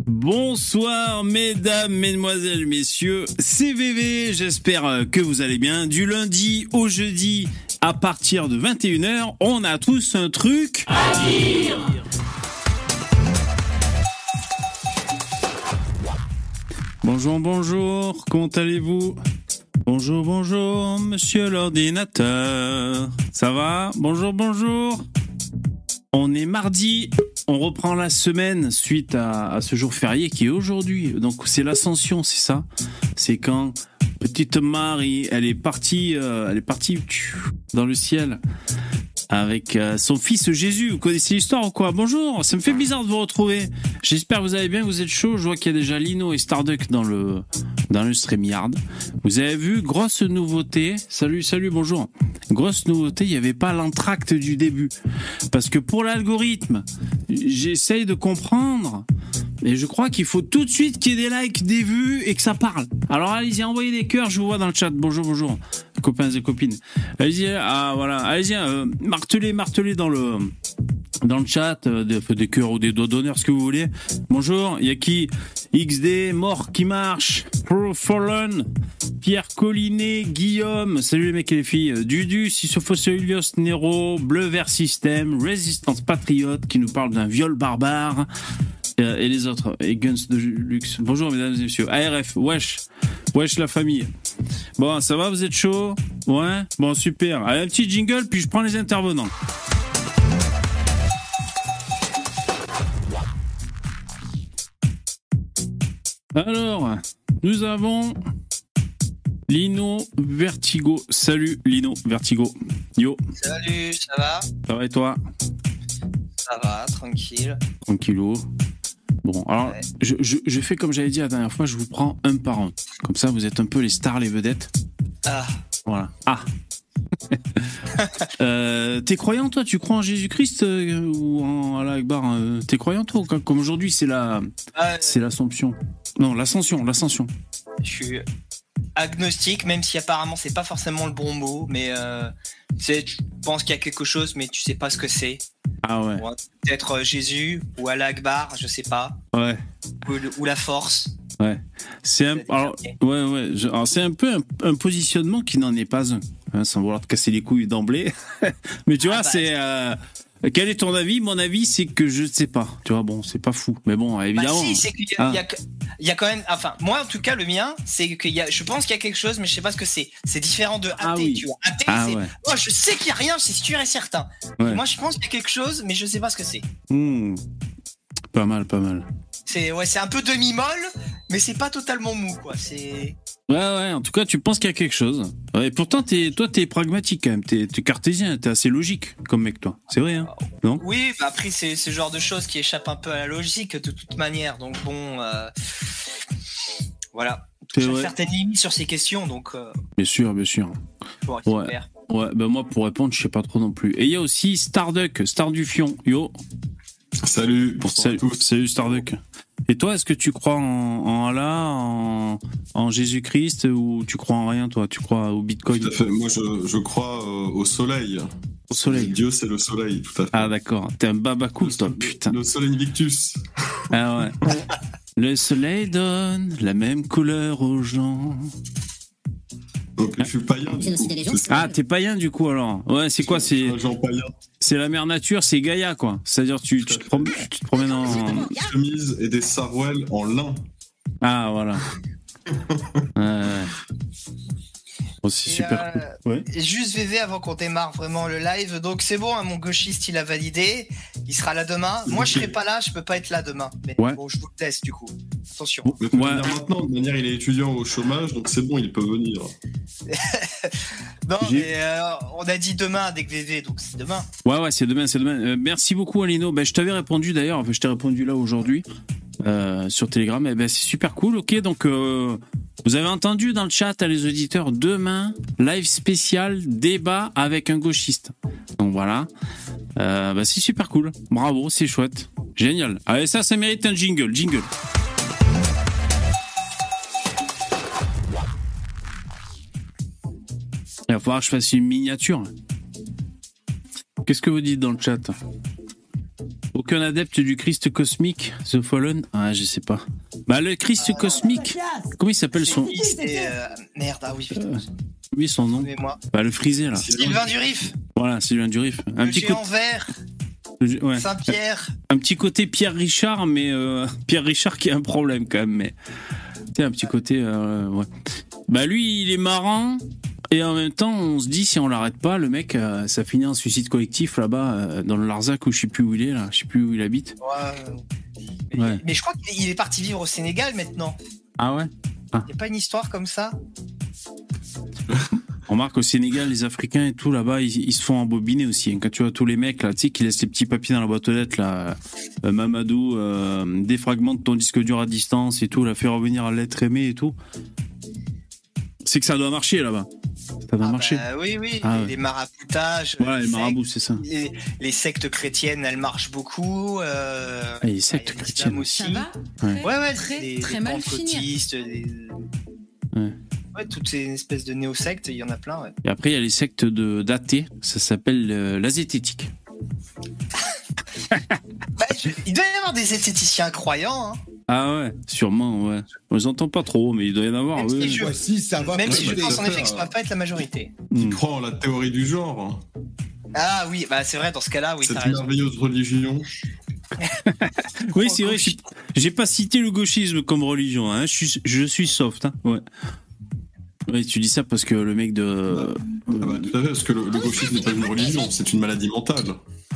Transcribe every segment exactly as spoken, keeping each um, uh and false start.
Bonsoir mesdames, mesdemoiselles, messieurs, c'est V V, j'espère que vous allez bien. Du lundi au jeudi, à partir de vingt et une heures, on a tous un truc à dire. Bonjour, bonjour, comment allez-vous ? Bonjour, bonjour, monsieur l'ordinateur. Ça va ? Bonjour, bonjour. On est mardi, on reprend la semaine suite à, à ce jour férié qui est aujourd'hui. Donc c'est l'Ascension, c'est ça ? C'est quand petite Marie, elle est partie, euh, elle est partie dans le ciel avec euh, son fils Jésus. Vous connaissez l'histoire ou quoi ? Bonjour, ça me fait bizarre de vous retrouver. J'espère que vous allez bien, que vous êtes chaud. Je vois qu'il y a déjà Lino et Starduck dans le dans le StreamYard. Vous avez vu, grosse nouveauté. Salut, salut, bonjour. Grosse nouveauté, il n'y avait pas l'entracte du début. Parce que pour l'algorithme, j'essaye de comprendre, et je crois qu'il faut tout de suite qu'il y ait des likes, des vues et que ça parle. Alors allez-y, envoyez des cœurs, je vous vois dans le chat. Bonjour, bonjour, copains et copines. Allez-y, ah voilà, allez-y, euh, martelez, martelez dans le dans le chat, euh, des, des cœurs ou des doigts d'honneur, ce que vous voulez. Bonjour, il y a qui ? X D, Mort qui marche, Pro Fallen, Pierre Collinet, Guillaume, salut les mecs et les filles, Dudu, Sisyphos Ulios, Nero, Bleu Vert System, Résistance Patriote qui nous parle d'un viol barbare, euh, et les autres, et Guns de Luxe. Bonjour mesdames et messieurs, A R F, wesh, wesh la famille. Bon, ça va, vous êtes chaud ? Ouais ? Bon, super. Allez, un petit jingle, puis je prends les intervenants. Alors, nous avons Lino Vertigo. Salut Lino Vertigo. Yo. Salut, ça va ? Ça va et toi ? Ça va, tranquille. Tranquillou. Bon, alors, ouais. je, je, je fais comme j'avais dit la dernière fois, je vous prends un par un. Comme ça, vous êtes un peu les stars, les vedettes. Ah. Voilà. Ah. euh, t'es croyant toi ? Tu crois en Jésus-Christ euh, ou en Allah Akbar euh, T'es croyant toi ? Comme aujourd'hui, c'est la, ah, c'est l'Assomption. Non, l'Ascension, l'Ascension. Je suis agnostique, même si apparemment c'est pas forcément le bon mot, mais euh, tu sais, tu penses qu'il y a quelque chose, mais tu sais pas ce que c'est. Ah ouais. Ou peut-être Jésus ou Allah Akbar, je sais pas. Ouais. Ou, ou la force. Ouais. C'est un, alors, ouais, ouais. Je, alors c'est un peu un, un positionnement qui n'en est pas un, hein, sans vouloir te casser les couilles d'emblée. Mais tu vois, ah bah, c'est. Euh, quel est ton avis ? Mon avis, c'est que je ne sais pas. Tu vois, bon, c'est pas fou, mais bon, évidemment. Bah si, c'est qu'il y a, ah. il y a, il y a quand même. Enfin, moi, en tout cas, le mien, c'est qu'il y a. Je pense qu'il y a quelque chose, mais je sais pas ce que c'est. C'est différent de athée, ah oui. tu vois. Athée, ah c'est. Ouais. Moi, je sais qu'il y a rien, c'est sûr et certain. Ouais. Moi, je pense qu'il y a quelque chose, mais je sais pas ce que c'est. Mmh. Pas mal, pas mal. C'est ouais, c'est un peu demi-molle, mais c'est pas totalement mou, quoi. C'est. Ouais, ouais. En tout cas, tu penses qu'il y a quelque chose. Ouais, et pourtant, t'es, toi, t'es pragmatique quand même. T'es, t'es cartésien. T'es assez logique comme mec, toi. C'est vrai, hein ? Non ? Oui, bah après, c'est ce genre de choses qui échappent un peu à la logique de toute manière. Donc bon, euh... voilà. Il y a certaines limites sur ces questions, donc. Euh... Bien sûr, bien sûr. Bon, ouais. Super. Ouais. Ben moi, pour répondre, je sais pas trop non plus. Et il y a aussi Starduck, Star du Fion. Yo. Salut, bonsoir salut, à tous. Salut Starduck. Et toi, est-ce que tu crois en, en Allah, en, en Jésus-Christ, ou tu crois en rien, toi ? Tu crois au Bitcoin ? Tout à fait. Moi, je, je crois euh, au soleil. Au soleil. Dieu, c'est le soleil, tout à fait. Ah d'accord. T'es un baba cool, toi, putain. Le soleil Invictus. Ah ouais. Le soleil donne la même couleur aux gens. Donc je suis païen du coup. Ah, t'es païen du coup alors. Ouais, c'est quoi ? C'est Jean païen. C'est la mère nature, c'est Gaïa quoi. C'est-à-dire tu, tu, te, prom... tu te promènes en des chemises et des sarouels en lin. Ah voilà. euh... Oh, c'est et super euh, cool. Ouais. Juste V V avant qu'on démarre vraiment le live. Donc c'est bon, hein, mon gauchiste il a validé. Il sera là demain. Moi je serai pas là, je peux pas être là demain. Mais ouais. bon, je vous le laisse du coup. Attention. Mais il peut ouais. venir maintenant. De manière, il est étudiant au chômage, donc c'est bon, il peut venir. non, J'ai... mais euh, on a dit demain avec V V, donc c'est demain. Ouais, ouais, c'est demain, c'est demain. Euh, merci beaucoup, Alino. Ben, je t'avais répondu d'ailleurs. Enfin, je t'ai répondu là aujourd'hui euh, sur Telegram. Eh ben, c'est super cool. Ok, donc. Euh... Vous avez entendu dans le chat, les auditeurs, demain, live spécial, débat avec un gauchiste. Donc voilà, euh, bah c'est super cool. Bravo, c'est chouette. Génial. Allez, ça, ça mérite un jingle. Jingle. Il va falloir que je fasse une miniature. Qu'est-ce que vous dites dans le chat ? Ok, aucun adepte du Christ cosmique, The Fallen. Ah, je sais pas. Bah, le Christ cosmique, comment il s'appelle son... C'est, euh, merde, ah oui, putain. Euh, oui, son nom. Bah, le frisé, là. Sylvain Durif. Voilà, Sylvain Durif. Un le petit géant côté... vert. Le... Ouais. Saint-Pierre. Un petit côté Pierre Richard, mais euh, Pierre Richard qui a un problème quand même. Mais tu sais, un petit côté, euh, ouais. Bah lui, il est marrant. Et en même temps, on se dit, si on l'arrête pas, le mec, euh, ça finit en suicide collectif là-bas, euh, dans le Larzac, où je sais plus où il est, là. Je sais plus où il habite. Ouais. Ouais. Mais je crois qu'il est parti vivre au Sénégal maintenant. Ah ouais? Ah. Il n'y a pas une histoire comme ça? On remarque au Sénégal, les Africains et tout, là-bas, ils, ils se font embobiner aussi. Quand tu vois tous les mecs, là, tu sais, qui laissent les petits papiers dans la boîte aux lettres, là, euh, Mamadou, euh, défragmente ton disque dur à distance et tout, la fait revenir à l'être aimé et tout. C'est que ça doit marcher, là-bas. Ça doit ah marcher. Bah, oui, oui, ah, les, ouais. les maraboutages. Ouais, les, les marabouts, c'est ça. Les, les sectes chrétiennes, elles marchent beaucoup. Euh, ah, les sectes bah, chrétiennes aussi. Ça va ouais, ouais, ouais très, les, très les mal finir. Les... Ouais. Ouais, toutes ces espèces de néo-sectes, il y en a plein. Ouais. Et après, il y a les sectes de, d'athées, ça s'appelle euh, la zététique. bah, je... Il doit y avoir des zététiciens croyants. Hein. Ah ouais, sûrement, ouais. On les entend pas trop, mais il doit y en avoir. Même ouais. si je, ouais, si, ça va Même si je pense en effet faire, que ça va pas être la majorité. Qui mm. croit en la théorie du genre. Ah oui, bah c'est vrai, dans ce cas-là, oui. Cette t'as merveilleuse raison. religion. Oui, c'est vrai, j'ai pas cité le gauchisme comme religion, hein. je, suis, je suis soft. Hein. Ouais. Oui, tu dis ça parce que le mec de... Ah bah, tout à fait, parce que le, le gauchisme n'est pas une religion, c'est une maladie mentale.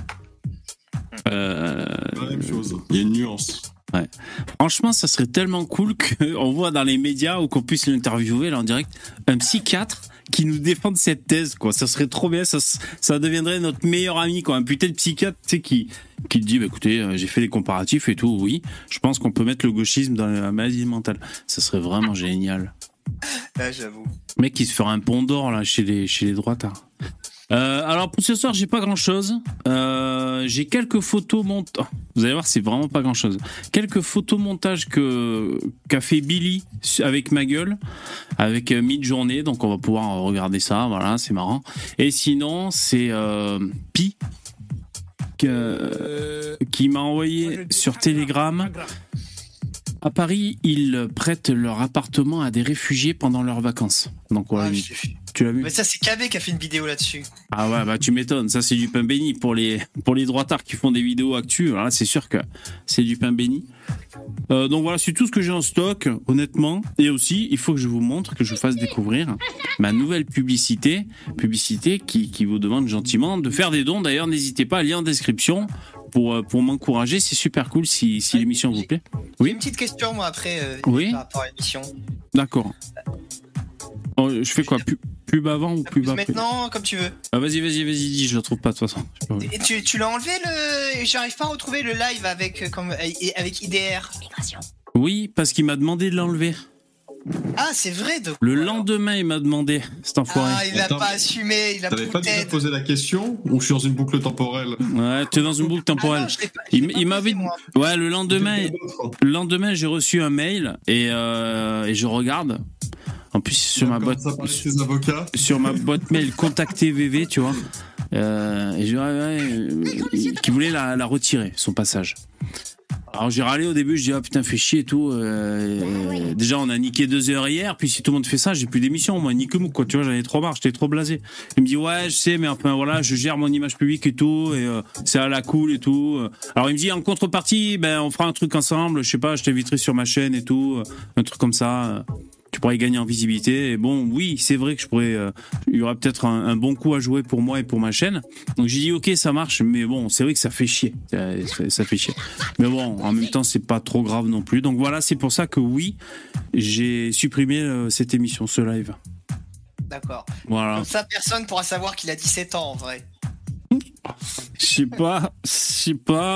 Euh... C'est la même chose, il y a une nuance. Ouais. Franchement, ça serait tellement cool qu'on voit dans les médias ou qu'on puisse l'interviewer là en direct un psychiatre qui nous défende cette thèse, quoi. Ça serait trop bien, ça, ça deviendrait notre meilleur ami, quoi. Un putain de psychiatre, tu sais, qui, qui te dit, bah, écoutez, euh, j'ai fait des comparatifs et tout, oui, je pense qu'on peut mettre le gauchisme dans la maladie mentale. Ça serait vraiment génial. Ouais, j'avoue. Le mec qui se fera un pont d'or là chez les, chez les droitards. Euh, alors pour ce soir, j'ai pas grand chose. Euh, j'ai quelques photos montages. Vous allez voir, c'est vraiment pas grand chose. Quelques photos montages que qu'a fait Billy avec ma gueule, avec euh, mid-journée. Donc on va pouvoir regarder ça. Voilà, c'est marrant. Et sinon, c'est euh, Pi que, euh, qui m'a envoyé sur Telegram. À Paris, ils prêtent leur appartement à des réfugiés pendant leurs vacances. Donc voilà. Ah, une... je... Tu l'as vu? Mais ça, c'est K V qui a fait une vidéo là-dessus. Ah ouais, bah tu m'étonnes. Ça, c'est du pain béni pour les pour les droitards qui font des vidéos actu. Alors là, c'est sûr que c'est du pain béni. Euh, donc voilà, c'est tout ce que j'ai en stock, honnêtement. Et aussi, il faut que je vous montre, que je vous fasse découvrir ma nouvelle publicité, publicité qui qui vous demande gentiment de faire des dons. D'ailleurs, n'hésitez pas, lien en description. Pour, pour m'encourager, c'est super cool si, si l'émission vous plaît. Oui. J'ai une petite question, moi, après, euh, oui. par rapport à l'émission. D'accord. Oh, je fais quoi? Pub, pub avant ou pub après? Maintenant, comme tu veux. Ah, vas-y, vas-y, vas-y, dis, je le trouve pas de toute façon. Et tu, tu l'as enlevé, le... J'arrive pas à retrouver le live avec, comme, avec I D R. Oui, parce qu'il m'a demandé de l'enlever. Ah, c'est vrai. Donc... Le lendemain, il m'a demandé, cet enfoiré. Ah, il a Attends, pas assumé, il a T'avais pas déjà posé la question ou je suis dans une boucle temporelle? Ouais, tu es dans une boucle temporelle. Ah non, pas, il il m'avait. Ouais, le lendemain, le lendemain, j'ai reçu un mail et, euh, et je regarde. En plus, sur ma boîte, avocats. sur ma boîte mail, contacter V V, tu vois. Euh, et je ouais, ouais, qui voulait la, la retirer, son passage. Alors j'ai râlé au début, je dis ah putain fais chier et tout. Euh, déjà on a niqué deux heures hier, puis si tout le monde fait ça, j'ai plus d'émission, moi nique mou quoi, tu vois, j'en ai trop marre, j'étais trop blasé. Il me dit ouais je sais mais enfin voilà, je gère mon image publique et tout, et euh, c'est à la cool et tout. Alors il me dit en contrepartie, ben on fera un truc ensemble, je sais pas, je t'inviterai sur ma chaîne et tout, un truc comme ça. Tu pourrais gagner en visibilité. Et bon, oui, c'est vrai que je pourrais. Euh, il y aurait peut-être un, un bon coup à jouer pour moi et pour ma chaîne. Donc j'ai dit ok, ça marche, mais bon, c'est vrai que ça fait chier. Ça, ça fait chier. Mais bon, en même temps, c'est pas trop grave non plus. Donc voilà, c'est pour ça que oui, j'ai supprimé euh, cette émission, ce live. D'accord. Voilà. Comme ça, personne pourra savoir qu'il a dix-sept ans en vrai. Je sais pas, je sais pas.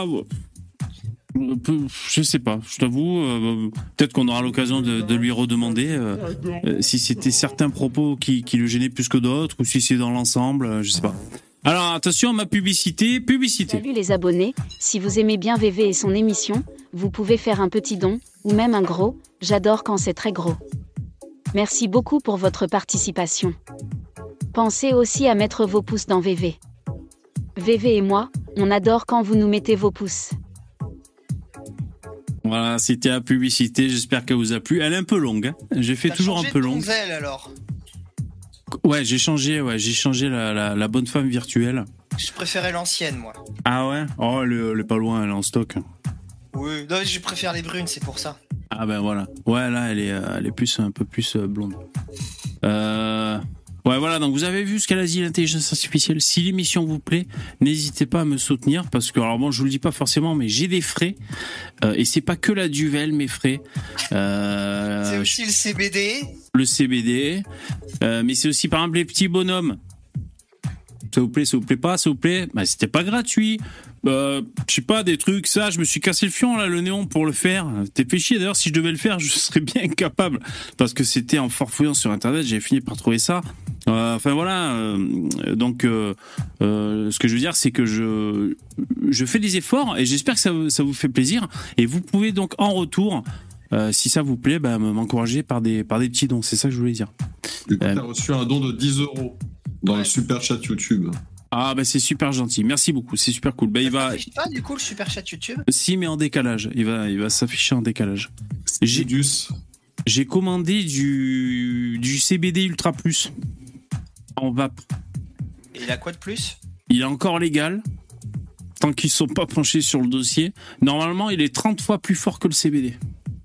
Je sais pas, je t'avoue, euh, peut-être qu'on aura l'occasion de, de lui redemander euh, euh, si c'était certains propos qui, qui le gênaient plus que d'autres ou si c'est dans l'ensemble, euh, je sais pas. Alors attention, ma publicité, publicité. Salut les abonnés, si vous aimez bien V V et son émission, vous pouvez faire un petit don, ou même un gros, j'adore quand c'est très gros. Merci beaucoup pour votre participation. Pensez aussi à mettre vos pouces dans V V. V V et moi, on adore quand vous nous mettez vos pouces. Voilà, c'était la publicité. J'espère qu'elle vous a plu. Elle est un peu longue. Hein. J'ai fait T'as toujours un changé peu de longue. nouvelle, alors. Ouais, j'ai changé. Ouais, j'ai changé la, la, la bonne femme virtuelle. Je préférais l'ancienne, moi. Ah ouais. Oh, elle, elle est pas loin. Elle est en stock. Oui, non, je préfère les brunes, c'est pour ça. Ah ben voilà. Ouais, là, elle est, elle est plus un peu plus blonde. Euh... Ouais, voilà, donc vous avez vu ce qu'elle a dit, l'intelligence artificielle. Si l'émission vous plaît, n'hésitez pas à me soutenir parce que, alors bon, je vous le dis pas forcément, mais j'ai des frais euh, et c'est pas que la duvel, mes frais. Euh, c'est aussi le C B D. Le C B D, euh, mais c'est aussi par exemple les petits bonhommes. Ça vous plaît, ça vous plaît pas, ça vous plaît. Bah, c'était pas gratuit. Euh, je sais pas, des trucs, ça, je me suis cassé le fion, là, le néon, pour le faire. T'es fait chier, d'ailleurs, si je devais le faire, je serais bien incapable. Parce que c'était en farfouillant sur Internet, j'ai fini par trouver ça. Euh, enfin, voilà. Euh, donc, euh, euh, ce que je veux dire, c'est que je, je fais des efforts et j'espère que ça, ça vous fait plaisir. Et vous pouvez donc, en retour, euh, si ça vous plaît, bah, m'encourager par des, par des petits dons. C'est ça que je voulais dire. Du coup, euh, t'as reçu un don de dix euros dans ouais. le super chat YouTube. Ah bah c'est super gentil, merci beaucoup, c'est super cool. Bah, ça il va. s'affiche pas du coup le super chat YouTube ? Si, mais en décalage. Il va, il va s'afficher en décalage. J'ai du. J'ai commandé du du C B D Ultra Plus en vape. Et il a quoi de plus ? Il est encore légal tant qu'ils sont pas penchés sur le dossier. Normalement, il est trente fois plus fort que le C B D.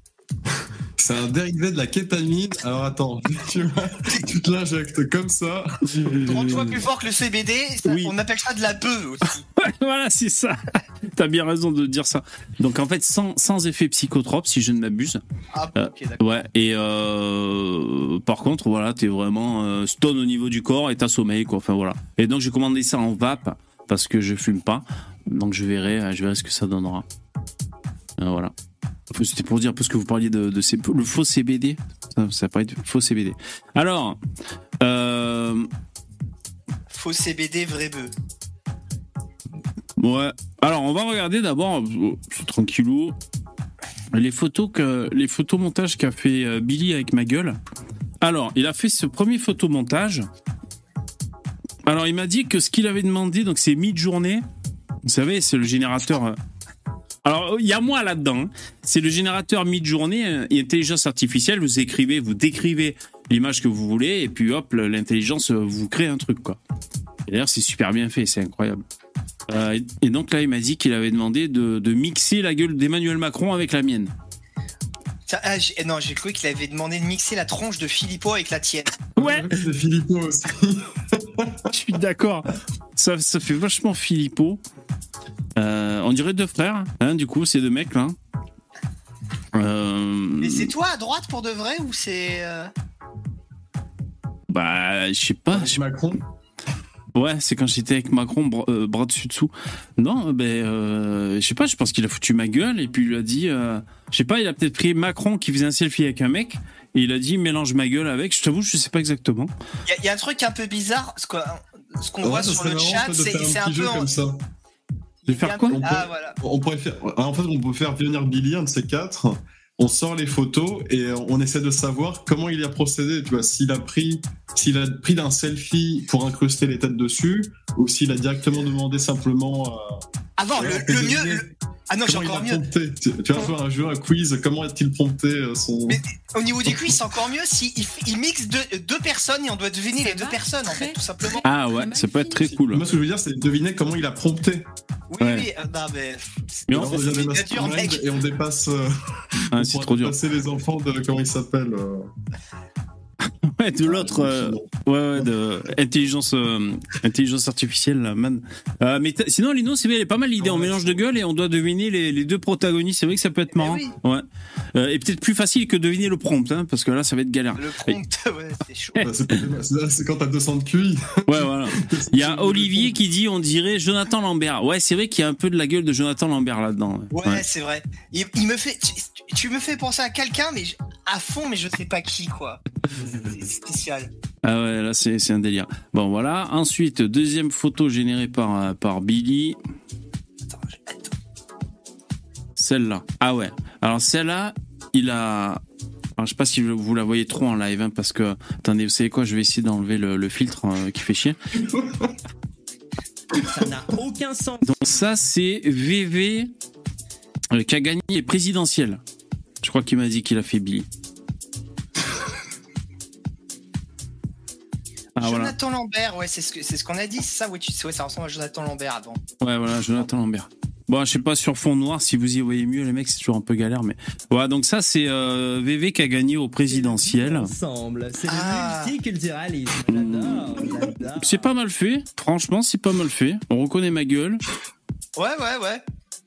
C'est un dérivé de la kétamine. Alors attends, tu, tu te l'injectes comme ça. trente fois plus fort que le C B D, ça, oui. On appelle ça de la bœuf aussi. Voilà, c'est ça. T'as bien raison de dire ça. Donc en fait, sans, sans effet psychotrope, si je ne m'abuse. Ah, euh, ok, d'accord. Ouais, et euh, par contre, voilà, t'es vraiment euh, stone au niveau du corps et t'as sommeil, quoi. Enfin voilà. Et donc j'ai commandé ça en vape parce que je fume pas. Donc je verrai, je verrai ce que ça donnera. Euh, voilà. C'était pour dire, parce que vous parliez de, de C- le faux C B D. Ça, ça paraît de faux C B D. Alors. Euh... Faux C B D, vrai bœuf. Ouais. Alors, on va regarder d'abord, c'est tranquillou, les photos que, les photomontages qu'a fait Billy avec ma gueule. Alors, il a fait ce premier photomontage. Alors, il m'a dit que ce qu'il avait demandé, donc c'est mid-journée. Vous savez, c'est le générateur. Alors, il y a moi là-dedans. C'est le générateur mid-journée et intelligence artificielle. Vous écrivez, vous décrivez l'image que vous voulez et puis hop, l'intelligence vous crée un truc, quoi. Et d'ailleurs, c'est super bien fait, c'est incroyable. Euh, et donc là, il m'a dit qu'il avait demandé de, de mixer la gueule d'Emmanuel Macron avec la mienne. Ça, ah, j'ai, non, j'ai cru qu'il avait demandé de mixer la tronche de Philippot avec la tienne. Ouais. C'est Philippot aussi. Je suis d'accord. Ça, ça fait vachement Philippot. Euh, on dirait deux frères, hein, du coup, ces deux mecs là. Euh... Mais c'est toi à droite pour de vrai ou c'est. Euh... Bah, je sais pas. Je... Macron. Ouais, c'est quand j'étais avec Macron, bras, euh, bras dessus dessous. Non, ben, euh, je sais pas, je pense qu'il a foutu ma gueule et puis il lui a dit. Euh, je sais pas, il a peut-être pris Macron qui faisait un selfie avec un mec et il a dit mélange ma gueule avec. Je t'avoue, je sais pas exactement. Il y, y a un truc un peu bizarre, ce qu'on, ce qu'on ouais, voit sur le marrant, chat, de c'est, un c'est un peu. En... Comme ça. De faire quoi ? on, pourrait, ah, voilà. on pourrait faire. En fait, on peut faire venir Billy, un de ces quatre. On sort les photos et on essaie de savoir comment il a procédé. Tu vois, s'il a pris, s'il a pris d'un selfie pour incruster les têtes dessus, ou s'il a directement demandé simplement. Euh, ah non, le, le mieux. Le... Ah non, j'ai encore mieux. Prompté. Tu, tu vas faire un jeu, un quiz. Comment a-t-il prompté son. Mais au niveau du quiz, c'est encore mieux si il, il mixe deux, deux personnes et on doit deviner les deux personnes en fait, tout simplement. Ah ouais, ça peut être très cool. Moi, ce que je veux dire, c'est deviner comment il a prompté. Oui, ouais. oui, euh, non, mais. Mais on devient des masterminds et on dépasse. Euh, ah, on c'est trop dur. dépasser les enfants de. Comment ils s'appellent euh... Ouais, de l'autre. Euh, ouais, ouais, de intelligence, euh, intelligence artificielle, là, man. Euh, mais sinon, Lino, c'est bien, elle est pas mal l'idée. On mélange de gueule et on doit deviner les, les deux protagonistes. C'est vrai que ça peut être marrant. Oui. Ouais. Euh, et peut-être plus facile que deviner le prompt, hein, parce que là, ça va être galère. Le prompt, ouais, c'est chaud. Bah, c'est, c'est, c'est quand t'as deux cents de Q I. Ouais, voilà. Il y a Olivier qui dit, on dirait Jonathan Lambert. Ouais, c'est vrai qu'il y a un peu de la gueule de Jonathan Lambert là-dedans. Ouais, ouais. C'est vrai. Il, il me fait, tu, tu me fais penser à quelqu'un, mais je, à fond, mais je sais pas qui, quoi. C'est spécial. Ah ouais, là, c'est, c'est un délire. Bon, voilà. Ensuite, deuxième photo générée par, par Billy. Attends, attends. Celle-là. Ah ouais. Alors, celle-là, il a... Alors, je sais pas si vous la voyez trop en live, hein, parce que... Attendez, vous savez quoi ? Je vais essayer d'enlever le, le filtre euh, qui fait chier. Ça n'a aucun sens. Donc ça, c'est V V... Euh, qui a gagné les présidentielles. Je crois qu'il m'a dit qu'il a fait Billy. Ah, Jonathan voilà. Lambert, ouais, c'est ce, que, c'est ce qu'on a dit, c'est ça, oui, tu sais, ouais, ça ressemble à Jonathan Lambert avant. Ouais, voilà, Jonathan Lambert. Bon, je sais pas, sur fond noir, si vous y voyez mieux, les mecs, c'est toujours un peu galère, mais voilà, donc ça, c'est euh, V V qui a gagné au présidentiel. Ensemble, c'est ah. le multiculturalisme. J'adore, j'adore. C'est pas mal fait, franchement, c'est pas mal fait. On reconnaît ma gueule. Ouais, ouais, ouais.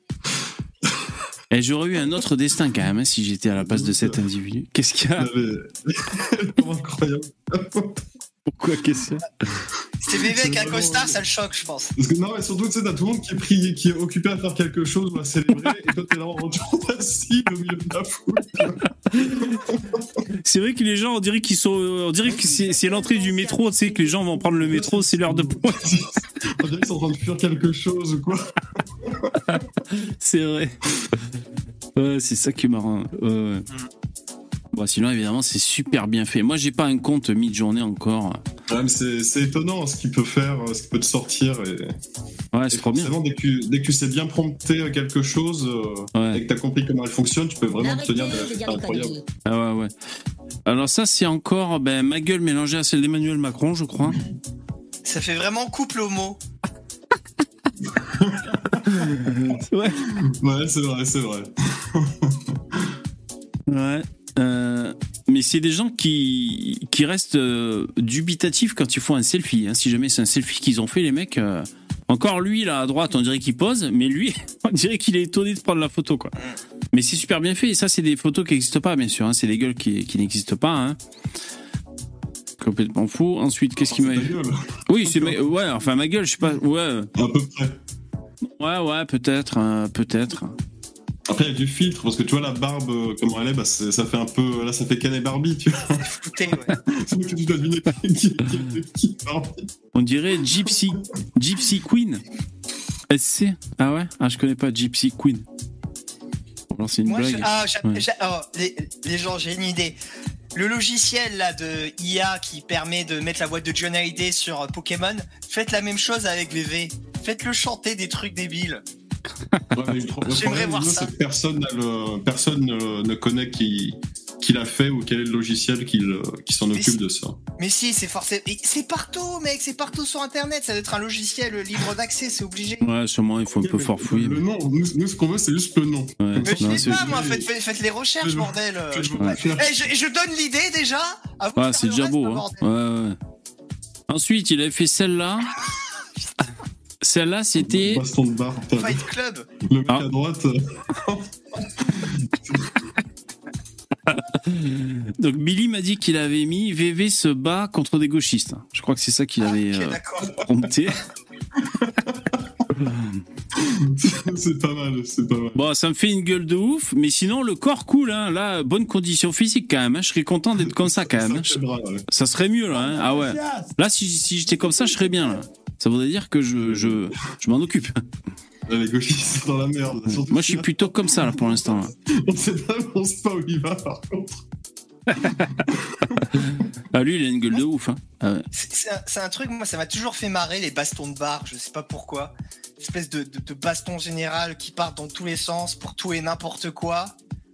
Et j'aurais eu un autre destin quand même, hein, si j'étais à la place de cet individu. Qu'est-ce qu'il y a ? Incroyable. Pourquoi qu'est-ce que c'est ? C'était V V avec un costard, ça le choque, je pense. Parce que non, mais surtout, tu sais, t'as tout le monde qui est, pris, qui est occupé à faire quelque chose ou à célébrer, et toi, t'es là en retour assis au milieu de la foule. C'est vrai que les gens, on dirait qu'ils sont, on dirait que c'est, c'est l'entrée du métro, tu sais, que les gens vont prendre le métro, c'est l'heure de pointe. On dirait qu'ils sont en train de fuir quelque chose ou quoi. C'est vrai. Ouais, c'est ça qui est marrant. Ouais, ouais. Bon, sinon, évidemment, c'est super bien fait. Moi, j'ai pas un compte mi-journée encore. Ouais, mais c'est, c'est étonnant ce qu'il peut faire, ce qu'il peut te sortir. Et, ouais, c'est et trop bien. Dès que, dès que tu sais bien prompter quelque chose ouais. et que tu as compris comment elle fonctionne, tu peux vraiment obtenir des résultats incroyables. Ah ouais, ouais. Alors, ça, c'est encore ben, ma gueule mélangée à celle d'Emmanuel Macron, je crois. Ça fait vraiment couple homo. ouais. Ouais, c'est vrai, c'est vrai. ouais. Euh, mais c'est des gens qui, qui restent euh, dubitatifs quand ils font un selfie. Hein. Si jamais c'est un selfie qu'ils ont fait, les mecs. Euh, encore lui, là, à droite, on dirait qu'il pose, mais lui, on dirait qu'il est étonné de prendre la photo, quoi. Mais c'est super bien fait. Et ça, c'est des photos qui n'existent pas, bien sûr. Hein. C'est des gueules qui, qui n'existent pas. Hein. Complètement fou. Ensuite, qu'est-ce oh, qui m'a. Oui, c'est. Ma... Ouais, enfin, ma gueule, je sais pas. Ouais. À peu près. Ouais, ouais, peut-être. Euh, peut-être. Après, il y a du filtre, parce que tu vois, la barbe, euh, comment elle est, bah, c'est, ça fait un peu. Là, ça fait Ken et Barbie, tu vois. Flouté, ouais. C'est que tu dois deviner qui est Barbie. On dirait Gypsy, Gypsy Queen. S C. Ah ouais ? Ah, je connais pas Gypsy Queen. Alors, c'est une Moi, blague. Je, ah, ouais. oh, les, les gens, j'ai une idée. Le logiciel là de I A qui permet de mettre la voix de Johnny Hallyday sur Pokémon, faites la même chose avec V V. Faites-le chanter des trucs débiles. Ouais, mais le J'aimerais voir ça. C'est que personne, le, personne ne, ne connaît qui, qui l'a fait ou quel est le logiciel qui, le, qui s'en mais occupe si, de ça. Mais si, c'est forcément. C'est partout, mec, c'est partout sur Internet. Ça doit être un logiciel libre d'accès, c'est obligé. Ouais, sûrement, il faut okay, un peu farfouiller. Le nom, nous, nous, ce qu'on veut, c'est juste le nom. Ouais, mais je sais pas, moi, faites, faites, faites les recherches, je bordel. Je, je, ouais. hey, je, je donne l'idée déjà. À vous ouais, c'est déjà beau. Hein. Ouais, ouais. Ensuite, il avait fait celle-là. Celle-là, c'était. Baston de bar. Fight Club. Le mec ah. à droite. Donc, Billy m'a dit qu'il avait mis V V se bat contre des gauchistes. Je crois que c'est ça qu'il avait okay, euh, prompté. C'est pas mal, c'est pas mal. Bon, ça me fait une gueule de ouf, mais sinon, le corps cool, hein. Là, bonne condition physique quand même. Hein. Je serais content d'être comme ça quand même. Ça, hein. bras, ouais. Ça serait mieux, là. Hein. Ah ouais. Là, si, si j'étais comme ça, je serais bien, là. Ça voudrait dire que je, je, je m'en occupe. Les gauchistes sont dans la merde. Moi, je suis plutôt comme ça, là, pour l'instant. Là. On sait pas, on sait pas où il va, par contre. Ah, lui, il a une gueule de ouf. Hein. Ah ouais. c'est, c'est, un, c'est un truc, moi, ça m'a toujours fait marrer, les bastons de bar. Je sais pas pourquoi. Une espèce de, de, de baston général qui part dans tous les sens pour tout et n'importe quoi.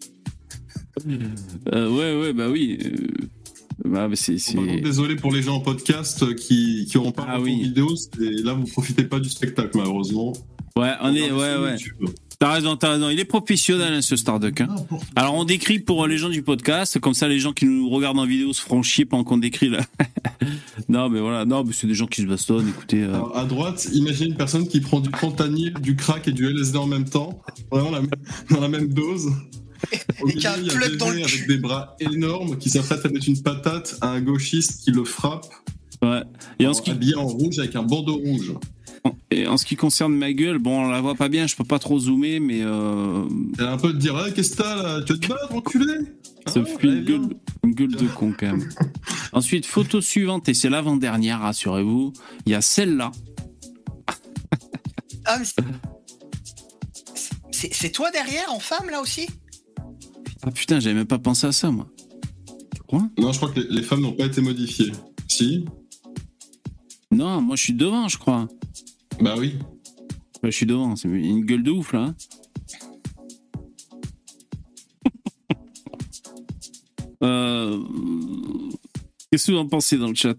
Euh, ouais, ouais, bah oui. Euh... Bah, c'est, c'est... Bon, désolé pour les gens en podcast qui qui auront pas ah, oui. vidéo. Et là, vous profitez pas du spectacle, malheureusement. Ouais, on, on est, ouais, ouais. YouTube. T'as raison, t'as raison. Il est professionnel, hein, ce Starduck. Hein. Alors, on décrit pour les gens du podcast, comme ça, les gens qui nous regardent en vidéo se feront chier pendant qu'on décrit là. Non, mais voilà, non, mais c'est des gens qui se bastonnent. Écoutez. Euh... Alors, à droite, imaginez une personne qui prend du fentanyl, du crack et du L S D en même temps, vraiment la même, dans la même dose. Au et milieu, il y a un dans le avec des bras énormes qui s'apprête à mettre une patate à un gauchiste qui le frappe. Ouais. Et en, en ce qui... habillé en rouge avec un bandeau rouge. Et en ce qui concerne ma gueule, bon, on la voit pas bien, je peux pas trop zoomer, mais. Euh... Elle a un peu de dire, hey, qu'est-ce que t'as là ? Tu vas te battre, enculé ? Ça me fait une gueule, une gueule de con quand même. Ensuite, photo suivante, et c'est l'avant-dernière, rassurez-vous. Il y a celle-là. Ah, mais c'est... C'est, c'est toi derrière en femme là aussi ? Ah putain, j'avais même pas pensé à ça, moi. Tu crois ? Non, je crois que les, les femmes n'ont pas été modifiées. Si ? Non, moi je suis devant, je crois. Bah oui. Bah, je suis devant, c'est une gueule de ouf là. Qu'est-ce que vous en pensez dans le chat?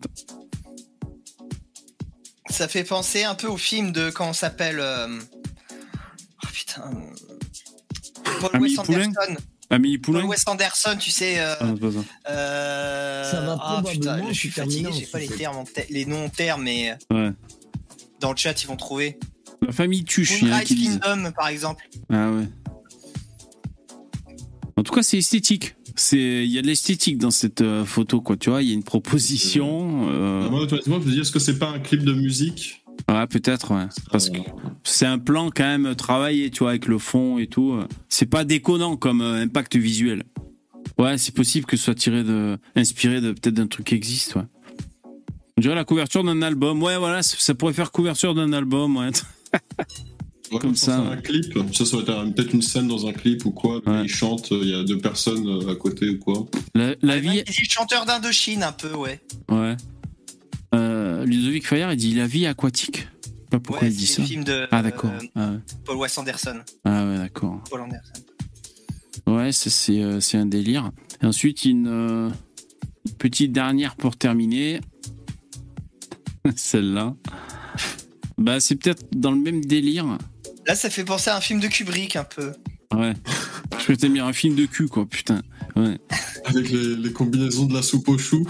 Ça fait penser un peu au film de, comment on s'appelle euh... Oh putain. Paul Amélie Wes Poulain Anderson. Amélie Poulain Paul Wes Anderson, tu sais. Euh... Ah, pas ça. Euh... Ça va ah, putain, probablement je suis se fatigué, terminer j'ai pas les ensuite. termes, en tête- les noms en termes, mais Ouais. dans le chat ils vont trouver. La famille Tuche, il y en a Moonrise qui disent. Kingdom, par exemple. Ah ouais. En tout cas, c'est esthétique. C'est, il y a de l'esthétique dans cette euh, photo, quoi. Tu vois, il y a une proposition. Euh... Moi, automatiquement, je me dis, est-ce que c'est pas un clip de musique? Ouais, peut-être, ouais. Parce que c'est un plan quand même travaillé, tu vois, avec le fond et tout. C'est pas déconnant comme euh, impact visuel. Ouais, c'est possible que ce soit tiré de, inspiré de peut-être d'un truc qui existe, ouais. On dirait la couverture d'un album. Ouais, voilà, ça, ça pourrait faire couverture d'un album, ouais. Ouais, Comme ça. ça, Un clip. Ça, ça va être un- peut-être une scène dans un clip ou quoi. Ouais. Ils chantent, il y a deux personnes euh, à côté ou quoi. La, la vie. Il dit chanteur d'Indochine, un peu, ouais. Ouais. Euh, Ludovic Fayard, il dit la vie aquatique. Je sais pas pourquoi Ouais, il dit c'est ça. le film de Ah, d'accord. euh, Ah, ouais. Paul Wes Anderson. Ah, ouais, d'accord. Paul Anderson. Ouais, ça, c'est, euh, c'est un délire. Et ensuite, une, euh, une petite dernière pour terminer. Celle-là. Bah, c'est peut-être dans le même délire. Là, ça fait penser à un film de Kubrick, un peu. Ouais. Je peux t'aimer un film de cul, quoi, putain. Ouais. Avec les, les combinaisons de la soupe aux choux.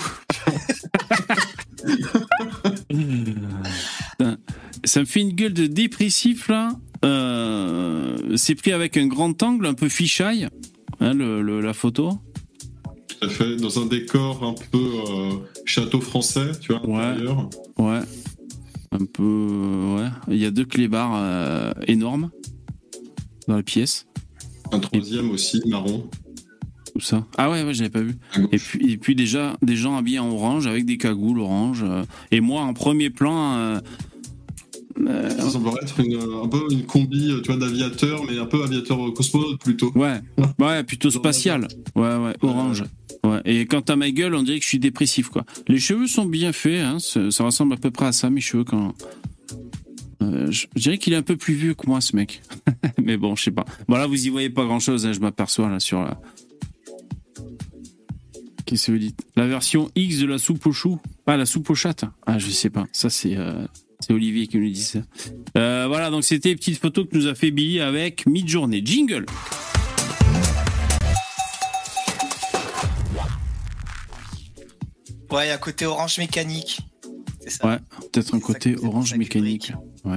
Putain. Ça me fait une gueule de dépressif, là. Euh, c'est pris avec un grand angle, un peu fisheye, hein, le, le- la photo. Tout à fait. Dans un décor un peu euh, château français, tu vois, à Ouais. l'intérieur. Ouais. Un peu. euh, ouais. Il y a deux clébards euh, énormes dans la pièce. Un troisième aussi, marron. Tout ça. Ah ouais, ouais, j'avais pas vu. À gauche. Et puis, et puis déjà, des gens habillés en orange avec des cagoules orange. euh, et moi, en premier plan. euh, euh, Ça semblerait être une, un peu une combi, tu vois, d'aviateur, mais un peu aviateur cosmonaute plutôt. ouais. Ouais, plutôt spatial. Ouais, ouais, orange. Ouais. Et quand t'as ma gueule, on dirait que je suis dépressif, quoi. Les cheveux sont bien faits, hein. Ça, ça ressemble à peu près à ça, mes cheveux, quand. Euh, je je dirais qu'il est un peu plus vieux que moi, ce mec. Mais bon, je sais pas. Bon, là, vous y voyez pas grand chose, hein, je m'aperçois, là, sur la. Qu'est-ce que vous dites? La version X de la soupe aux choux. Ah, la soupe aux chattes. Ah, je sais pas. Ça, c'est. euh, C'est Olivier qui nous dit ça. Euh, voilà, donc c'était une petite photo que nous a fait Billy avec Mid-Journée. Jingle. Ouais, à côté Orange Mécanique. C'est ça. Ouais, peut-être un C'est ça côté que c'est orange pour ça, mécanique. Ouais.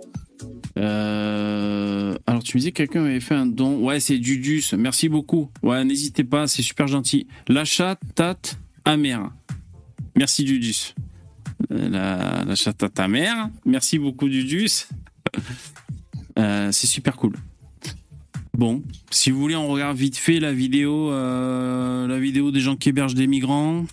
Euh, alors tu me disais que quelqu'un avait fait un don. Ouais, c'est Dudus. Merci beaucoup. Ouais, n'hésitez pas, c'est super gentil. L'achat tate amère. Merci Dudus. Euh, La, l'achat tate amère. Merci beaucoup Dudus. Euh, c'est super cool. Bon, si vous voulez, on regarde vite fait la vidéo, euh, la vidéo des gens qui hébergent des migrants.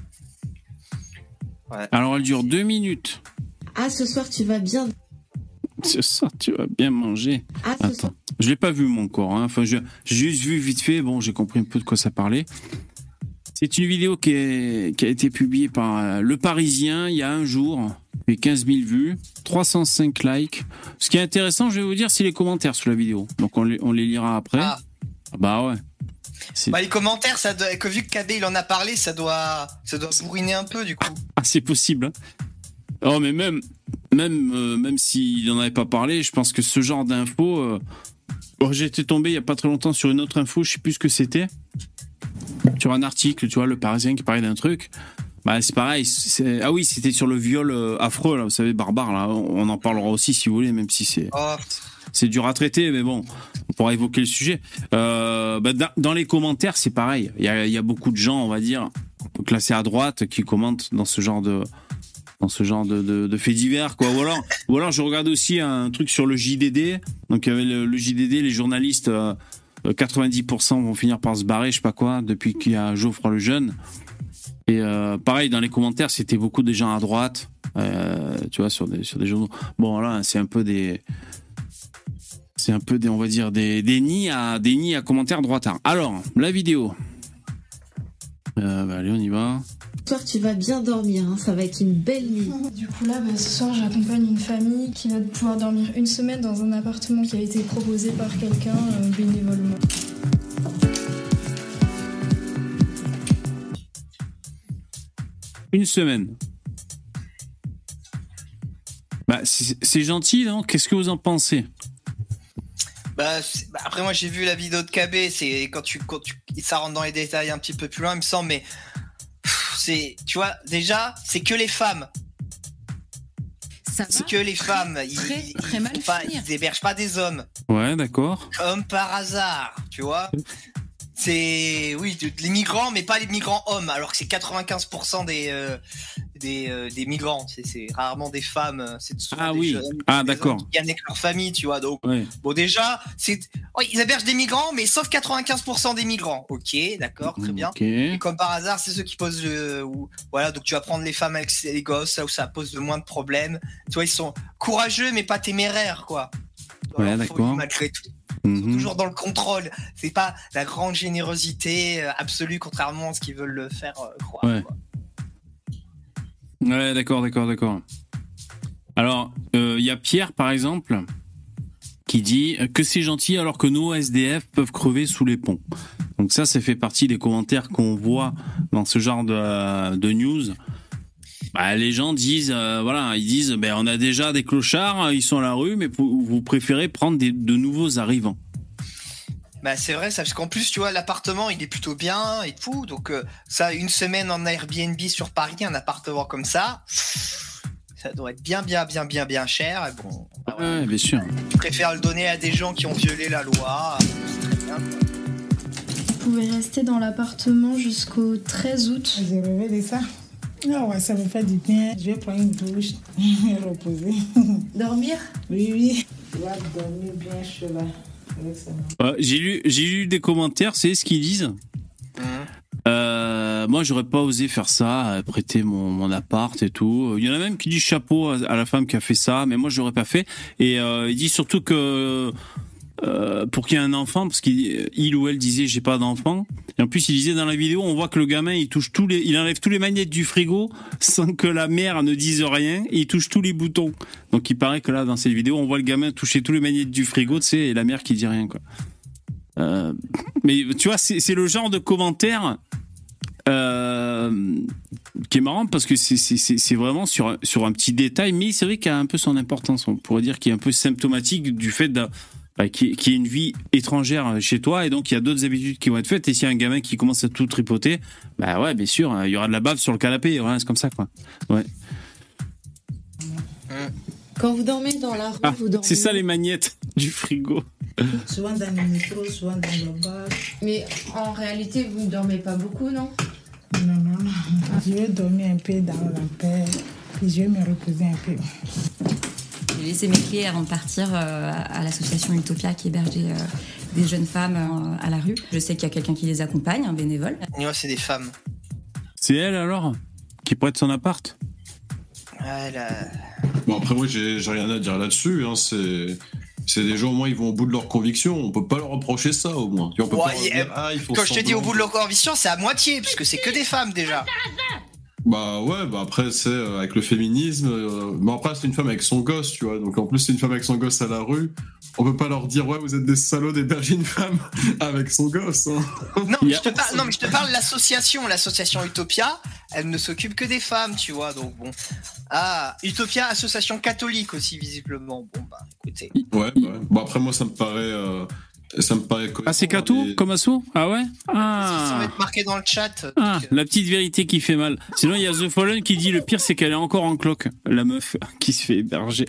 Ouais. Alors elle dure deux minutes. Ah, ce soir, tu vas bien. C'est ça, tu vas bien manger. Ah, ce soir. Attends, je l'ai pas vu mon corps. Hein. Enfin, je- j'ai juste vu vite fait. Bon, j'ai compris un peu de quoi ça parlait. C'est une vidéo qui, est- qui a été publiée par euh, Le Parisien il y a un jour. Et quinze mille vues, trois cent cinq likes. Ce qui est intéressant, je vais vous dire, c'est les commentaires sous la vidéo. Donc on les, on les lira après. Ah. Bah ouais. C'est Bah, les commentaires, ça doit... que vu que K B il en a parlé, ça doit, ça doit bourriner un peu du coup. ah, c'est possible. Hein. Oh, mais même, même, euh, même s'il n'en avait pas parlé, je pense que ce genre d'infos. Euh... Oh, j'ai été tombé il y a pas très longtemps sur une autre info, je sais plus ce que c'était. Sur un article, tu vois, Le Parisien qui parlait d'un truc. Bah, c'est pareil. c'est- Ah oui, c'était sur le viol euh, affreux, là, vous savez, barbare. Là. On en parlera aussi si vous voulez, même si c'est. Oh, C'est dur à traiter, mais bon, on pourra évoquer le sujet. Euh, bah, dans- dans les commentaires, c'est pareil. Il y a, il y a beaucoup de gens, on va dire, classés à droite, qui commentent dans ce genre de, dans ce genre de, de, de faits divers, quoi. Ou alors, ou alors, je regarde aussi un truc sur le J D D. Donc, il y avait le, le J D D, les journalistes, euh, quatre-vingt-dix pour cent vont finir par se barrer, je sais pas quoi, depuis qu'il y a Geoffroy Lejeune. Et euh, pareil, dans les commentaires, c'était beaucoup de gens à droite, euh, tu vois, sur des, sur des journaux. Bon, là, c'est un peu des. C'est un peu des, on va dire, des, des nids à, des nids à commentaires droitards. Alors, la vidéo. Euh, bah, allez, on y va. Ce soir, tu vas bien dormir. Hein. Ça va être une belle nuit. Du coup là, bah, ce soir, j'accompagne une famille qui va pouvoir dormir une semaine dans un appartement qui a été proposé par quelqu'un euh, bénévolement. Une semaine. Bah, c'est, c'est gentil, non? Qu'est-ce que vous en pensez? Bah, bah, après, moi, j'ai vu la vidéo de K B. C'est quand tu, quand tu, ça rentre dans les détails un petit peu plus loin, il me semble. Mais pff, c'est, tu vois, déjà, c'est que les femmes. Ça c'est que les femmes. Ils, très, ils, très mal ils, pas, finir. ils hébergent pas des hommes. Ouais, d'accord. Comme par hasard, tu vois. C'est, oui, les migrants, mais pas les migrants hommes, alors que c'est quatre-vingt-quinze pour cent des, euh, des, euh, des migrants. C'est, c'est rarement des femmes. C'est souvent Ah des oui. jeunes, Ah, des d'accord. hommes qui viennent avec leur famille, tu vois. Donc, Ouais. bon, déjà, c'est, oh, ils hébergent des migrants, mais sauf quatre-vingt-quinze pour cent des migrants. Ok, d'accord, très bien. Ok. Et comme par hasard, c'est ceux qui posent le, ou, voilà, donc tu vas prendre les femmes avec les gosses, là où ça pose le moins de problèmes. Tu vois, ils sont courageux, mais pas téméraires, quoi. Ouais, Alors, d'accord. faut- malgré tout. Ils sont Mhm. toujours dans le contrôle. C'est pas la grande générosité euh, absolue, contrairement à ce qu'ils veulent le faire euh, croire. Ouais. quoi. Ouais, d'accord, d'accord, d'accord. Alors, il euh, y a Pierre, par exemple, qui dit que c'est gentil alors que nos S D F peuvent crever sous les ponts. Donc ça, ça fait partie des commentaires qu'on voit dans ce genre de, de news. Bah, les gens disent, euh, voilà, ils disent, ben on a déjà des clochards, ils sont à la rue, mais vous, vous préférez prendre des, de nouveaux arrivants. Bah c'est vrai, ça, parce qu'en plus, tu vois, l'appartement, il est plutôt bien et tout. Donc euh, ça, une semaine en Airbnb sur Paris, un appartement comme ça, ça doit être bien, bien, bien, bien, bien cher. Et bon, bah, ouais, Ouais, bien sûr. je préfère le donner à des gens qui ont violé la loi. C'est très bien. quoi. Vous pouvez rester dans l'appartement jusqu'au treize août. J'ai rêvé de ça. Ah ouais, ça me fait du bien. Je vais prendre une douche et reposer. Dormir? Oui, oui. Tu vas dormir bien chaud là. Avec ça. Euh, j'ai lu, j'ai lu des commentaires, c'est ce qu'ils disent. Mhm. Euh, moi, j'aurais pas osé faire ça, euh, prêter mon, mon appart et tout. Il y en a même qui disent chapeau à, à la femme qui a fait ça, mais moi, je l'aurais pas fait. Et euh, il dit surtout que euh, pour qu'il y ait un enfant, parce qu'il il ou elle disait j'ai pas d'enfant. Et en plus, il disait dans la vidéo, on voit que le gamin, il touche tous les, il enlève tous les manettes du frigo sans que la mère ne dise rien. Et il touche tous les boutons. Donc, il paraît que là, dans cette vidéo, on voit le gamin toucher tous les manettes du frigo, tu sais, et la mère qui dit rien, quoi. Euh, mais tu vois, c'est, c'est le genre de commentaire euh, qui est marrant parce que c'est, c'est, c'est, c'est vraiment sur, sur un petit détail, mais c'est vrai qu'il a un peu son importance. On pourrait dire qu'il est un peu symptomatique du fait de, bah, qu'il, qu'il y ait une vie étrangère chez toi et donc il y a d'autres habitudes qui vont être faites. Et s'il y a un gamin qui commence à tout tripoter, bah ouais, bien sûr, il y aura de la bave sur le canapé. Ouais, c'est comme ça, quoi. Ouais. Quand vous dormez dans la rue, Ah, vous dormez. c'est ça les magnettes du frigo. Souvent dans le métro, souvent dans le bar. Mais en réalité, vous ne dormez pas beaucoup, non? Non, non, non. Je vais dormir un peu dans la paix. Puis je vais me reposer un peu. J'ai laissé mes clés avant de partir euh, à l'association Utopia qui hébergeait euh, des jeunes femmes euh, à la rue. Je sais qu'il y a quelqu'un qui les accompagne, un bénévole. Et moi, c'est des femmes. C'est elle alors qui prête son appart. Ouais, là... Bon, après, moi, j'ai, j'ai rien à dire là-dessus. Hein. C'est, c'est des gens, au moins, ils vont au bout de leurs convictions. On peut pas leur reprocher ça, au moins. Tu vois, on peut Ouais, pas leur et, dire, euh, ah, ils font Quand je te dis au semblant. bout de leur conviction, c'est à moitié, puisque c'est que des femmes déjà. Bah ouais, bah après, c'est euh, avec le féminisme. Euh, mais après, c'est une femme avec son gosse, tu vois. Donc en plus, c'est une femme avec son gosse à la rue. On peut pas leur dire, ouais, vous êtes des salauds d'héberger une femme avec son gosse. Hein. Non, mais je te parle, non, mais je te parle de l'association. L'association Utopia, elle ne s'occupe que des femmes, tu vois. Donc bon. Ah, Utopia, association catholique aussi, visiblement. Bon, bah écoutez. Ouais, ouais. Bon, après, moi, ça me paraît. Euh, ça me paraît Ah, c'est Kato et... comme assaut? Ah ouais? Ça va Ah. être marqué dans le chat. Ah, donc, la petite vérité qui fait mal. Sinon, il y a The Fallen qui dit le pire, c'est qu'elle est encore en cloque. La meuf qui se fait héberger.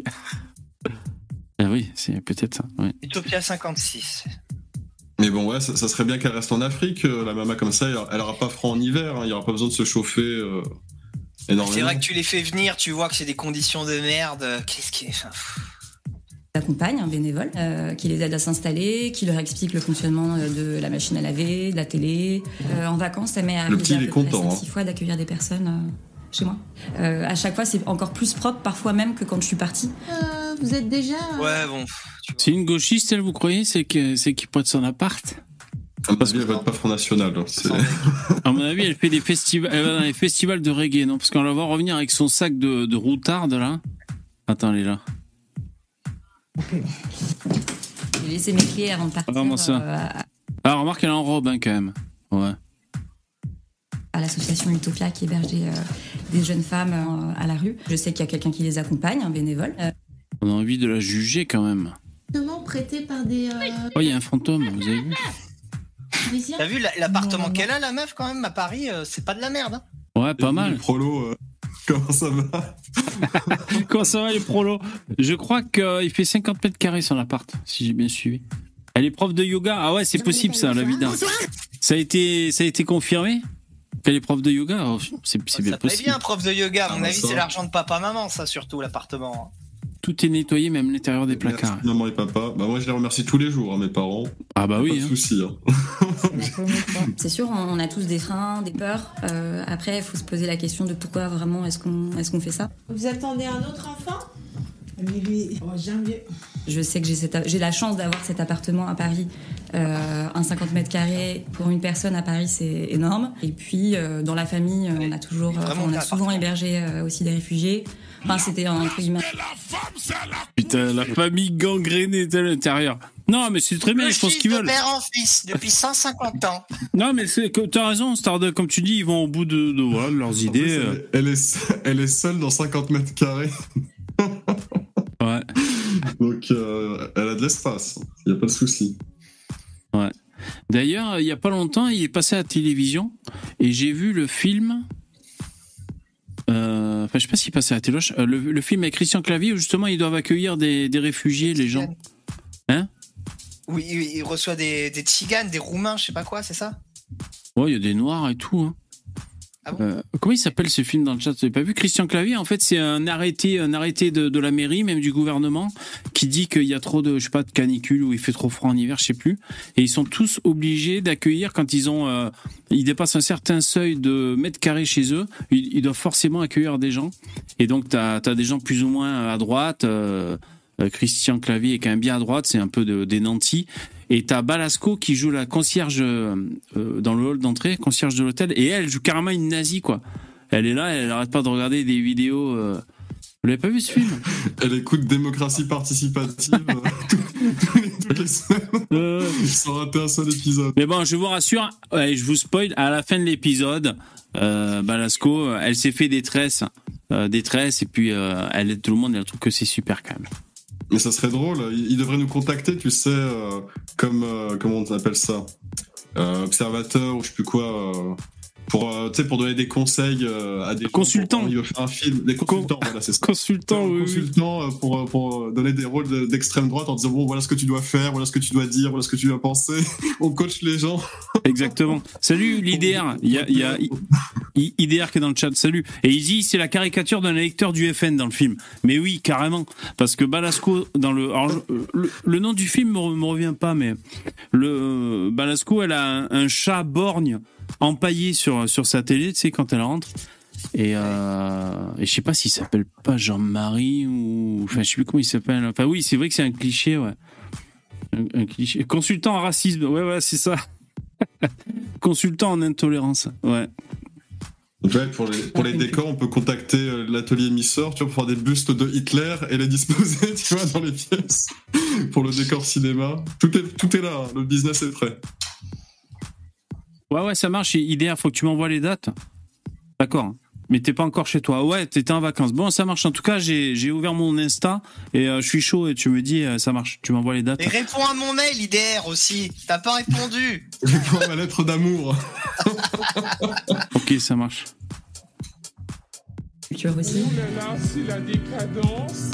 Ah oui, c'est peut-être ça. Ouais. Utopia cinquante-six. Mais bon, ouais, ça, ça serait bien qu'elle reste en Afrique, euh, la maman comme ça. Elle, elle aura pas froid en hiver. Hein, il y aura pas besoin de se chauffer euh, énormément. C'est vrai que tu les fais venir, tu vois que c'est des conditions de merde. Qu'est-ce qui est. Enfin, Accompagne un bénévole euh, qui les aide à s'installer, qui leur explique le fonctionnement de la machine à laver, de la télé. Euh, en vacances, ça m'est Le petit, arrivé à il est peu près content, cinq six hein. fois d'accueillir des personnes euh, chez moi. Euh, à chaque fois, c'est encore plus propre, parfois même que quand je suis partie. Euh, vous êtes déjà... ouais, bon. C'est une gauchiste, elle, vous croyez? C'est, que, c'est qui prête son appart? À mon avis, elle vote pas Front National. Hein, c'est... À mon avis, elle fait des festivals, elle va dans les festivals de reggae, non? Parce qu'on la voit revenir avec son sac de, de routarde, là. Attends, elle est là. J'ai laissé mes clés avant de partir. Vraiment ça. euh, à, Ah, remarque, elle est en robe, hein, quand même. Ouais. à l'association Utopia qui hébergeait euh, des jeunes femmes euh, à la rue. Je sais qu'il y a quelqu'un qui les accompagne, un bénévole. Euh... On a envie de la juger quand même. Prêté par des. Euh... Oh, il y a un fantôme, vous avez vu? T'as vu l'appartement qu'elle a, la meuf, quand même, à Paris, euh, c'est pas de la merde. Hein. Ouais, pas mal. Les prolos, euh, comment ça va? Comment ça va, les prolos? Je crois qu'il fait cinquante mètres carrés son appart, si j'ai bien suivi. Elle est prof de yoga. Ah ouais, c'est possible ça, la vie d'un. Ça a été, ça a été confirmé qu'elle est prof de yoga. Oh, c'est c'est bien ça possible. Ça bien, prof de yoga. À mon ah, avis, ça. c'est l'argent de papa-maman, ça, surtout, l'appartement. Tout est nettoyé, même l'intérieur des placards. Merci, maman et papa. Bah moi, je les remercie tous les jours, hein, mes parents. Ah bah oui. Pas de hein. soucis. Hein. C'est sûr, on a tous des freins, des peurs. Euh, après, il faut se poser la question de pourquoi vraiment est-ce qu'on est-ce qu'on fait ça. Vous attendez un autre enfant? Oui, oui, en janvier. Je sais que j'ai, cette, j'ai la chance d'avoir cet appartement à Paris. Euh, un cinquante mètres carrés pour une personne à Paris, c'est énorme. Et puis, euh, dans la famille, on a toujours, enfin, on a souvent hébergé euh, aussi des réfugiés. Enfin, c'était un truc humain. Putain, la famille gangrénée à l'intérieur. Non, mais c'est très bien, Le je pense fils qu'ils de veulent. père en fils, depuis cent cinquante ans. Non, mais c'est que t'as raison, Starduck, comme tu dis, ils vont au bout de, de, voilà, de leurs En idées. plus, euh. elle, est, elle, est, elle est seule dans cinquante mètres carrés. Ouais. Donc, euh, elle a de l'espace. Il n'y a pas de souci. Ouais. D'ailleurs, il n'y a pas longtemps, il est passé à la télévision et j'ai vu le film. Euh, enfin, je sais pas s'il passait à la téloche. Euh, le, le film avec Christian Clavier où justement ils doivent accueillir des, des réfugiés, les gens. Hein? Oui, oui, il reçoit des, des tziganes, des roumains, je sais pas quoi, c'est ça? Ouais, il y a des noirs et tout. Hein. Ah bon euh, comment il s'appelle ce film dans le chat? Vous n'avez pas vu? Christian Clavier, en fait, c'est un arrêté, un arrêté de, de la mairie, même du gouvernement, qui dit qu'il y a trop de, je sais pas, de canicule ou il fait trop froid en hiver, je sais plus. Et ils sont tous obligés d'accueillir quand ils ont, euh, ils dépassent un certain seuil de mètres carrés chez eux, ils, ils doivent forcément accueillir des gens. Et donc t'as, t'as des gens plus ou moins à droite. Euh, Christian Clavier est quand même bien à droite, c'est un peu de, des nantis. Et t'as Balasco qui joue la concierge euh, dans le hall d'entrée, concierge de l'hôtel, et elle joue carrément une nazie, quoi. Elle est là, elle arrête pas de regarder des vidéos. Euh... Vous l'avez pas vu ce film? Elle écoute démocratie participative euh, tous les, toutes les semaines. Euh... Sans rater un seul épisode. Mais bon, je vous rassure, ouais, je vous spoil, à la fin de l'épisode, euh, Balasco, elle s'est fait des tresses, euh, des tresses, et puis euh, elle aide tout le monde, et elle trouve que c'est super quand même. Mais ça serait drôle, il devrait nous contacter, tu sais, euh, comme, euh, comment on appelle ça, euh, observateur ou je sais plus quoi, euh, pour, euh, tu sais, pour donner des conseils euh, à des consultants. Gens, il veut faire un film, des consultants, Con- voilà, c'est ça. Consultants, oui, consultants oui. Pour, pour donner des rôles d'extrême droite en disant bon, voilà ce que tu dois faire, voilà ce que tu dois dire, voilà ce que tu dois penser. On coach les gens. Exactement. Salut l'I D R, il y a, il y a I D R qui est dans le chat. Salut. Et il dit c'est la caricature d'un électeur du F N dans le film. Mais oui, carrément, parce que Balasco dans le, alors, le, le nom du film me, me revient pas, mais le Balasco, elle a un, un chat borgne empaillé sur sur sa télé, tu sais, quand elle rentre. Et, euh, et je sais pas s'il s'appelle pas Jean-Marie ou enfin je sais plus comment il s'appelle. Enfin oui, c'est vrai que c'est un cliché, ouais. Un, un cliché. Consultant en racisme, ouais ouais, c'est ça. Consultant en intolérance, ouais. Ouais, pour les, pour les décors, on peut contacter euh, l'atelier Missor, tu vois, pour faire des bustes de Hitler et les disposer, tu vois, dans les pièces. Pour le décor cinéma. Tout est, tout est là, hein. Le business est prêt. Ouais, ouais, ça marche. I D R, faut que tu m'envoies les dates. D'accord. Mais t'es pas encore chez toi. Ouais, t'étais en vacances. Bon, ça marche. En tout cas, j'ai, j'ai ouvert mon Insta et euh, je suis chaud et tu me dis, euh, ça marche. Tu m'envoies les dates. Et réponds à mon mail, I D R aussi. T'as pas répondu. Réponds à ma lettre d'amour. Ok, ça marche. Culture aussi. Oh là là, c'est la décadence.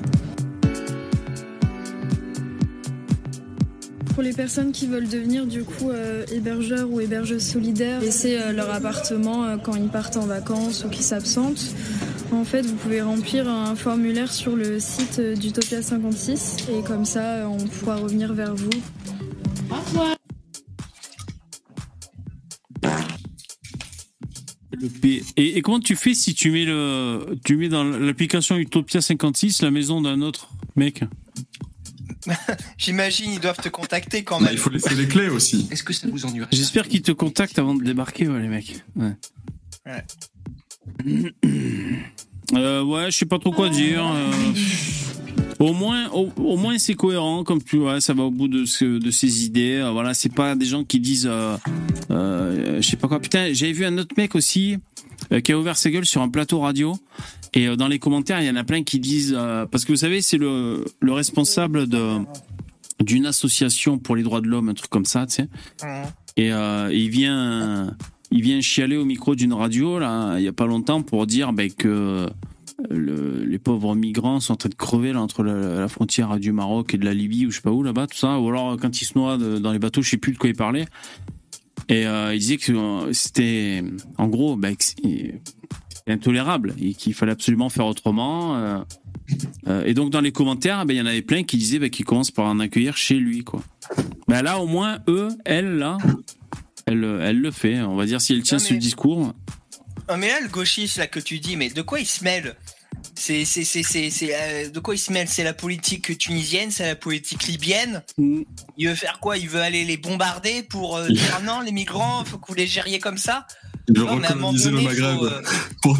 Pour les personnes qui veulent devenir du coup euh, hébergeurs ou hébergeuses solidaires, laisser euh, leur appartement euh, quand ils partent en vacances ou qu'ils s'absentent, en fait vous pouvez remplir un formulaire sur le site euh, d'Utopia cinquante-six et comme ça euh, on pourra revenir vers vous. Au revoir. Le P... et, et comment tu fais si tu mets le, tu mets dans l'application Utopia cinquante-six la maison d'un autre mec? J'imagine ils doivent te contacter quand même. Bah, il faut laisser les clés aussi. Est-ce que ça vous ennuierait? J'espère qu'ils te contactent avant de débarquer, ouais, les mecs. Ouais. Ouais. Euh, ouais, je sais pas trop quoi dire. Euh... Au moins, au, au moins c'est cohérent, comme tu vois, ça va au bout de, ce, de ses idées. Euh, voilà, c'est pas des gens qui disent, euh, euh, je sais pas quoi. Putain, j'avais vu un autre mec aussi euh, qui a ouvert sa gueule sur un plateau radio. Et euh, dans les commentaires, il y en a plein qui disent, euh, parce que vous savez, c'est le, le responsable de d'une association pour les droits de l'homme, un truc comme ça, tu sais. Et euh, il vient, il vient chialer au micro d'une radio là, il y a pas longtemps pour dire ben que Le, les pauvres migrants sont en train de crever là, entre la, la frontière du Maroc et de la Libye ou je sais pas où là-bas, tout ça, ou alors quand ils se noient de, dans les bateaux, je sais plus de quoi il parlait. Et euh, il disait que euh, c'était, en gros, bah, que c'était intolérable et qu'il fallait absolument faire autrement. Euh, euh, et donc dans les commentaires, bah, il y en avait plein qui disaient bah, qu'ils commencent par en accueillir chez lui, quoi. Bah, là, au moins, eux, elle, là, elle, elle le fait. On va dire si elle tient non, mais... ce discours. Oh mais là le gauchiste là que tu dis, mais de quoi il se mêle? C'est c'est c'est c'est c'est euh, de quoi il se mêle? C'est la politique tunisienne, c'est la politique libyenne. Mm. Il veut faire quoi? Il veut aller les bombarder pour euh, dire non les migrants, faut que vous les gériez comme ça. Il veut recoloniser le Maghreb faut, euh... pour,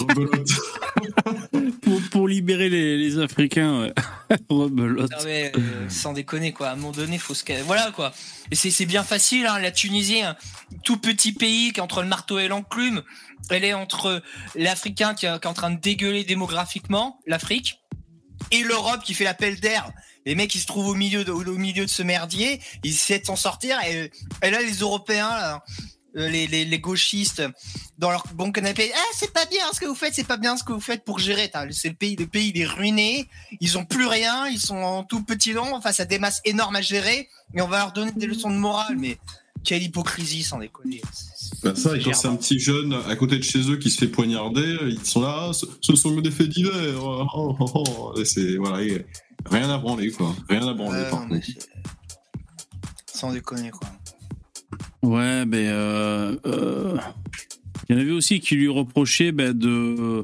pour pour libérer les les Africains. Ouais. Rebelote. Non mais euh, sans déconner quoi. À un moment donné, faut se voilà quoi. Et c'est c'est bien facile hein, la Tunisie, un tout petit pays qui est entre le marteau et l'enclume. Elle est entre l'Africain qui est en train de dégueuler démographiquement, l'Afrique, et l'Europe qui fait l'appel d'air. Les mecs qui se trouvent au milieu de, au milieu de ce merdier, ils essaient de s'en sortir. Et, et là, les Européens, là, les, les, les gauchistes, dans leur bon canapé, ah c'est pas bien ce que vous faites, c'est pas bien ce que vous faites pour gérer. C'est le pays, le pays il est ruiné, ils ont plus rien, ils sont en tout petit nombre face à des masses énormes à gérer, et on va leur donner des leçons de morale. Mais quelle hypocrisie, sans déconner. Ben ça, et quand c'est un petit jeune à côté de chez eux qui se fait poignarder, ils sont là, ce, ce sont des faits divers. Oh, oh, oh. Et c'est, voilà, et rien à branler, quoi. Rien à branler, euh, par contre. Sans déconner, quoi. Ouais, ben, euh, euh, il y en avait aussi qui lui reprochaient ben, de.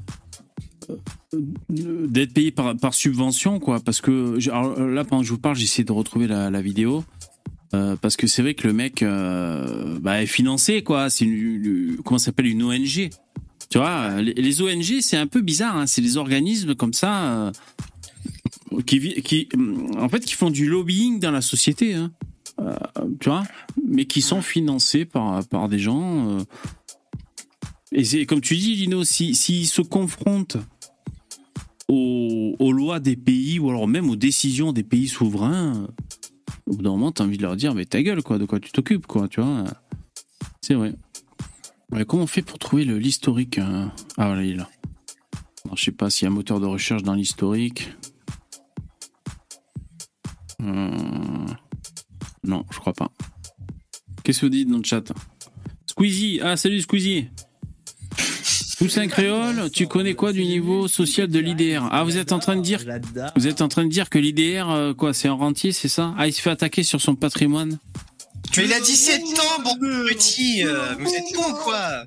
d'être payé par, par subvention, quoi. Parce que, alors, là, pendant que je vous parle, j'essaie de retrouver la, la vidéo. Euh, parce que c'est vrai que le mec euh, bah, est financé, quoi. C'est une, une, comment ça s'appelle, une O N G. Tu vois, les, les O N G, c'est un peu bizarre. Hein. C'est des organismes comme ça euh, qui, qui, en fait, qui font du lobbying dans la société. Hein. Euh, tu vois, mais qui sont financés par par des gens. Euh, et c'est comme tu dis, Lino, si s'ils se confrontent aux, aux lois des pays ou alors même aux décisions des pays souverains. Au bout d'un moment, t'as envie de leur dire, mais ta gueule, quoi, de quoi tu t'occupes, quoi, tu vois. C'est vrai. Ouais, comment on fait pour trouver le, l'historique hein Ah, voilà, il est là. Alors, je sais pas s'il y a un moteur de recherche dans l'historique. Euh... Non, je crois pas. Qu'est-ce que vous dites dans le chat? Squeezie, ah, salut Squeezie. Toussaint Créole, tu connais quoi du niveau social de l'I D R? Ah, vous êtes en train de dire, vous êtes en train de dire que l'I D R, euh, quoi, c'est un rentier, c'est ça? Ah, il se fait attaquer sur son patrimoine. Mais il a dix-sept ans, bon petit, euh, vous êtes con, quoi.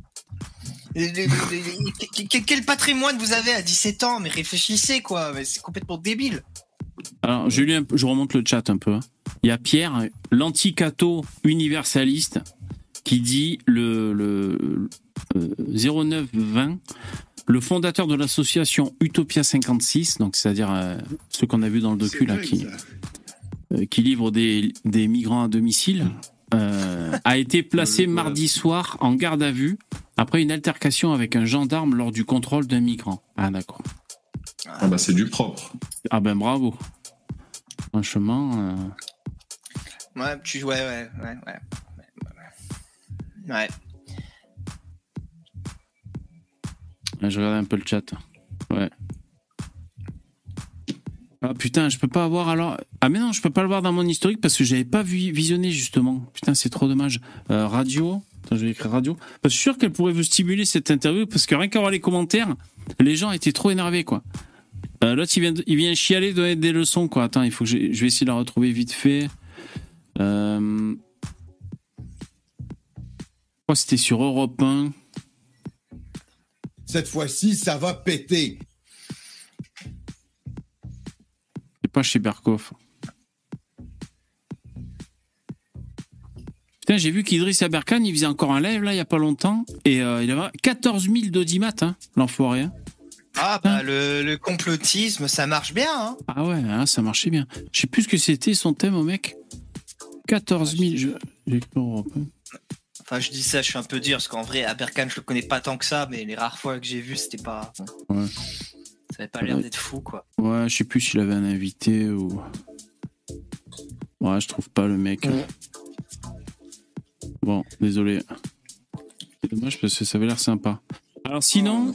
Quel patrimoine vous avez à dix-sept ans? Mais réfléchissez, quoi, c'est complètement débile. Alors, je, lis un peu, je remonte le chat un peu. Il y a Pierre, l'anti-catho universaliste, qui dit le, le euh, zéro neuf vingt, le fondateur de l'association Utopia cinquante-six, donc c'est-à-dire euh, ceux qu'on a vu dans le docu là, qui, euh, qui livre des, des migrants à domicile, euh, a été placé mardi soir en garde à vue après une altercation avec un gendarme lors du contrôle d'un migrant. Ah d'accord. Ah bah c'est du propre. Ah ben bravo. Franchement. Euh... Ouais, tu ouais ouais ouais ouais. Ouais. Je regarde un peu le chat. Ouais. Ah putain, je peux pas avoir alors. Ah mais non, je peux pas le voir dans mon historique parce que j'avais pas vu visionné justement. Putain, c'est trop dommage. Euh, radio. Attends, je vais écrire radio. Parce que je suis sûr qu'elle pourrait vous stimuler cette interview parce que rien qu'à voir les commentaires, les gens étaient trop énervés quoi. Euh, l'autre il vient, il vient chialer, donner des leçons quoi. Attends, il faut que je, je vais essayer de la retrouver vite fait. Euh... Je crois que c'était sur Europe un. Cette fois-ci, ça va péter. C'est pas chez Berkoff. Putain, j'ai vu qu'Idriss Aberkan, il faisait encore un live là, il y a pas longtemps. Et euh, il avait quatorze mille d'audimat, hein, l'enfoiré. Hein. Ah bah le, le complotisme, ça marche bien. Hein. Ah ouais, hein, ça marchait bien. Je sais plus ce que c'était son thème au mec. quatorze mille. Je... Enfin, je dis ça, je suis un peu dur parce qu'en vrai, Aberkan, je le connais pas tant que ça, mais les rares fois que j'ai vu, c'était pas. Ouais. Ça avait pas l'air d'être fou, quoi. Ouais, je sais plus s'il avait un invité ou. Ouais, je trouve pas le mec. Ouais. Bon, désolé. C'est dommage parce que ça avait l'air sympa. Alors sinon,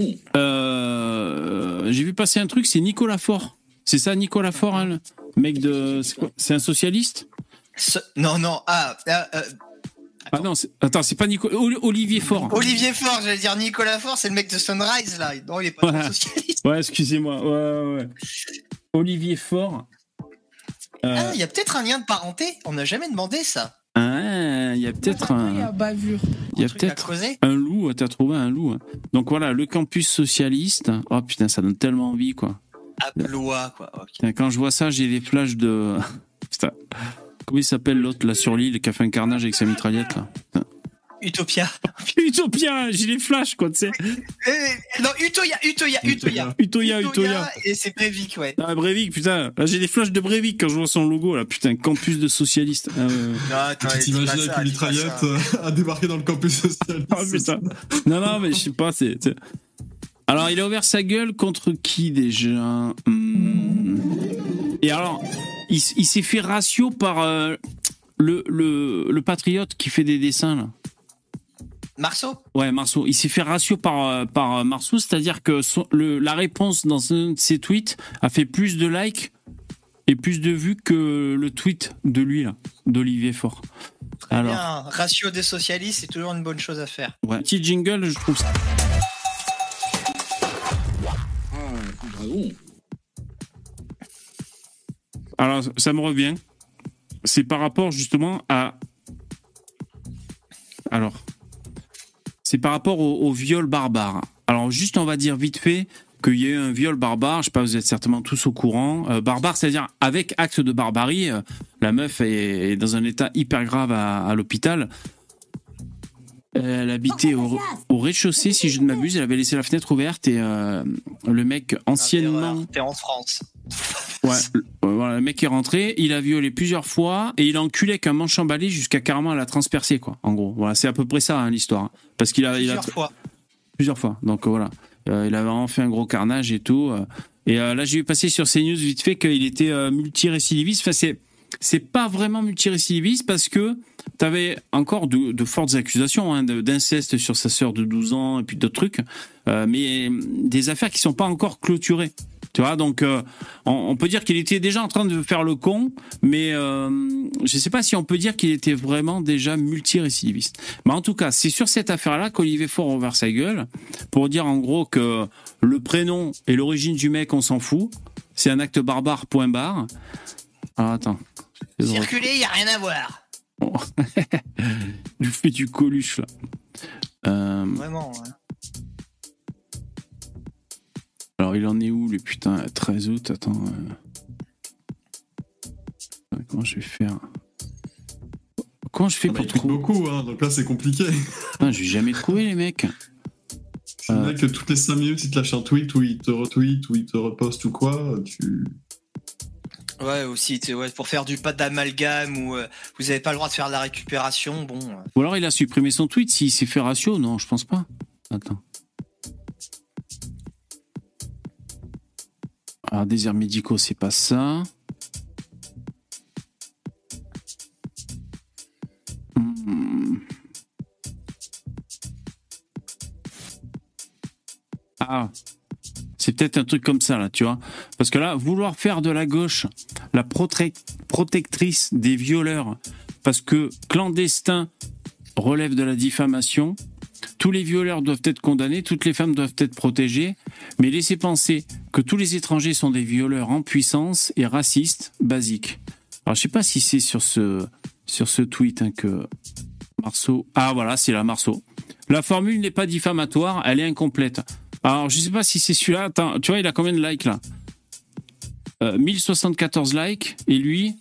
euh, j'ai vu passer un truc, c'est Nicolas Faure. C'est ça, Nicolas Faure, hein, le mec de. C'est quoi ? C'est un socialiste ? Ce... Non, non, ah. Euh, euh... Ah non, c'est... attends, c'est pas Nico... Olivier Faure. Olivier Faure, j'allais dire Nicolas Faure, c'est le mec de Sunrise, là. Non, il est pas ouais. socialiste. Ouais, excusez-moi. Ouais, ouais. Olivier Faure. Euh... Ah, il y a peut-être un lien de parenté. On n'a jamais demandé ça. Ah, il y a peut-être un. Il y a bavure. Il y a peut-être un loup. T'as trouvé un loup. Donc voilà, le campus socialiste. Oh putain, ça donne tellement envie, quoi. À Blois, quoi. Okay. Putain, quand je vois ça, j'ai des flashs de. Putain. Comment il s'appelle l'autre là sur l'île qui a fait un carnage avec sa mitraillette là? Putain. Utopia. Utopia, j'ai les flashs quoi, tu sais. Euh, non, Utoya, Utoya, Utoya. Utoya, Utoya. Et c'est Breivik, ouais. Ah, Breivik, putain. Là, j'ai des flashs de Breivik quand je vois son logo là, putain, campus de socialistes. Ah, ouais. Non, attends, tu t'imagines avec une mitraillette à débarquer dans le campus socialiste. Ah, putain. Non, non, mais je sais pas, c'est. c'est... Alors, il a ouvert sa gueule contre qui déjà? hmm. Et alors, il, il s'est fait ratio par euh, le, le, le patriote qui fait des dessins là. Marceau ? Ouais, Marceau. Il s'est fait ratio par, par Marceau, c'est-à-dire que son, le, la réponse dans un de ses tweets a fait plus de likes et plus de vues que le tweet de lui, là, d'Olivier Faure. Très Alors, bien. Ratio des socialistes, c'est toujours une bonne chose à faire. Ouais. Petit jingle, je trouve ça. Ah, dragon. Alors, ça me revient. C'est par rapport justement à. Alors. C'est par rapport au, au viol barbare. Alors, juste, on va dire vite fait qu'il y a eu un viol barbare. Je sais pas, vous êtes certainement tous au courant. Euh, barbare, c'est-à-dire avec acte de barbarie. Euh, la meuf est, est dans un état hyper grave à, à l'hôpital. Elle habitait au, au rez-de-chaussée, si je ne m'abuse. Elle avait laissé la fenêtre ouverte et euh, le mec anciennement. T'es en France. Ouais, le, voilà, le mec est rentré, il a violé plusieurs fois et il a enculé avec un manche emballé jusqu'à carrément la transpercer, quoi. En gros, voilà, c'est à peu près ça hein, l'histoire. Parce qu'il a plusieurs il a, fois. Plusieurs fois. Donc voilà, euh, il a vraiment fait un gros carnage et tout. Euh, et euh, là, j'ai vu passer sur CNews vite fait qu'il était euh, multirécidiviste. Enfin, c'est c'est pas vraiment multirécidiviste parce que t'avais encore de, de fortes accusations hein, d'inceste sur sa sœur de douze ans et puis d'autres trucs, euh, mais des affaires qui sont pas encore clôturées. Tu vois, donc euh, on, on peut dire qu'il était déjà en train de faire le con, mais euh, je sais pas si on peut dire qu'il était vraiment déjà multirécidiviste. Mais en tout cas, c'est sur cette affaire-là qu'Olivier Faure a ouvert sa gueule pour dire en gros que le prénom et l'origine du mec, on s'en fout. C'est un acte barbare, point barre. Alors attends. Circuler, y a rien à voir. Bon. Je fais du Coluche là. Euh... Vraiment, ouais. Alors, il en est où, le putain, treize août, attends. Euh... Comment je vais faire? Comment je fais ah pour bah, trouver beaucoup, hein, donc là, c'est compliqué. Putain, je vais jamais trouver, les mecs. C'est euh... que toutes les cinq minutes, il te lâche un tweet, ou il te retweet, ou il te reposte, ou quoi, tu... Ouais, aussi, ouais, pour faire du pas d'amalgame, ou euh, vous avez pas le droit de faire de la récupération, bon... Euh... Ou alors, il a supprimé son tweet, s'il s'est fait ratio, non, je pense pas. Attends. Alors, déserts médicaux, c'est pas ça. Hmm. Ah, c'est peut-être un truc comme ça, là, tu vois. Parce que là, vouloir faire de la gauche la prote- protectrice des violeurs, parce que clandestin relève de la diffamation... Tous les violeurs doivent être condamnés, toutes les femmes doivent être protégées, mais laissez penser que tous les étrangers sont des violeurs en puissance et racistes, basiques. Alors je sais pas si c'est sur ce, sur ce tweet hein, que Marceau... Ah voilà, c'est là Marceau. La formule n'est pas diffamatoire, elle est incomplète. Alors je sais pas si c'est celui-là, attends, tu vois il a combien de likes là euh, mille soixante-quatorze likes, et lui...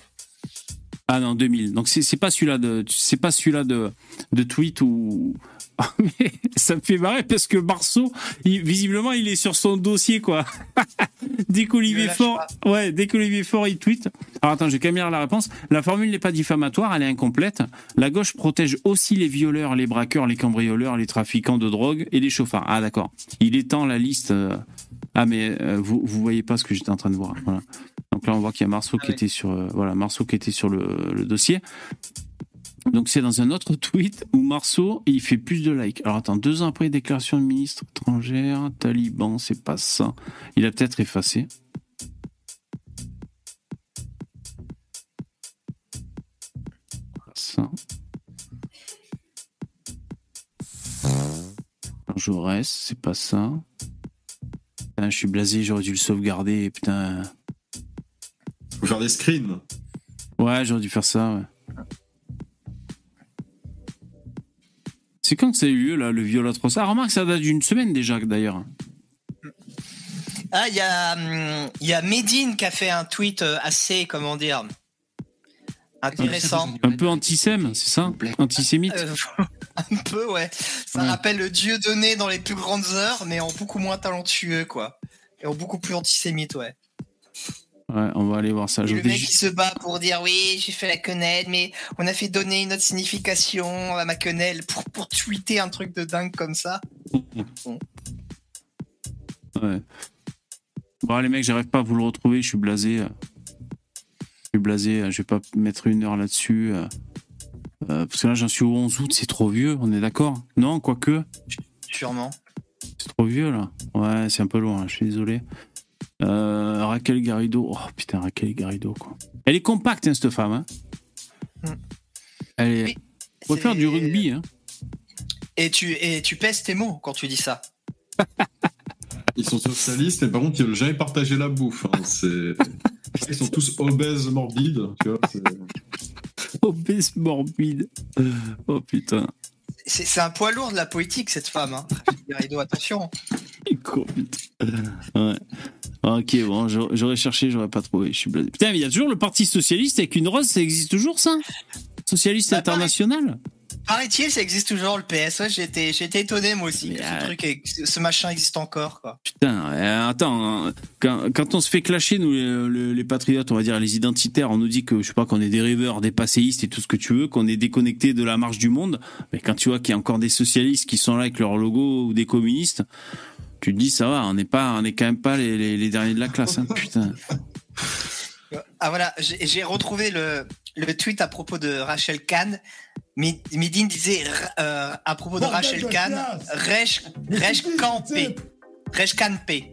Ah non, deux mille. Donc c'est, c'est pas celui-là de, c'est pas celui-là de, de tweet où, Mais ça me fait marrer parce que Marceau, il, visiblement, il est sur son dossier, quoi. Dès qu'Olivier Faure, ouais, dès qu'Olivier Faure, il tweet. Alors attends, j'ai quand même lire la réponse. La formule n'est pas diffamatoire, elle est incomplète. La gauche protège aussi les violeurs, les braqueurs, les cambrioleurs, les trafiquants de drogue et les chauffards. Ah d'accord. Il étend la liste. Euh... Ah mais euh, vous vous voyez pas ce que j'étais en train de voir. Voilà. Donc là, on voit qu'il y a Marceau ah, qui oui. était sur, euh, voilà, Marceau qui était sur le, le dossier. Donc c'est dans un autre tweet où Marceau il fait plus de likes. Alors attends, deux ans après déclaration de ministre étrangère, Taliban, c'est pas ça. Il a peut-être effacé. Ça. Jaurès, c'est pas ça. Putain, je suis blasé, j'aurais dû le sauvegarder. Putain. Faut faire des screens. Ouais, j'aurais dû faire ça. Ouais. C'est quand que ça a eu lieu, là, le viol atroce? Ah, remarque, ça date d'une semaine déjà, d'ailleurs. Ah, il y a, hum, y a Medine qui a fait un tweet assez, comment dire, intéressant. Un peu antisème, c'est ça? Antisémite euh, Un peu, ouais. Ça ouais. rappelle le Dieu donné dans les plus grandes heures, mais en beaucoup moins talentueux, quoi. Et en beaucoup plus antisémite, ouais. Ouais, on va aller voir ça. Le mec qui se bat pour dire oui, j'ai fait la quenelle, mais on a fait donner une autre signification à ma quenelle pour, pour tweeter un truc de dingue comme ça. Bon. Ouais. Bon, les mecs, j'arrive pas à vous le retrouver, je suis blasé. Je suis blasé, je vais pas mettre une heure là-dessus. Euh, parce que là, j'en suis au onze août, c'est trop vieux, on est d'accord? Non, quoique. Sûrement. C'est trop vieux, là. Ouais, c'est un peu loin, je suis désolé. Euh, Raquel Garrido, oh putain, Raquel Garrido, quoi. Elle est compacte, hein, cette femme. Hein. Mm. Elle est. Oui, on peut faire du rugby, hein. Et tu, et tu pèses tes mots quand tu dis ça. Ils sont socialistes, mais par contre, ils veulent jamais partager la bouffe. Hein. C'est... Ils sont tous obèses morbides, tu vois. C'est... Obèse morbide. Oh putain. C'est, c'est un poids lourd de la poétique, cette femme. Hein. Garrido, attention. Ouais. Ok, bon, j'aurais cherché, j'aurais pas trouvé. Je suis blasé. Putain, mais il y a toujours le Parti Socialiste avec une rose, ça existe toujours, ça? Socialiste bah, international? Paraît-il, ça existe toujours, le P S. Ouais, j'ai été, j'ai été étonné, moi aussi, que euh... ce truc, ce machin existe encore, quoi. Putain, euh, attends, hein, quand, quand on se fait clasher, nous, les, les, les patriotes, on va dire, les identitaires, on nous dit que, je sais pas, qu'on est des rêveurs, des passéistes et tout ce que tu veux, qu'on est déconnecté de la marche du monde. Mais quand tu vois qu'il y a encore des socialistes qui sont là avec leur logo ou des communistes, tu te dis, ça va, on n'est pas, on est quand même pas les, les, les derniers de la classe, hein, putain. Ah voilà, j'ai, j'ai retrouvé le, le tweet à propos de Rachel Kahn. Medine disait euh, à propos de Rachel Kahn, Rech Campé. Rech Campé.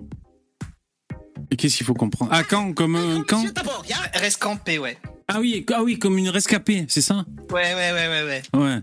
Et qu'est-ce qu'il faut comprendre? Ah, quand, comme un quand? Rescampé, ouais. Ah oui, ah oui, comme une rescapée, c'est ça? Ouais, ouais, ouais, ouais, ouais. Ouais.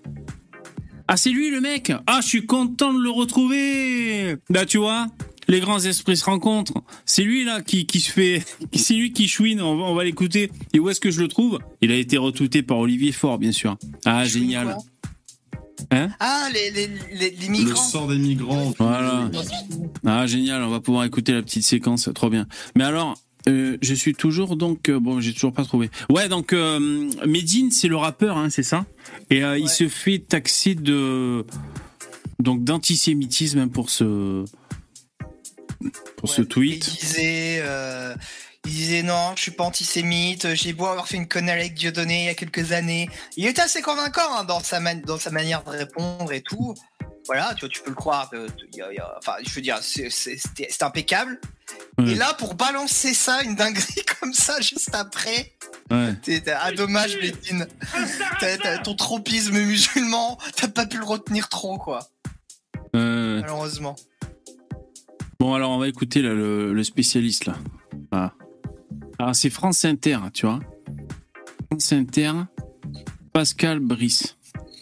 Ah, c'est lui le mec. Ah, je suis content de le retrouver. Bah, tu vois, les grands esprits se rencontrent. C'est lui là qui qui se fait, c'est lui qui chouine. On va, on va l'écouter. Et où est-ce que je le trouve? Il a été retweeté par Olivier Faure, bien sûr. Ah, génial. Hein? Ah, les, les, les, les migrants. Le sort des migrants. Voilà. Ah, génial. On va pouvoir écouter la petite séquence. Trop bien. Mais alors. Euh, je suis toujours donc euh, bon, j'ai toujours pas trouvé. Ouais, donc euh, Medine, c'est le rappeur, hein, c'est ça. Et euh, ouais. Il se fait taxer de donc d'antisémitisme pour ce pour ouais, ce tweet. Il disait, euh, il disait non, je suis pas antisémite. J'ai beau avoir fait une connerie avec Dieudonné il y a quelques années. Il était assez convaincant hein, dans sa man- dans sa manière de répondre et tout. Voilà, tu vois, tu peux le croire. Que, y a, y a, enfin, je veux dire, c'est, c'est, c'est, c'est impeccable. Ouais. Et là, pour balancer ça, une dinguerie comme ça, juste après, ouais. t'es, t'es, ah, dommage, Médine. T'as, t'as, ton tropisme musulman, t'as pas pu le retenir trop, quoi. Euh... Malheureusement. Bon, alors, on va écouter là, le, le spécialiste, là. Ah. Alors, c'est France Inter, tu vois. France Inter, Pascal Brice.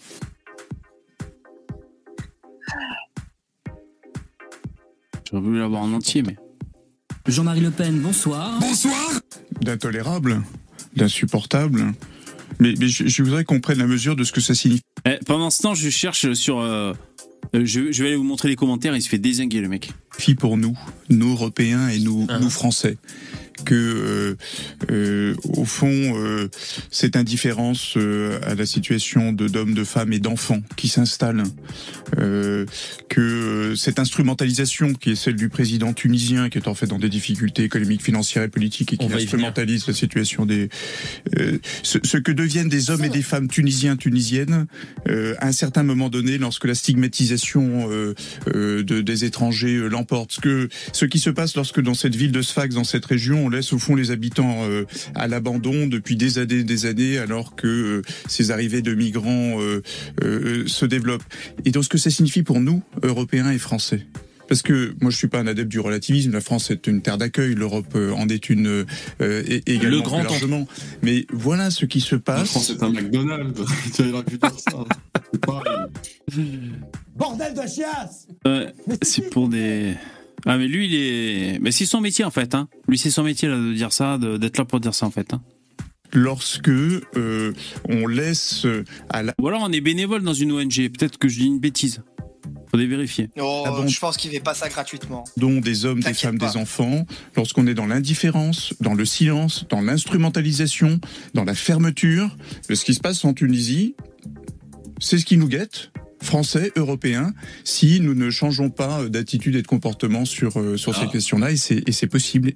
J'aurais voulu l'avoir en entier, mais... Jean-Marie Le Pen, bonsoir. Bonsoir. D'intolérable, d'insupportable. Mais, mais je, je voudrais qu'on prenne la mesure de ce que ça signifie. Eh, pendant ce temps, je cherche sur... Euh, je, je vais aller vous montrer les commentaires, il se fait dézinguer, le mec. Pour nous, nous Européens et nous, ah. nous Français. que, euh, euh, au fond, euh, cette indifférence euh, à la situation de d'hommes, de femmes et d'enfants qui s'installe, euh, que euh, cette instrumentalisation qui est celle du président tunisien, qui est en fait dans des difficultés économiques, financières et politiques, et qui instrumentalise la situation des... Euh, ce, ce que deviennent des hommes et des femmes tunisiens, tunisiennes, euh, à un certain moment donné, lorsque la stigmatisation euh, euh, de, des étrangers euh, l'emporte. Ce, que, ce qui se passe lorsque dans cette ville de Sfax, dans cette région, on laisse au fond les habitants euh, à l'abandon depuis des années des années, alors que euh, ces arrivées de migrants euh, euh, se développent. Et donc ce que ça signifie pour nous, Européens et Français. Parce que moi je suis pas un adepte du relativisme, la France est une terre d'accueil, l'Europe euh, en est une euh, également le grand plus largement. Mais voilà ce qui se passe. La France est un McDonald's, tu aurais pu dire ça. C'est pareil. Bordel de chiasse. Ouais, c'est pour des... Ah mais lui il est... Mais c'est son métier en fait, hein. Lui c'est son métier là de dire ça, de, d'être là pour dire ça en fait, hein. Lorsque euh, on laisse à la... Ou alors on est bénévole dans une O N G, peut-être que je dis une bêtise. Faudrait vérifier. Oh, ah bon, je pense qu'il ne fait pas ça gratuitement. Dont des hommes, T'inquiète des femmes, pas. Des enfants, lorsqu'on est dans l'indifférence, dans le silence, dans l'instrumentalisation, dans la fermeture, ce qui se passe en Tunisie, c'est ce qui nous guette, Français, Européens, si nous ne changeons pas d'attitude et de comportement sur, euh, sur ah. ces questions-là, et c'est, et c'est possible.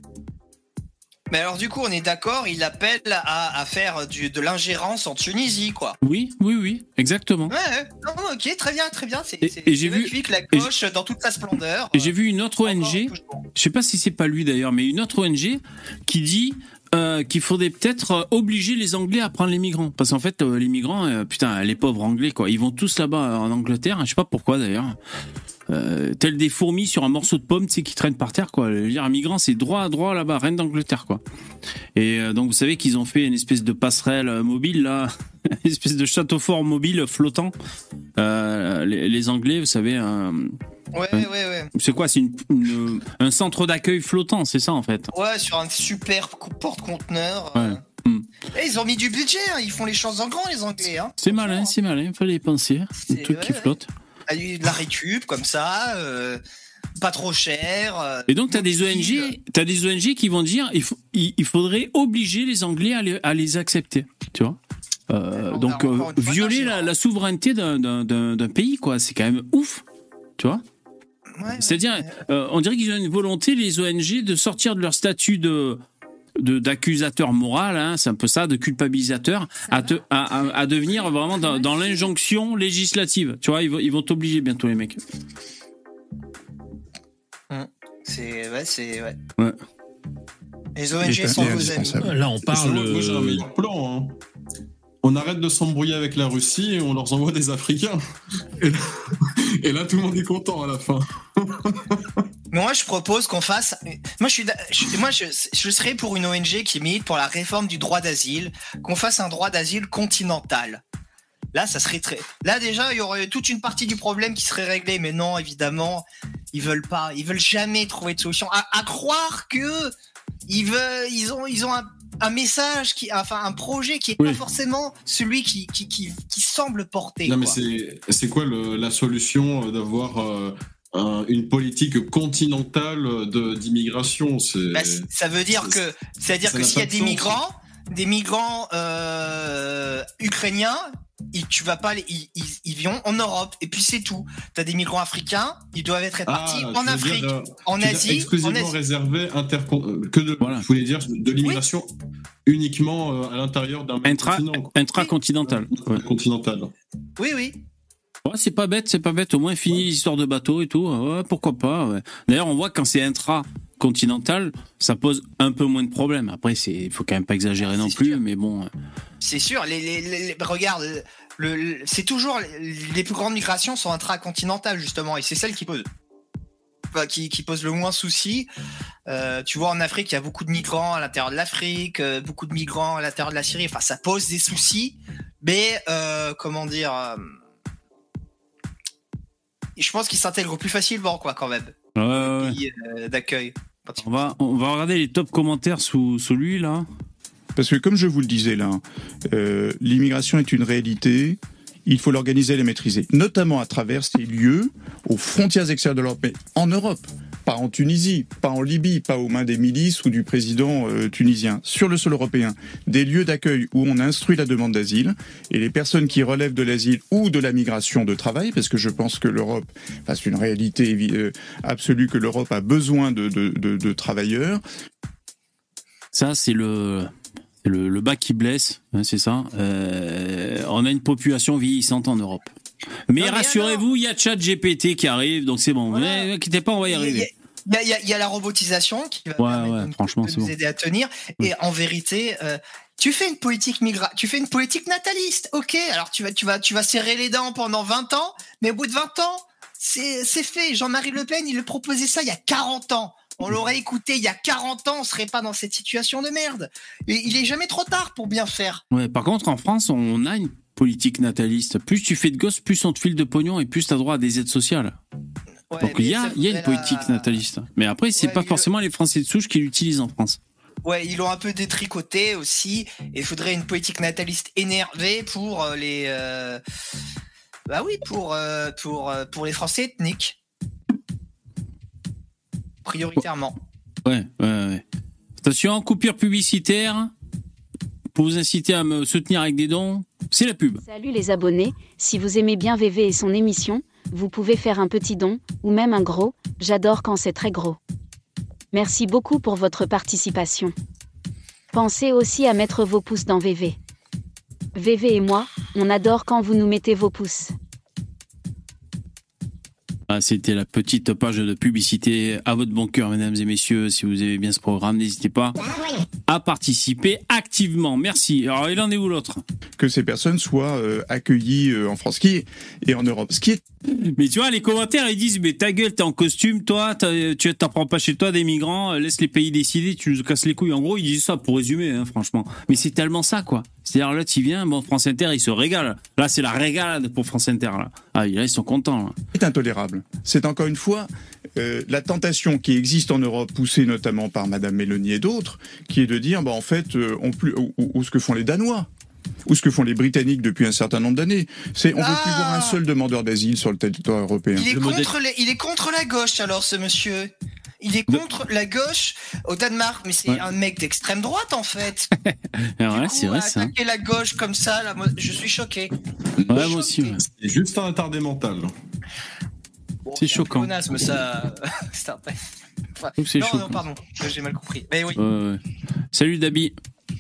Mais alors du coup, on est d'accord, il appelle à, à faire du, de l'ingérence en Tunisie, quoi. Oui, oui, oui, exactement. Ouais, non, ok, très bien, très bien. C'est, et, c'est, et j'ai c'est vu la gauche dans toute sa splendeur. Et j'ai vu une autre O N G, je sais pas si c'est pas lui d'ailleurs, mais une autre O N G qui dit euh, qu'il faudrait peut-être obliger les Anglais à prendre les migrants. Parce qu'en fait, euh, les migrants, euh, putain, les pauvres Anglais, quoi, ils vont tous là-bas en Angleterre, je sais pas pourquoi d'ailleurs. Euh, tel des fourmis sur un morceau de pomme, tu sais, qui traînent par terre, quoi. Je veux dire, un migrant, c'est droit, droit là-bas, reine d'Angleterre, quoi. Et euh, donc, vous savez qu'ils ont fait une espèce de passerelle mobile, là, une espèce de château fort mobile flottant. Euh, les, les Anglais, vous savez, un, ouais, un, ouais, ouais. C'est quoi? C'est une, une, un centre d'accueil flottant, c'est ça, en fait. Ouais, sur un super porte-conteneur. Ouais. Euh... Mm. Et ils ont mis du budget, hein. Ils font les choses en grand, les Anglais, hein. C'est malin, c'est malin, il fallait y penser. Un truc ouais, qui ouais. flotte. De la récup comme ça, euh, pas trop cher. Euh, et donc t'as des O N G, t'as des O N G qui vont dire il, faut, il, il faudrait obliger les Anglais à les, à les accepter, tu vois. Euh, alors, donc euh, violer la, la souveraineté d'un, d'un, d'un, d'un pays, quoi, c'est quand même ouf, tu vois. Ouais, c'est-à-dire, ouais. euh, on dirait qu'ils ont une volonté, les O N G, de sortir de leur statut de De, d'accusateur moral, hein, c'est un peu ça, de culpabilisateur, à, te, à, à, à devenir vraiment dans, dans l'injonction législative. Tu vois, ils vont, ils vont t'obliger bientôt, les mecs. C'est, ouais, c'est, ouais. ouais. Les O N G sont vos amis. Là, on parle. Moi, moi, j'ai un meilleur plan. Hein. On arrête de s'embrouiller avec la Russie et on leur envoie des Africains. Et là, et là tout le monde est content à la fin. Moi, je propose qu'on fasse. Moi, je suis. Je, moi, je, je serais pour une O N G qui milite pour la réforme du droit d'asile, qu'on fasse un droit d'asile continental. Là, ça serait très. Là, déjà, il y aurait toute une partie du problème qui serait réglée, mais non, évidemment, ils veulent pas. Ils veulent jamais trouver de solution. À, à croire que ils veulent. Ils ont. Ils ont un. un message qui, enfin, un projet qui est oui. pas forcément celui qui, qui, qui, qui semble porter. Non, quoi. mais c'est, c'est quoi le, la solution d'avoir euh, un, une politique continentale de, d'immigration? C'est, bah, ça veut dire c'est, que, c'est-à-dire que s'il y a des sens. migrants, des migrants euh, ukrainiens, ils, tu vas pas les, ils, ils, ils viennent en Europe et puis c'est tout. T'as des migrants africains, ils doivent être répartis ah, en Afrique, dire, en Asie, exclusivement en Asie. réservé intercon... que de, voilà. Je voulais dire de l'immigration oui. uniquement euh, à l'intérieur d'un Intra, continent. Intracontinental. Oui. Continental. Oui, oui. Ouais, c'est pas bête, c'est pas bête. Au moins fini l'histoire de bateau et tout. Ouais, pourquoi pas. Ouais. D'ailleurs, on voit que quand c'est intracontinental, ça pose un peu moins de problèmes. Après, c'est, il faut quand même pas exagérer non plus, sûr. mais bon. C'est sûr. Les, les, les, les regarde, le, le, c'est toujours les plus grandes migrations sont intracontinentales justement, et c'est celles qui posent, enfin, qui, qui posent le moins souci. Euh, tu vois, en Afrique, il y a beaucoup de migrants à l'intérieur de l'Afrique, euh, beaucoup de migrants à l'intérieur de la Syrie. Enfin, ça pose des soucis, mais euh, comment dire. Euh, je pense qu'ils s'intègrent plus facilement, quoi, quand même. Ouais, ouais, pays, euh, d'accueil. On va, on va regarder les top commentaires sous, sous lui, là. Parce que, comme je vous le disais, là, euh, l'immigration est une réalité. Il faut l'organiser et la maîtriser. Notamment à travers ces lieux, aux frontières extérieures de l'Europe. Mais en Europe, pas en Tunisie, pas en Libye, pas aux mains des milices ou du président euh, tunisien. Sur le sol européen, des lieux d'accueil où on instruit la demande d'asile et les personnes qui relèvent de l'asile ou de la migration de travail, parce que je pense que l'Europe, enfin, c'est une réalité euh, absolue que l'Europe a besoin de, de, de, de travailleurs. Ça, c'est le... Le, le bas qui blesse, hein, c'est ça. Euh, on a une population vieillissante en Europe. Mais non, rassurez-vous, il y a ChatGPT qui arrive, donc c'est bon. Voilà. Ne inquiétez pas, on va y arriver. Il y, y, y a la robotisation qui va ouais, ouais, nous, franchement, nous bon. aider à tenir. Oui. Et en vérité, euh, tu fais une politique migra, tu fais une politique nataliste. Ok, alors tu vas, tu vas, tu vas serrer les dents pendant vingt ans, mais au bout de vingt ans, c'est, c'est fait. Jean-Marie Le Pen, il le proposait ça il y a quarante ans. On l'aurait écouté il y a quarante ans, on serait pas dans cette situation de merde. Et il est jamais trop tard pour bien faire. Ouais, par contre, en France, on a une politique nataliste. Plus tu fais de gosses, plus on te file de pognon et plus tu as droit à des aides sociales. Ouais, donc il y a, il y a une politique la... nataliste. Mais après, c'est ouais, pas forcément le... les Français de souche qui l'utilisent en France. Ouais, ils l'ont un peu détricoté aussi. Et il faudrait une politique nataliste énervée pour les... Euh... Bah oui, pour, euh, pour, euh, pour les Français ethniques. Prioritairement. Ouais, ouais, ouais. Attention, coupure publicitaire. Pour vous inciter à me soutenir avec des dons, c'est la pub. Salut les abonnés, si vous aimez bien V V et son émission, vous pouvez faire un petit don, ou même un gros, j'adore quand c'est très gros. Merci beaucoup pour votre participation. Pensez aussi à mettre vos pouces dans V V. V V et moi, on adore quand vous nous mettez vos pouces. Ah, c'était la petite page de publicité à votre bon cœur, mesdames et messieurs. Si vous aimez bien ce programme, n'hésitez pas à participer activement. Merci. Alors, il en est où l'autre ? Que ces personnes soient euh, accueillies euh, en France qui est, et en Europe. Ce qui est... Mais tu vois, les commentaires, ils disent, mais ta gueule, t'es en costume, toi, tu t'en prends pas chez toi des migrants, laisse les pays décider, tu nous casses les couilles. En gros, ils disent ça pour résumer, hein, franchement. Mais c'est tellement ça, quoi. C'est-à-dire, là, tu viens, bon, France Inter, ils se régalent. Là, c'est la régalade pour France Inter, là. Ah, là, ils sont contents, là. C'est intolérable. C'est encore une fois euh, la tentation qui existe en Europe, poussée notamment par Madame Mélanie et d'autres, qui est de dire, bah, en fait, euh, on plus, ou, ou ce que font les Danois. Ou ce que font les Britanniques depuis un certain nombre d'années. C'est, on ne ah veut plus voir un seul demandeur d'asile sur le territoire européen. Il est, contre les, il est contre la gauche, alors, ce monsieur. Il est contre de... la gauche au Danemark, mais c'est ouais. un mec d'extrême droite, en fait. Alors ouais, c'est vrai, ça. Attaquer la gauche comme ça, là, moi, je suis choqué. Ouais, moi aussi. Ouais. C'est juste un attardé mental. Bon, c'est choquant. Menace, mais ça... c'est un... enfin, c'est non, choquant. non, pardon, j'ai mal compris. Mais oui. Ouais, ouais. Salut, Dabi.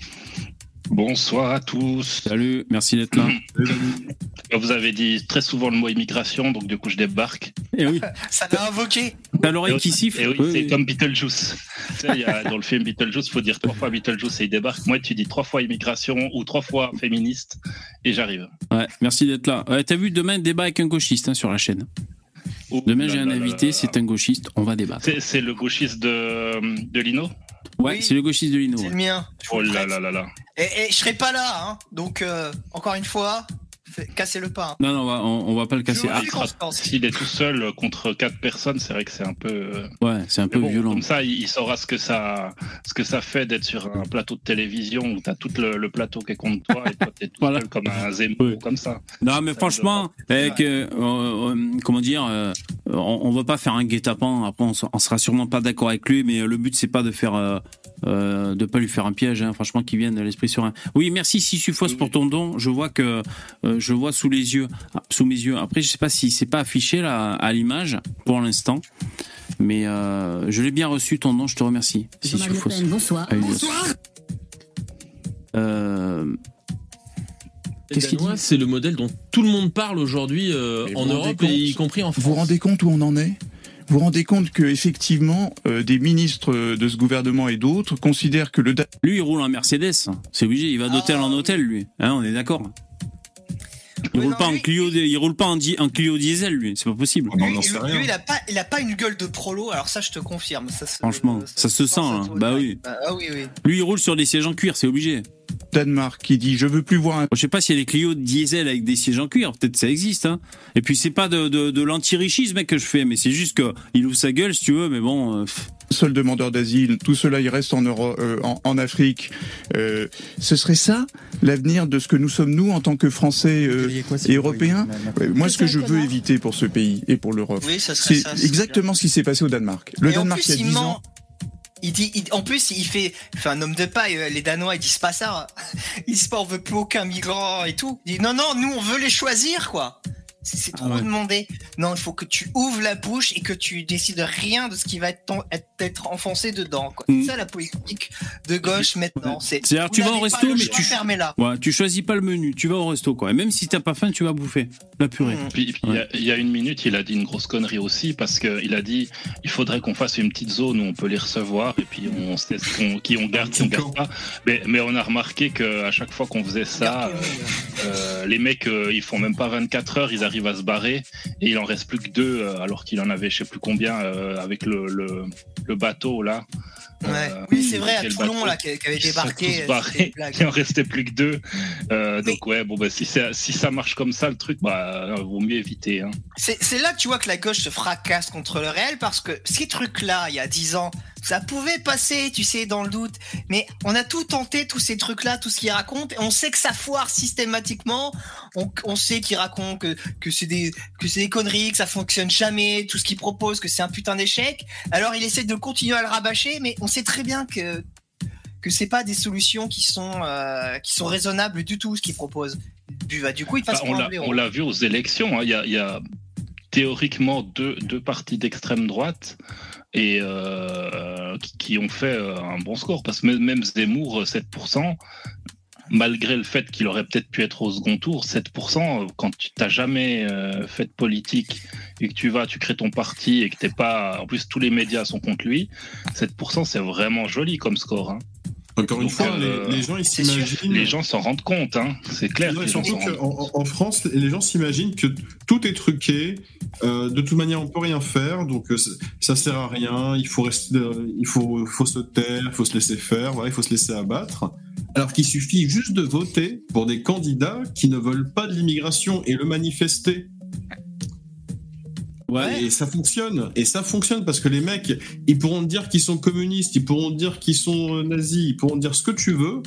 Bonsoir à tous. Salut, merci d'être là. Vous avez dit très souvent le mot immigration, donc du coup je débarque. Et oui. Ça l'a invoqué. T'as l'oreille qui siffle. Et oui, oui c'est oui. Comme Beetlejuice. Tu sais, il y a, dans le film Beetlejuice, il faut dire trois fois Beetlejuice et il débarque. Moi, tu dis trois fois immigration ou trois fois féministe et j'arrive. Ouais, merci d'être là. Ouais, t'as vu, demain, débat avec un gauchiste hein, sur la chaîne. Oh, demain, là, j'ai un là, invité, là, là. C'est un gauchiste, on va débattre. C'est, c'est le gauchiste de, de Lino ? Ouais, oui, c'est le gauchiste de Lino. C'est ouais. le mien. Oh là là là là. Et, et je serai pas là, hein. Donc, euh, encore une fois, cassez le pas. Hein. Non, non, on va, on, on va pas le casser. Ah, s'il est tout seul contre quatre personnes, c'est vrai que c'est un peu. Ouais, c'est un peu bon, violent. Comme ça, il, il saura ce que ça, ce que ça fait d'être sur un plateau de télévision où t'as tout le, le plateau qui est contre toi et toi t'es tout voilà. seul comme un Zemmour oui. comme ça. Non, mais ça franchement, avec, euh, euh, comment dire, euh, on, on va pas faire un guet-apens. Après, on, on sera sûrement pas d'accord avec lui, mais le but c'est pas de faire. Euh, Euh, de pas lui faire un piège, hein, franchement, qui vienne de l'esprit serein. Oui, merci Sissufos oui, pour ton don. Je vois que euh, je vois sous les yeux, sous mes yeux. Après, je sais pas si c'est pas affiché là à l'image pour l'instant, mais euh, je l'ai bien reçu ton don. Je te remercie. Sissufos. Bonsoir. Allez, bonsoir. Euh... Qu'est-ce qu'il dit ? C'est le modèle dont tout le monde parle aujourd'hui euh, en Europe et y compris en France. Vous vous rendez compte où on en est ? Vous vous rendez compte que effectivement euh, des ministres de ce gouvernement et d'autres considèrent que le lui il roule en Mercedes, c'est obligé, il va d'hôtel ah, en hôtel lui, hein, on est d'accord. Il oui, roule non, pas lui, en Clio, il roule pas en, di, en Clio diesel lui, c'est pas possible. Lui, lui, lui il a pas, il a pas une gueule de prolo, alors ça je te confirme. Ça se, Franchement, ça, ça se sent, hein. Bah oui. Ah oui, oui. Lui il roule sur des sièges en cuir, c'est obligé. Danemark qui dit je veux plus voir un... Je sais pas s'il y a des Clio diesel avec des sièges en cuir, peut-être ça existe hein. Et puis c'est pas de, de, de l'anti-richisme mec que je fais, mais c'est juste que il ouvre sa gueule si tu veux, mais bon... Euh... Seul demandeur d'asile, tout cela il reste en, Euro, euh, en, en Afrique. Euh, ce serait ça l'avenir de ce que nous sommes nous en tant que Français euh, et Européens. Ouais, moi, ce que je veux éviter pour ce pays et pour l'Europe, oui, ça serait c'est ça, c'est exactement ce qui s'est passé au Danemark. Le Et en Danemark plus, il y a il dix ment. ans. Il dit, il- en plus, il fait, il fait un homme de paille. Les Danois, ils disent pas ça. Ils disent pas, on veut plus aucun migrant et tout. Il dit, non, non, nous, on veut les choisir, quoi. C'est c'est trop Ah ouais. demandé. Non, il faut que tu ouvres la bouche et que tu décides rien de ce qui va être, ton- être, être enfoncé dedans, quoi. Mm. C'est ça, la politique de gauche, maintenant. C'est, C'est-à-dire, vous tu vas au n'avez resto, pas le mais choix, tu, fermez-la. ouais, tu choisis pas le menu, tu vas au resto, quoi. Et même si t'as pas faim, tu vas bouffer la purée. Puis, puis, il y a- il y, a une minute, il a dit une grosse connerie aussi, parce qu'il a dit il faudrait qu'on fasse une petite zone où on peut les recevoir, et puis on se teste qu'on- qui on garde, qui on garde pas. Mais, mais on a remarqué qu'à chaque fois qu'on faisait ça, euh, euh, les mecs, euh, ils font même pas vingt-quatre heures, ils arrivent à se barrer, et il en reste plus que deux, euh, alors qu'il en avait je sais plus combien euh, avec le, le, le bateau là. Ouais. Euh, Oui, c'est vrai, à quel Toulon, bateau. là, qui qui avait Ils sont débarqué. tous c'était une barrés. blague. Il en restait plus que deux. Euh, donc ouais, bon bah si ça, si ça marche comme ça, le truc, bah vaut mieux éviter. Hein. C'est c'est là que tu vois que la gauche se fracasse contre le réel parce que ces trucs-là, il y a dix ans, ça pouvait passer, tu sais, dans le doute. Mais on a tout tenté, tous ces trucs-là, tout ce qu'ils racontent. Et on sait que ça foire systématiquement. On, on sait qu'ils racontent que, que c'est des, que c'est des conneries, que ça fonctionne jamais, tout ce qu'ils proposent, que c'est un putain d'échec. Alors il essaie de continuer à le rabâcher, mais on sait très bien que, que c'est pas des solutions qui sont, euh, qui sont raisonnables du tout, ce qu'ils proposent. Du, bah, du coup, il passe Bah, pour on un l'a- blaireau. on l'a vu aux élections. hein. Il y, a, il y a théoriquement deux, deux partis d'extrême droite et euh, qui, qui ont fait euh, un bon score. Parce que même- même Zemmour, sept pour cent, malgré le fait qu'il aurait peut-être pu être au second tour, sept pour cent, quand tu n'as jamais euh, fait de politique et que tu vas, tu crées ton parti et que t'es pas... En plus, tous les médias sont contre lui, sept pour cent, c'est vraiment joli comme score. hein. Encore une Donc, fois, euh, les, les gens ils c'est sûr, s'imaginent. Les gens s'en rendent compte, hein. C'est clair. Ouais, que les gens surtout s'en rendent compte. qu'en en France, les gens s'imaginent que tout est truqué. Euh, de toute manière, on peut rien faire, donc euh, ça sert à rien. Il faut rester, euh, il faut, faut se taire, il faut se laisser faire, voilà, il faut se laisser abattre. Alors qu'il suffit juste de voter pour des candidats qui ne veulent pas de l'immigration et le manifester. Ouais. Et ça fonctionne. Et ça fonctionne parce que les mecs, ils pourront te dire qu'ils sont communistes, ils pourront te dire qu'ils sont euh, nazis, ils pourront te dire ce que tu veux.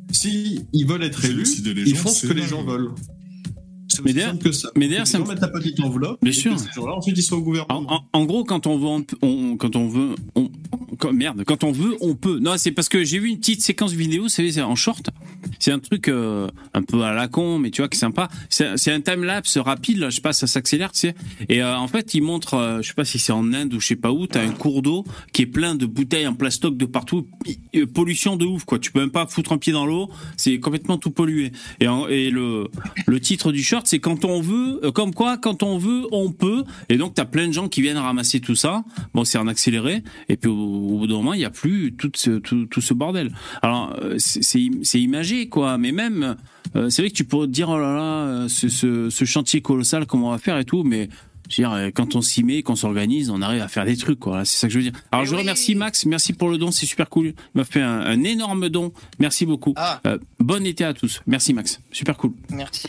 Si ils veulent être élus, ils font ce que les gens veulent. C'est Mais aussi d'ailleurs- simple que ça. mais d'ailleurs, Les ça gens me- mettent la petite enveloppe. Bien et sûr. que ces gens-là, ensuite, ils sont au gouvernement. En, en- en gros, quand on veut, on, on- quand on veut, on, quand- merde, quand on veut, on peut. Non, c'est parce que j'ai vu une petite séquence vidéo, vous savez, c'est en short. C'est un truc euh, un peu à la con, mais tu vois que c'est sympa. C'est c'est un time lapse rapide, là, je sais pas, ça s'accélère, tu sais. Et euh, en fait, il montre, euh, je sais pas si c'est en Inde ou je sais pas où, t'as un cours d'eau qui est plein de bouteilles en plastoc de partout, euh, pollution de ouf, quoi. Tu peux même pas foutre un pied dans l'eau, c'est complètement tout pollué. Et, en- et le le titre du short, c'est quand on veut, euh, comme quoi, quand on veut, on peut. Et donc, t'as plein de gens qui viennent ramasser tout ça. Bon, c'est en accéléré. Et puis, au, au bout d'un moment, il y a plus tout ce, tout, tout ce bordel. Alors, euh, c'est, c'est c'est imagé, quoi. Mais même, euh, c'est vrai que tu pourrais te dire, oh là là, euh, ce, ce, ce chantier colossal, comment on va faire et tout. Mais, je veux dire, euh, quand on s'y met, qu'on s'organise, on arrive à faire des trucs, quoi. C'est ça que je veux dire. Alors, Mais je oui. remercie Max. Merci pour le don. C'est super cool. Il m'a fait un, un énorme don. Merci beaucoup. Ah. Euh, bon été à tous. Merci, Max. Super cool. Merci.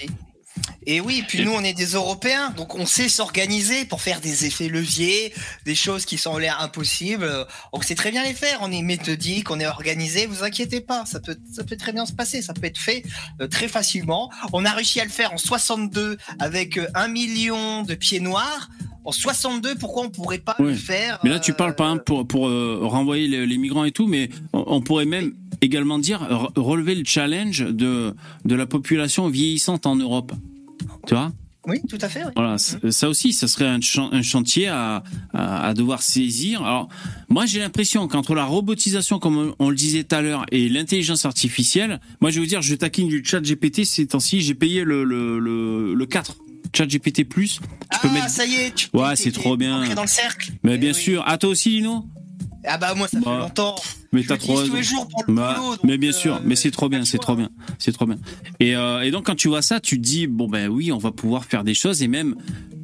Et oui, puis nous on est des Européens, donc on sait s'organiser pour faire des effets leviers, des choses qui sont l'air impossibles. On sait très bien les faire, on est méthodique, on est organisé, vous inquiétez pas, ça peut, ça peut très bien se passer, ça peut être fait euh, très facilement. On a réussi à le faire en soixante-deux avec euh, un million de pieds noirs. En soixante-deux, pourquoi on pourrait pas Ouais. le faire Mais là, tu parles par exemple pour, pour euh, renvoyer les, les migrants et tout, mais on, on pourrait même également dire re- relever le challenge de, de la population vieillissante en Europe. Tu vois ? Oui, tout à fait. Oui. Voilà, c- ça aussi, ça serait un, chan- un chantier à, à, à devoir saisir. Alors, moi, j'ai l'impression qu'entre la robotisation, comme on, on le disait tout à l'heure, et l'intelligence artificielle, moi, je veux dire, je taquine du chat G P T ces temps-ci, j'ai payé le, le, le, le quatre. Chat G P T plus, tu Ah, peux mettre... ça y est, tu Ouais, t'es- c'est t'es trop bien. entré dans le cercle. Mais Eh bien oui. sûr. Ah, toi aussi, Lino ? Ah bah moi ça fait Bah, longtemps. Mais Je t'as l'utilise trop tous raison. les jours pour le Bah, boulot, donc, mais bien sûr, euh, mais c'est trop bien, c'est trop bien, c'est trop bien. Et, euh, et donc quand tu vois ça, tu te dis bon ben oui, on va pouvoir faire des choses et même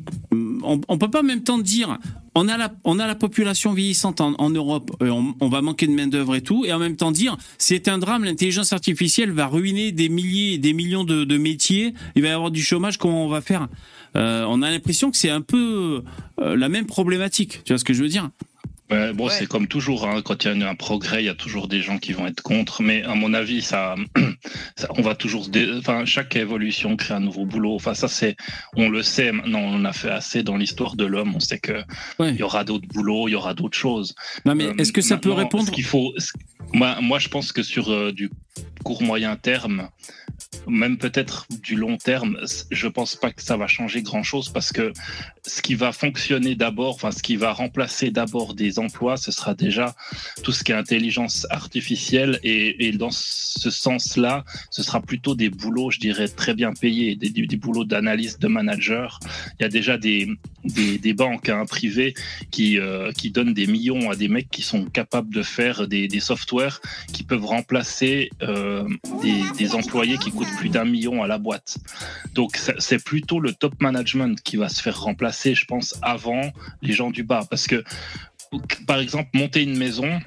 on, on peut pas en même temps dire on a la on a la population vieillissante en, en Europe, et on, on va manquer de main d'œuvre et tout, et en même temps dire c'est un drame, l'intelligence artificielle va ruiner des milliers, des millions de, de métiers, il va y avoir du chômage, comment on va faire? Euh, on a l'impression que c'est un peu euh, la même problématique, tu vois ce que je veux dire? Ouais, bon, Ouais. c'est comme toujours, hein, quand il y a un progrès, il y a toujours des gens qui vont être contre, mais à mon avis, ça, ça on va toujours, se dé... enfin, chaque évolution crée un nouveau boulot. Enfin, ça, c'est, on le sait maintenant, on en a fait assez dans l'histoire de l'homme, on sait que Ouais. il y aura d'autres boulots, il y aura d'autres choses. Non, mais Euh, est-ce que ça peut maintenant, répondre ce qu'il faut, ce- moi, moi, je pense que sur euh, du court moyen terme, même peut-être du long terme, je pense pas que ça va changer grand-chose parce que ce qui va fonctionner d'abord, enfin ce qui va remplacer d'abord des emplois, ce sera déjà tout ce qui est intelligence artificielle et, et dans ce sens-là, ce sera plutôt des boulots, je dirais, très bien payés, des, des, des boulots d'analyste, de manager. Il y a déjà des, des, des banques hein, privées qui, euh, qui donnent des millions à des mecs qui sont capables de faire des, des softwares qui peuvent remplacer euh, des, des employés qui coûtent plus d'un million à la boîte. Donc c'est plutôt le top management qui va se faire remplacer, je pense, avant les gens du bas. Parce que, par exemple, monter une maison,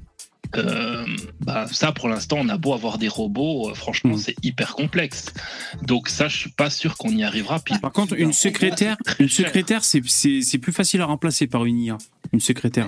euh, bah, ça pour l'instant, on a beau avoir des robots, euh, franchement, c'est hyper complexe. Donc ça, je suis pas sûr qu'on y arrivera. Puis, Par contre, une secrétaire, une secrétaire, c'est c'est c'est plus facile à remplacer par une I A. Une secrétaire.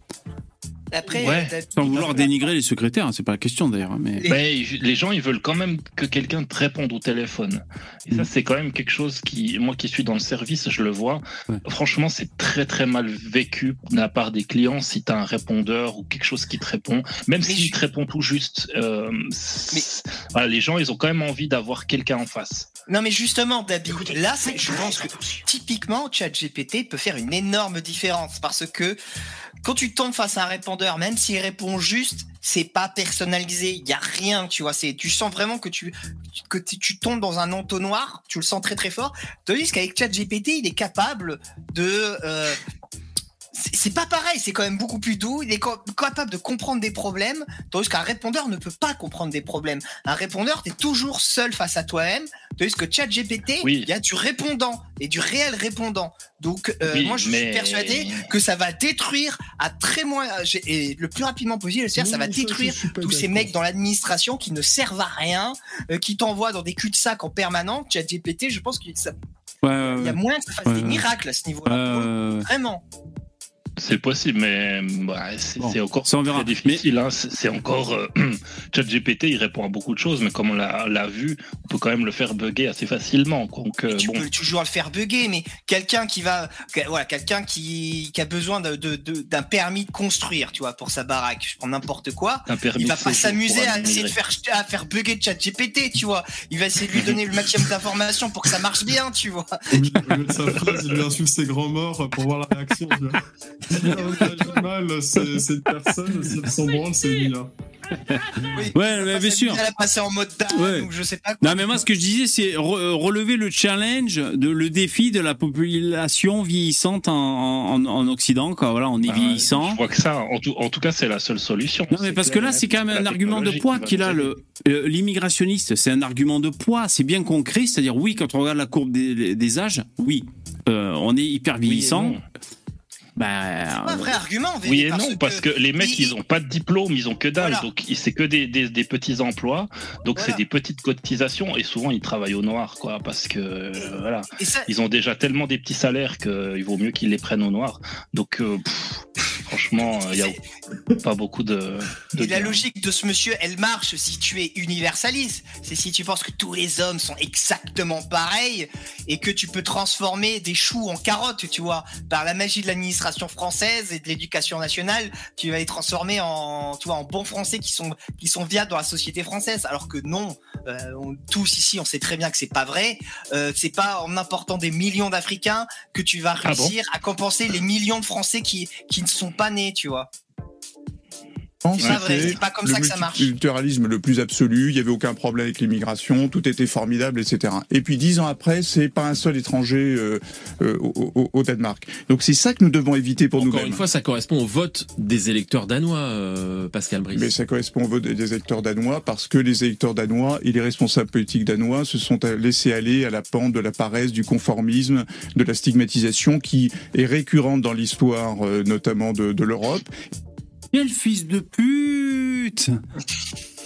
Après, Ouais. euh, Sans vouloir dénigrer les secrétaires, hein, c'est pas la question d'ailleurs. Mais Mais les gens, ils veulent quand même que quelqu'un te réponde au téléphone. Et ça, c'est quand même quelque chose qui, moi qui suis dans le service, je le vois. Ouais. Franchement, c'est très très mal vécu de la part des clients si tu as un répondeur ou quelque chose qui te répond. Même s'il je- te répond tout juste, euh, c'est- voilà, les gens, ils ont quand même envie d'avoir quelqu'un en face. Non mais justement, Dabi, là c'est- je pense que typiquement ChatGPT peut faire une énorme différence parce que quand tu tombes face à un répondeur, même s'il répond juste, c'est pas personnalisé, il y a rien, tu vois, c'est tu sens vraiment que tu que tu, tu tombes dans un entonnoir, tu le sens très très fort. Tandis qu'avec ChatGPT, il est capable de euh, c'est c'est pas pareil, c'est quand même beaucoup plus doux, il est co- capable de comprendre des problèmes, tandis qu'un répondeur ne peut pas comprendre des problèmes. Un répondeur, t'es toujours seul face à toi-même, tandis que ChatGPT, il Oui. y a du répondant et du réel répondant. Donc euh, Oui, moi je mais- suis persuadé que ça va détruire à très moins j'ai- et le plus rapidement possible, c'est-à-dire ça va Non, ça, je détruire suis pas tous ces d'accord. mecs dans l'administration qui ne servent à rien, euh, qui t'envoient dans des cul-de-sac en permanence. ChatGPT, je pense qu'il ça- ouais, ouais, il y a ouais. moyen que ça fasse Ouais, des ouais. miracles à ce niveau-là. Euh, Vraiment. C'est possible, mais ouais, c'est Bon, c'est encore ça, on verra. très difficile. Hein. C'est c'est encore euh, ChatGPT, il répond à beaucoup de choses, mais comme on l'a l'a vu, on peut quand même le faire bugger assez facilement. Donc euh, Tu bon, peux toujours le faire bugger, mais quelqu'un qui va, que- voilà, quelqu'un qui, qui a besoin de, de- de- d'un permis de construire, tu vois, pour sa baraque, je prends n'importe quoi, un permis il va de pas séjour s'amuser pour un à essayer de immigré. faire, à faire bugger ChatGPT, tu vois. Il va essayer de lui donner le maximum d'informations pour que ça marche bien, tu vois. Au milieu au milieu de sa phrase, il lui insulte ses grands morts pour voir la réaction. tu vois. Il a réagi mal, c'est c'est une personne, si elle s'en branle, c'est une I A. Oui. Ouais, mais bien sûr. Elle a passé en mode dingue, Ouais. ou je sais pas quoi. Non, mais moi, ce que je disais, c'est re- relever le challenge, de, le défi de la population vieillissante en, en, en Occident. Quoi. Voilà, on est Bah, vieillissant. Je crois que ça, en tout, en tout cas, c'est la seule solution. Non, mais C'est parce que clair, là, c'est quand même la un argument de technologie poids qui va qu'il a. nous Le, euh, l'immigrationniste, c'est un argument de poids. C'est bien concret. C'est-à-dire, oui, quand on regarde la courbe des, des âges, oui, euh, on est hyper aider. Oui et vieillissant. non. C'est Bah, pas un vrai argument, Véné, Oui et non, parce que les mecs, il- ils ont pas de diplôme, ils ont que dalle, Voilà. donc c'est que des, des, des petits emplois, donc Voilà. c'est des petites cotisations, et souvent ils travaillent au noir, quoi, parce que euh, voilà, Et ça, ils ont déjà tellement des petits salaires qu'il vaut mieux qu'ils les prennent au noir. Donc euh, pff, franchement, il y a pas beaucoup de. de Et la gains. logique de ce monsieur, elle marche si tu es universaliste. C'est si tu penses que tous les hommes sont exactement pareils et que tu peux transformer des choux en carottes, tu vois, par la magie de l'administration française et de l'éducation nationale, tu vas les transformer en, tu vois, en bons Français qui sont qui sont viables dans la société française. Alors que non, euh, on- tous ici, on sait très bien que c'est pas vrai. Euh, c'est pas en important des millions d'Africains que tu vas Ah bon réussir à compenser les millions de Français qui qui ne sont pas nés, tu vois. C'est pas vrai, c'est pas comme ça que ça marche. Le multiculturalisme le plus absolu, il n'y avait aucun problème avec l'immigration, tout était formidable, et cetera. Et puis dix ans après, c'est pas un seul étranger euh, euh, au, au, au Danemark. Donc c'est ça que nous devons éviter pour nous-mêmes. Encore une fois, ça correspond au vote des électeurs danois, euh, Pascal Brice. Mais ça correspond au vote des électeurs danois parce que les électeurs danois et les responsables politiques danois se sont laissés aller à la pente de la paresse, du conformisme, de la stigmatisation qui est récurrente dans l'histoire, euh, notamment de, de l'Europe. quel fils de pute!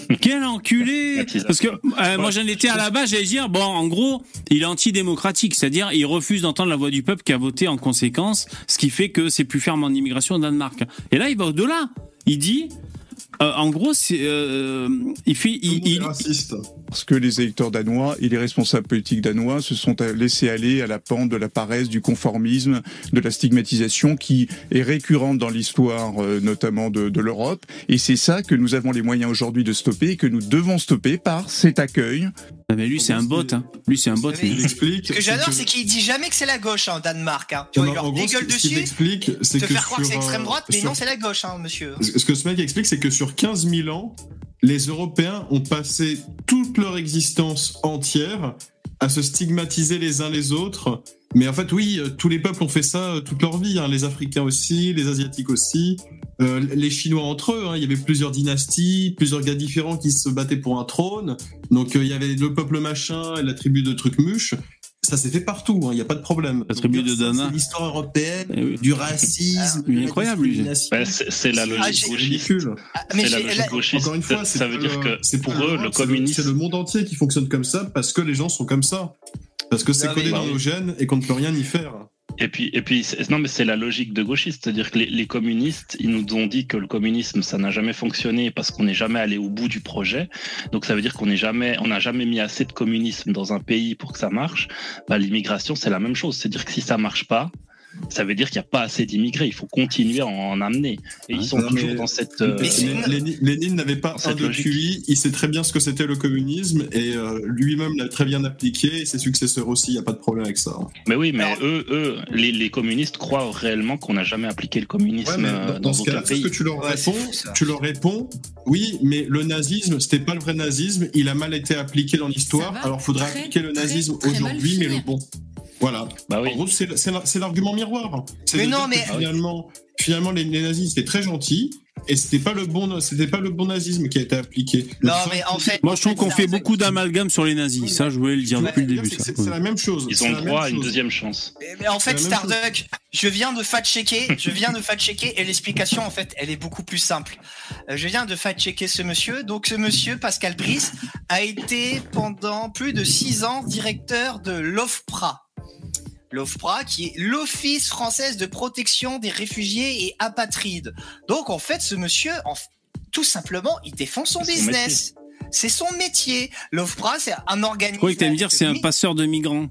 Quel enculé! Parce que euh, moi j'en étais à la base, j'allais dire, bon, en gros, il est antidémocratique, c'est-à-dire il refuse d'entendre la voix du peuple qui a voté en conséquence, ce qui fait que c'est plus ferme en immigration au Danemark. Et là, il va au-delà. Il dit, euh, en gros, c'est, euh, il fait, il, il, raciste. Parce que les électeurs danois et les responsables politiques danois se sont laissés aller à la pente de la paresse, du conformisme, de la stigmatisation qui est récurrente dans l'histoire, euh, notamment de, de l'Europe. Et c'est ça que nous avons les moyens aujourd'hui de stopper et que nous devons stopper par cet accueil. Ah mais lui c'est un bot, hein. Lui c'est un bot. Mais, il explique. Ce que j'adore, que... c'est qu'il dit jamais que c'est la gauche en Danemark. Hein. Tu vois, il leur dégueule dessus. Ce qu'il explique, c'est te que faire croire que c'est sur, extrême droite, mais sur... non, c'est la gauche, hein, monsieur. Ce que ce mec explique, c'est que sur quinze mille ans, les Européens ont passé toute leur existence entière à se stigmatiser les uns les autres. Mais en fait, oui, tous les peuples ont fait ça toute leur vie. Hein. Les Africains aussi, les Asiatiques aussi, euh, les Chinois entre eux. Hein. Il y avait plusieurs dynasties, plusieurs gars différents qui se battaient pour un trône. Donc, euh, il y avait le peuple machin et la tribu de Trucmuche. Ça s'est fait partout, il hein, n'y a pas de problème. La tribu de Dana. C'est l'histoire européenne, eh oui. du racisme. Il est incroyable, lui. Bah, c'est, c'est la logique ah, gauchiste. Ah, mais c'est la logique la... gauchiste. Encore une fois, ça, ça veut dire que c'est pour eux, le communisme. C'est le monde entier qui fonctionne comme ça parce que les gens sont comme ça. Parce que c'est non, codé mais... dans nos gènes et qu'on ne peut rien y faire. Et puis, et puis non, mais c'est la logique de gauchiste, c'est-à-dire que les, les communistes, ils nous ont dit que le communisme, ça n'a jamais fonctionné parce qu'on n'est jamais allé au bout du projet. Donc ça veut dire qu'on n'est jamais, on n'a jamais mis assez de communisme dans un pays pour que ça marche. Bah, l'immigration, c'est la même chose, c'est-à-dire que si ça marche pas, ça veut dire qu'il n'y a pas assez d'immigrés. Il faut continuer à en amener. Et ils sont non, toujours dans cette. Euh, Lénine, Lénine n'avait pas un de Q I. Il sait très bien ce que c'était le communisme et euh, lui-même l'a très bien appliqué. Et ses successeurs aussi. Il n'y a pas de problème avec ça. Mais oui, mais Alors, eux, eux, les, les communistes croient réellement qu'on n'a jamais appliqué le communisme ouais, dans, dans, dans ce cas-là. C'est ce que tu leur ouais, réponds. Fou, tu leur réponds. Oui, mais le nazisme, c'était pas le vrai nazisme. Il a mal été appliqué dans l'histoire. Alors, il faudrait très, appliquer le nazisme très, très aujourd'hui, mais le bon. Voilà. Bah oui. En gros, c'est, c'est, c'est l'argument miroir. C'est mais non, mais finalement, finalement, les, les nazis c'était très gentil et c'était pas le bon, c'était pas le bon nazisme qui a été appliqué. Le non, mais en fait, moi je trouve qu'on fait beaucoup d'amalgame sur les nazis. Ça, je voulais le dire depuis le début. C'est, c'est, c'est la même chose. Ils ont droit à une deuxième chance. Mais en fait, Starduck, je viens de fact-checker, je viens de fact-checker et l'explication, en fait, elle est beaucoup plus simple. Je viens de fact-checker ce monsieur. Donc, ce monsieur, Pascal Brice, a été pendant plus de six ans directeur de l'OFPRA. L'OFPRA, qui est l'Office française de protection des réfugiés et apatrides. Donc, en fait, ce monsieur, en, tout simplement, il défend son c'est business. Son c'est son métier. L'OFPRA, c'est un organisme... Je croyais que tu allais me dire que c'est un passeur de migrants.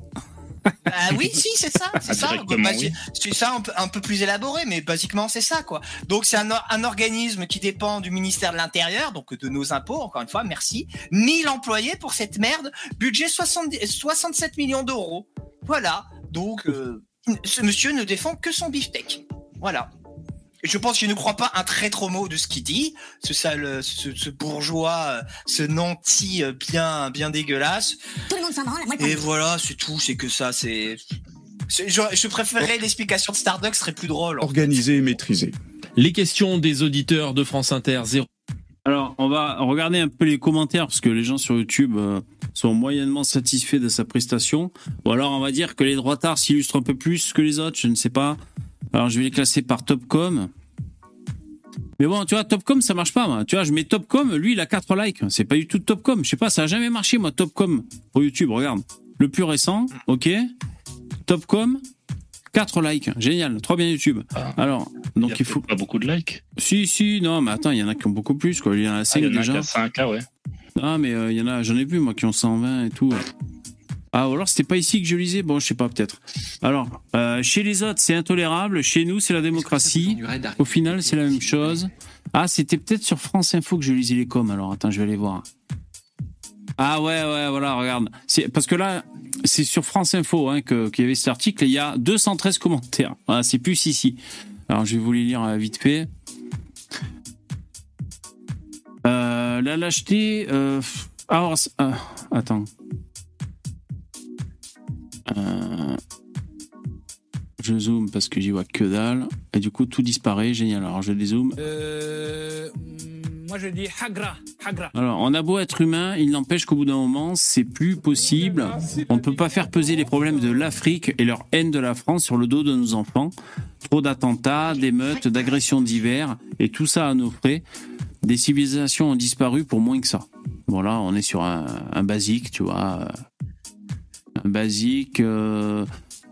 Ah oui, si, c'est ça, c'est ah, ça. Bah, oui. C'est ça un peu, un peu plus élaboré, mais basiquement c'est ça, quoi. Donc c'est un, un organisme qui dépend du ministère de l'Intérieur, donc de nos impôts, encore une fois, merci. mille employés pour cette merde, budget soixante-dix, soixante-sept millions d'euros. Voilà. Donc euh, ce monsieur ne défend que son beefsteak. Voilà. Et je pense qu'il ne croit pas un traître mot de ce qu'il dit, ce, sale, ce, ce bourgeois, ce nanti bien, bien dégueulasse. Tout le monde s'en branle, moi Et voilà, c'est tout, c'est que ça, c'est... c'est je, je préférerais l'explication de Starduck, serait plus drôle. Organisé et maîtrisé. Les questions des auditeurs de France Inter, zéro. Alors, on va regarder un peu les commentaires, parce que les gens sur YouTube euh, sont moyennement satisfaits de sa prestation. Ou alors, on va dire que les droitards s'illustrent un peu plus que les autres, je ne sais pas. Alors, je vais les classer par Topcom. Mais bon, tu vois, Topcom, ça marche pas, moi. Tu vois, je mets Topcom, lui, il a quatre likes. C'est pas du tout Topcom. Je sais pas, ça a jamais marché, moi, Topcom, pour YouTube. Regarde. Le plus récent, ok. Topcom, quatre likes. Génial. Trop bien YouTube. Ah. Alors, donc il, y a il faut. Pas beaucoup de likes. Si, si, non, mais attends, il y en a qui ont beaucoup plus, quoi. Il y en a cinq ah, il y en a déjà. Il y a cinq, ouais. Ah, mais euh, il y en a, j'en ai vu, moi, qui ont cent vingt et tout. Ah, ou alors c'était pas ici que je lisais. Bon, je sais pas, peut-être. Alors, euh, chez les autres, c'est intolérable. Chez nous, c'est la démocratie. Au final, c'est la même chose. Ah, c'était peut-être sur France Info que je lisais les coms. Alors, attends, je vais aller voir. Ah ouais, ouais, voilà, regarde. C'est, parce que là, c'est sur France Info hein, que, qu'il y avait cet article et il y a deux cent treize commentaires. Voilà, c'est plus ici. Alors, je vais vous les lire euh, vite fait. Euh, la lâcheté... Euh, alors, euh, attends... Euh, je zoome parce que j'y vois que dalle et du coup tout disparaît, génial. Alors je dézoome. Euh, moi je dis hagra, hagra. Alors on a beau être humain, il n'empêche qu'au bout d'un moment c'est plus possible. On ne peut pas faire peser les problèmes de l'Afrique et leur haine de la France sur le dos de nos enfants. Trop d'attentats, d'émeutes, d'agressions divers et tout ça à nos frais. des civilisations ont disparu pour moins que ça. Voilà, on est sur un, un basique, tu vois. Un basique. Euh...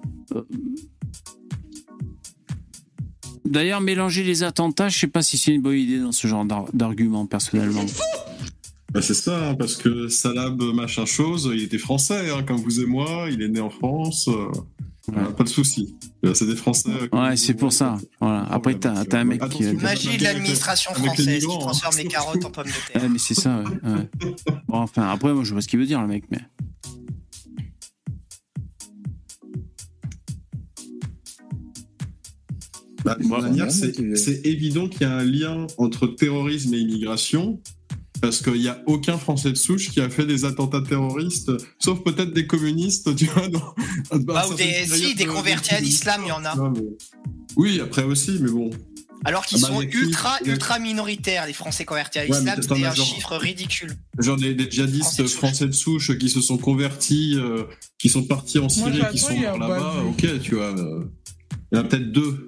D'ailleurs, mélanger les attentats, je sais pas si c'est une bonne idée dans ce genre d'argument, personnellement. Bah c'est ça, hein, parce que Salab machin chose, il était français, hein, comme vous et moi, il est né en France, euh, ouais. Pas de souci. C'est des Français. Euh, ouais, c'est pour ça. Voilà. Après, t'as, t'as un mec qui. Magie de l'administration française qui transforme les carottes en pommes de terre. Ouais, mais c'est ça, ouais. ouais. Bon, enfin, après, moi, je vois ce qu'il veut dire, le mec, mais. Bah, de toute manière, c'est, c'est évident qu'il y a un lien entre terrorisme et immigration, parce qu'il n'y a aucun Français de souche qui a fait des attentats terroristes, sauf peut-être des communistes, tu vois. Dans, bah, ou des, si, des convertis à l'islam, il y en a. Non, mais... Oui, après aussi, mais bon. Alors qu'ils ah bah, sont ultra, qui... ultra minoritaires, les Français convertis à l'islam, ouais, c'est un genre... chiffre ridicule. Genre des, des djihadistes français de souche, français de souche qui se sont convertis, euh, qui sont partis en Syrie, Moi, qui sont morts là-bas, ok, tu vois. Euh... Il y en a peut-être deux.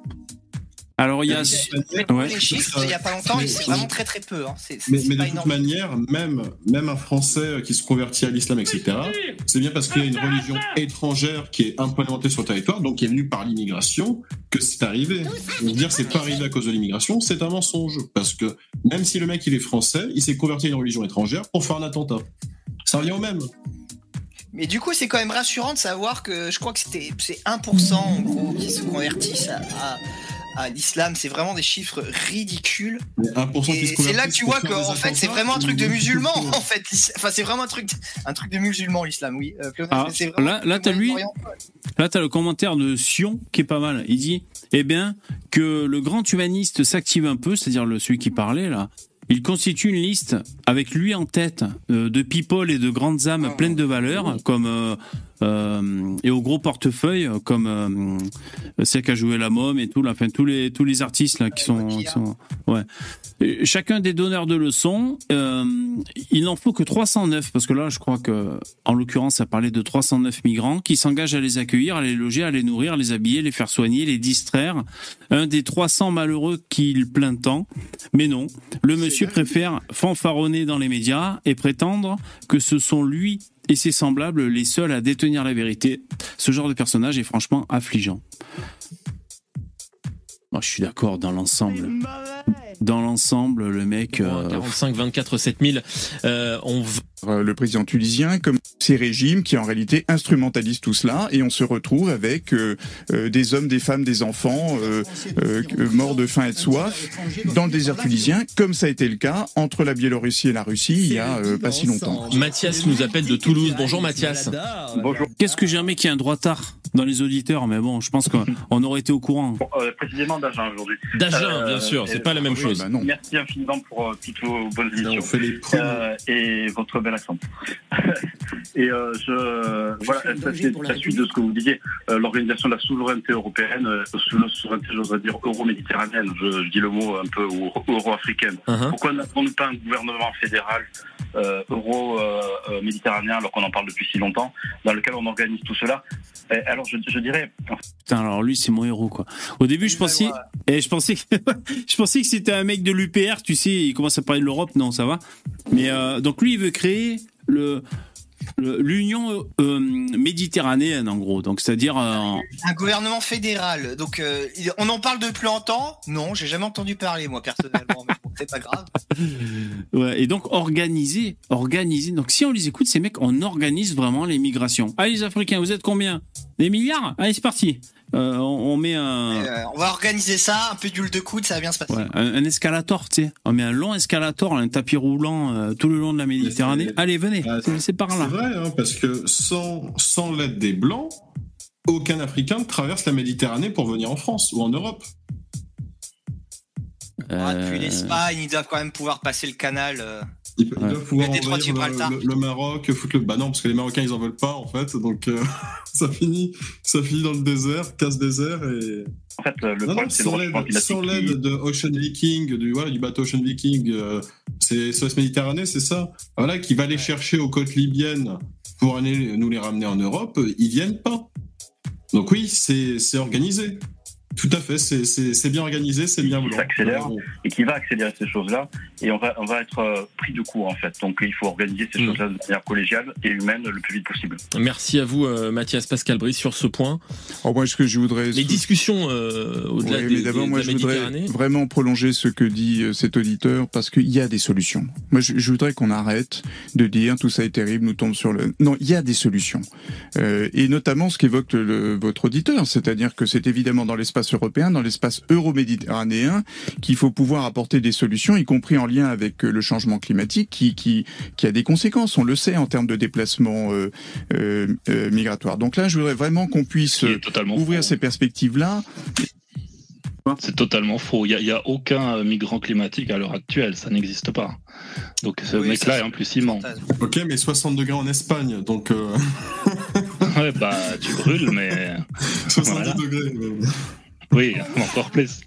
Alors il y a ouais. les chiffres il y a pas longtemps, mais c'est vraiment très très peu. Hein. C'est, c'est, mais c'est mais pas de toute énorme. manière, même même un Français qui se convertit à l'islam, et cetera. C'est bien parce qu'il y a une religion étrangère qui est implémentée sur le territoire, donc qui est venue par l'immigration, que c'est arrivé. Donc dire c'est pas arrivé à cause de l'immigration, c'est un mensonge, parce que même si le mec il est français, il s'est converti à une religion étrangère pour faire un attentat. Ça revient au même. Mais du coup, c'est quand même rassurant de savoir que je crois que c'était c'est un pour cent en gros qui se convertissent à, à à l'islam, c'est vraiment des chiffres ridicules. un pour cent et c'est là que tu vois que en fait c'est vraiment un truc de musulman en fait. Enfin c'est vraiment un truc un truc de musulman l'islam, oui. Euh, ah, c'est là là t'as lui là t'as le commentaire de Sion qui est pas mal. Il dit eh bien que le grand humaniste s'active un peu, c'est-à-dire le celui qui parlait là. Il constitue une liste avec lui en tête euh, de people et de grandes âmes pleines de valeurs, comme euh, euh, et au gros portefeuille, comme euh, celle qui a joué la môme et tout, là, enfin tous les tous les artistes là qui sont, qui sont ouais. Et chacun des donneurs de leçons, euh, il n'en faut que trois cent neuf parce que là, je crois que en l'occurrence, ça parlait de trois cent neuf migrants qui s'engagent à les accueillir, à les loger, à les nourrir, à les habiller, les faire soigner, les distraire. Un des trois cents malheureux qu'il plaint tant, mais non, le monsieur Monsieur préfère fanfaronner dans les médias et prétendre que ce sont lui et ses semblables les seuls à détenir la vérité. Ce genre de personnage est franchement affligeant. Moi, je suis d'accord dans l'ensemble. Dans l'ensemble, le mec... Euh... quarante-cinq, vingt-quatre, sept mille. Euh, on... Le président tunisien, comme ces régimes qui en réalité instrumentalisent tout cela, et on se retrouve avec euh, euh, des hommes, des femmes, des enfants euh, euh, morts de faim et de soif dans le désert tunisien, comme ça a été le cas entre la Biélorussie et la Russie il y a euh, pas si longtemps. Mathias nous appelle de Toulouse. Bonjour Mathias. Bonjour. Qu'est-ce que j'ai un mec qui a un droitard dans les auditeurs, mais bon, je pense qu'on aurait été au courant. Bon, euh, précisément d'Agen aujourd'hui. D'Agen, euh, bien sûr, c'est pas la même oui, chose. Bah non. Merci infiniment pour euh, toutes vos bonnes émissions. On fait les preuves. Euh, et votre bel accent. et euh, je, voilà, ça c'est la suite de ce que vous disiez. Euh, l'organisation de la souveraineté européenne, euh, la souveraineté, j'oserais dire euro-méditerranéenne, je, je dis le mot un peu euro-africaine. Uh-huh. Pourquoi n'avons-nous pas un gouvernement fédéral euh, euro-méditerranéen euh, alors qu'on en parle depuis si longtemps, dans lequel on organise tout cela? Et alors je, je dirais... Putain, alors lui c'est mon héros quoi. Au début je pensais, et je pensais que je pensais que c'était un mec de l'U P R, tu sais, il commence à parler de l'Europe, non ça va. Mais euh, donc lui il veut créer le, le l'Union euh, méditerranéenne en gros, donc c'est-à-dire euh, un gouvernement fédéral. Donc euh, on en parle depuis longtemps. Non, j'ai jamais entendu parler moi personnellement, mais bon, c'est pas grave. Ouais, et donc organiser, organiser. Donc si on les écoute ces mecs, on organise vraiment les migrations. Allez les Africains, vous êtes combien? Des milliards? Allez c'est parti. Euh, on, on met un. Euh, on va organiser ça, un peu d'huile de coude, ça va bien se passer. Ouais, un, un escalator, tu sais. On met un long escalator, un tapis roulant euh, tout le long de la Méditerranée. Allez, venez, ah, c'est, c'est par là. C'est vrai, hein, parce que sans, sans l'aide des Blancs, aucun Africain ne traverse la Méditerranée pour venir en France ou en Europe. Ah, depuis l'Espagne, ils doivent quand même pouvoir passer le canal. Euh... Ils, ouais. ils doivent pouvoir envahir le, le, le Maroc, foutre le... Bah non, parce que les Marocains, ils en veulent pas, en fait. Donc, euh, ça finit ça finit dans le désert, casse-désert et... En fait, le non, problème, non, c'est sans l'aide, sans l'aide de Ocean Viking, du, voilà, du bateau Ocean Viking, euh, c'est S O S Méditerranée, c'est ça. Voilà, qui va les chercher aux côtes libyennes pour aller nous les ramener en Europe, ils viennent pas. Donc oui, c'est, c'est organisé. Tout à fait, c'est, c'est, c'est bien organisé, c'est bien blanc. S'accélère et qui va accélérer ces choses-là, et on va, on va être euh, pris de court en fait. Donc il faut organiser ces mmh. choses-là de manière collégiale et humaine le plus vite possible. Merci à vous, euh, Mathias Pascal Brice, sur ce point. Alors moi, ce que je voudrais... Les discussions euh, au-delà oui, des, mais d'abord, des, moi, de la je voudrais vraiment prolonger ce que dit euh, cet auditeur, parce qu'il y a des solutions. Moi, je, je voudrais qu'on arrête de dire tout ça est terrible, nous tombe sur le... Non, il y a des solutions. Euh, et notamment ce qu'évoque le, votre auditeur, c'est-à-dire que c'est évidemment dans l'espace européen, dans l'espace euro-méditerranéen, qu'il faut pouvoir apporter des solutions, y compris en lien avec le changement climatique, qui, qui, qui a des conséquences, on le sait, en termes de déplacement euh, euh, euh, migratoire. Donc là, je voudrais vraiment qu'on puisse ouvrir faux. ces perspectives-là. C'est totalement faux. Il n'y a, a aucun migrant climatique à l'heure actuelle, ça n'existe pas. Donc ce oui, mec-là est un plus ciment. Ok, mais soixante degrés en Espagne, donc... Euh... ouais, bah tu brûles, mais... soixante-dix voilà. degrés, même. Oui, encore plus.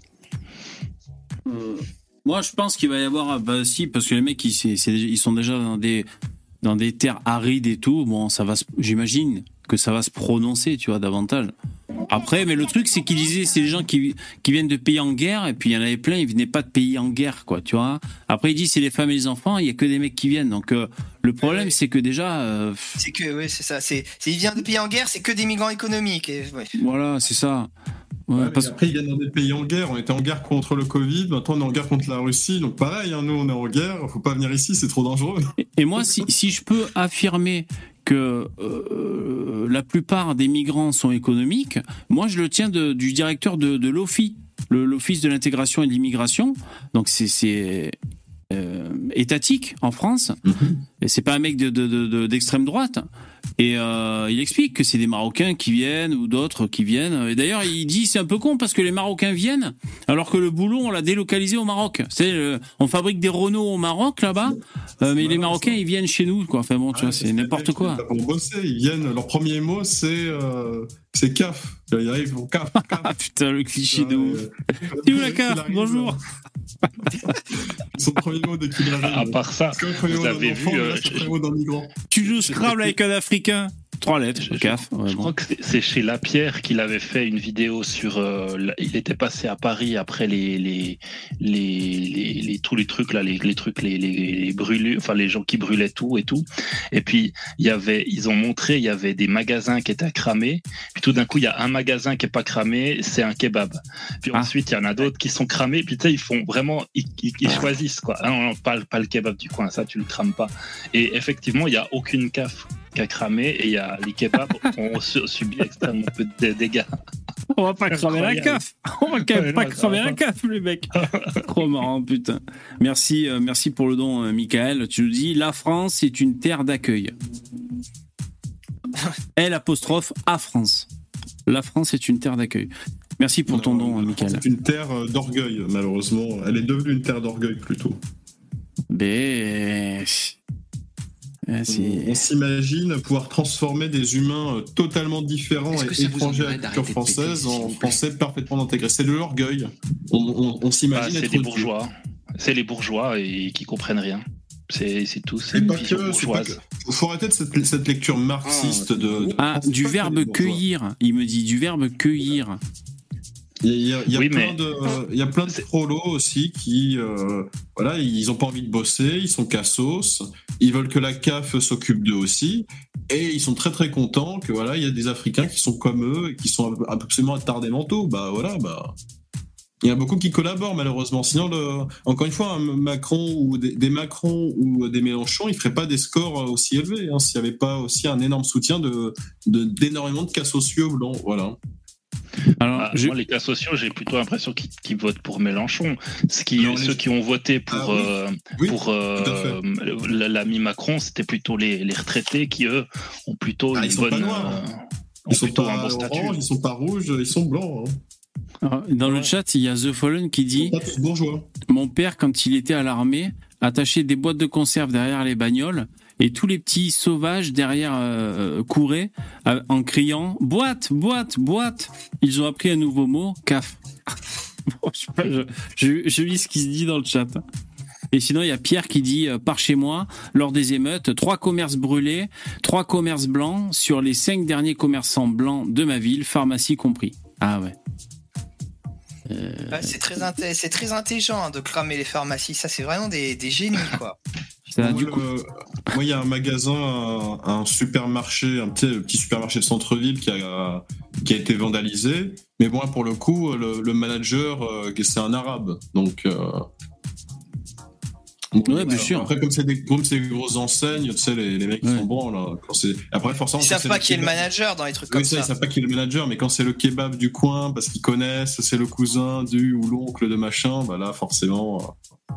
Euh, moi, je pense qu'il va y avoir, bah si, parce que les mecs, ils, c'est, c'est, ils sont déjà dans des dans des terres arides et tout. Bon, ça va, j'imagine que ça va se prononcer, tu vois, davantage. Après, mais le truc, c'est qu'ils disaient, c'est les gens qui qui viennent de pays en guerre, et puis il y en avait plein, ils venaient pas de pays en guerre, quoi, tu vois. Après, ils disent, c'est les femmes et les enfants, il y a que des mecs qui viennent. Donc, euh, le problème, c'est que déjà, euh... c'est que, ouais, c'est ça. C'est, c'est ils viennent de pays en guerre, c'est que des migrants économiques. Et, ouais. Voilà, c'est ça. Ouais, ouais, parce... Après, ils viennent dans des pays en guerre. On était en guerre contre le Covid. Maintenant, on est en guerre contre la Russie. Donc, pareil, hein, nous, on est en guerre. Faut pas venir ici, c'est trop dangereux. Et, et moi, si, si je peux affirmer que euh, la plupart des migrants sont économiques, moi, je le tiens de, du directeur de, de l'O F I, le, l'Office de l'intégration et de l'immigration. Donc, c'est, c'est euh, étatique en France. Mm-hmm. Et c'est pas un mec de, de, de, de, d'extrême droite. Et euh, il explique que c'est des Marocains qui viennent ou d'autres qui viennent. Et d'ailleurs, il dit c'est un peu con parce que les Marocains viennent alors que le boulot on l'a délocalisé au Maroc. C'est le, on fabrique des Renault au Maroc là-bas, euh, mais les Marocains ils viennent chez nous quoi. Enfin bon, tu ouais, vois, c'est n'importe quoi. Pour bosser, ils viennent. Leur premier mot c'est euh, c'est C A F. Ils arrivent au C A F. Ah putain le cliché de ouf. C'est où la C A F? Bonjour. Son premier mot dès qu'il arrive. À part ça, vous avez vu. Euh, tu joues Scrabble avec un Africain. Trois lettres, je, C A F. Je, je crois que c'est chez Lapierre qu'il avait fait une vidéo sur. Euh, il était passé à Paris après les les les, les, les tous les trucs là, les, les trucs, les, les, les brûlures, enfin les gens qui brûlaient tout et tout. Et puis il y avait, ils ont montré, il y avait des magasins qui étaient cramés. Puis tout d'un coup, il y a un magasin qui est pas cramé, c'est un kebab. Puis ah. ensuite, il y en a d'autres qui sont cramés. Puis tu sais, ils font vraiment, ils, ils, ils choisissent quoi. Ah non, non, pas pas le kebab du coin, ça tu le crames pas. Et effectivement, il y a aucune C A F qui a cramé et il y a les kebabs ont subi extrêmement peu de dégâts. On va pas cramer la C A F. On va quand même ouais, pas non, cramer la C A F, les mecs. Trop marrant, putain. Merci, euh, merci pour le don, euh, Michael. Tu nous dis, la France est une terre d'accueil. L apostrophe à France. La France est une terre d'accueil. Merci pour non, ton don, Michael. C'est une terre d'orgueil, malheureusement. Elle est devenue une terre d'orgueil, plutôt. Mais... On, on s'imagine pouvoir transformer des humains totalement différents et étrangers à la culture française en français parfaitement intégrés. C'est de l'orgueil. On, on, on s'imagine bah, être c'est des bourgeois. Dieu. C'est les bourgeois et qui comprennent rien. C'est, c'est tout. C'est une une vision bourgeoise. Il faut arrêter de cette, cette lecture marxiste ah, de, de. Ah, du verbe cueillir. Il me dit du verbe cueillir. Il y a, il y a oui, plein mais... de, il y a plein de prolos aussi qui, euh, voilà, ils ont pas envie de bosser, ils sont cassos, ils veulent que la C A F s'occupe d'eux aussi, et ils sont très très contents que voilà, il y a des Africains qui sont comme eux et qui sont absolument attardés mentaux. Bah voilà, bah. Il y a beaucoup qui collaborent malheureusement. Sinon, le, encore une fois, un Macron ou des, des Macron ou des Mélenchon, ils feraient pas des scores aussi élevés hein, s'il y avait pas aussi un énorme soutien de, de d'énormément de cas sociaux blancs. Voilà. Alors, ah, je... Moi, les cas sociaux, j'ai plutôt l'impression qu'ils, qu'ils votent pour Mélenchon. Ce qui, non, ceux les... qui ont voté pour, ah, oui. Euh, oui, pour euh, l'ami Macron, c'était plutôt les, les retraités qui, eux, ont plutôt ah, une bonne. Euh, ils sont pas un bon statut. Orange, ils sont pas rouges, ils sont blancs. Hein. Alors, dans ouais. le chat, il y a The Fallen qui dit mon père, quand il était à l'armée, attachait des boîtes de conserve derrière les bagnoles. Et tous les petits sauvages derrière euh, couraient euh, en criant « Boîte, boîte, boîte !» Ils ont appris un nouveau mot, « C A F ». Bon, je sais pas, je, je, je lis ce qui se dit dans le chat. Et sinon, il y a Pierre qui dit euh, « Par chez moi, lors des émeutes, trois commerces brûlés, trois commerces blancs sur les cinq derniers commerçants blancs de ma ville, pharmacie compris. » Ah ouais. Euh... Ouais, c'est très inté- c'est très intelligent hein, de cramer les pharmacies. Ça, c'est vraiment des, des génies, quoi. Ça, moi, du coup... le... moi, il y a un magasin, un, un supermarché, un petit, petit supermarché de centre-ville qui a, qui a été vandalisé. Mais bon, pour le coup, le, le manager, euh, c'est un arabe. Donc. Euh... Ouais, bien sûr. Après, comme c'est des, comme c'est des grosses enseignes, tu sais, les, les mecs qui ouais. sont bons, là. Quand c'est... Après, forcément. Ils savent pas qui est le manager dans les trucs comme oui, ça. Ils savent pas qui est le manager, mais quand c'est le kebab du coin, parce qu'ils connaissent, c'est le cousin du ou l'oncle de machin, bah là, forcément.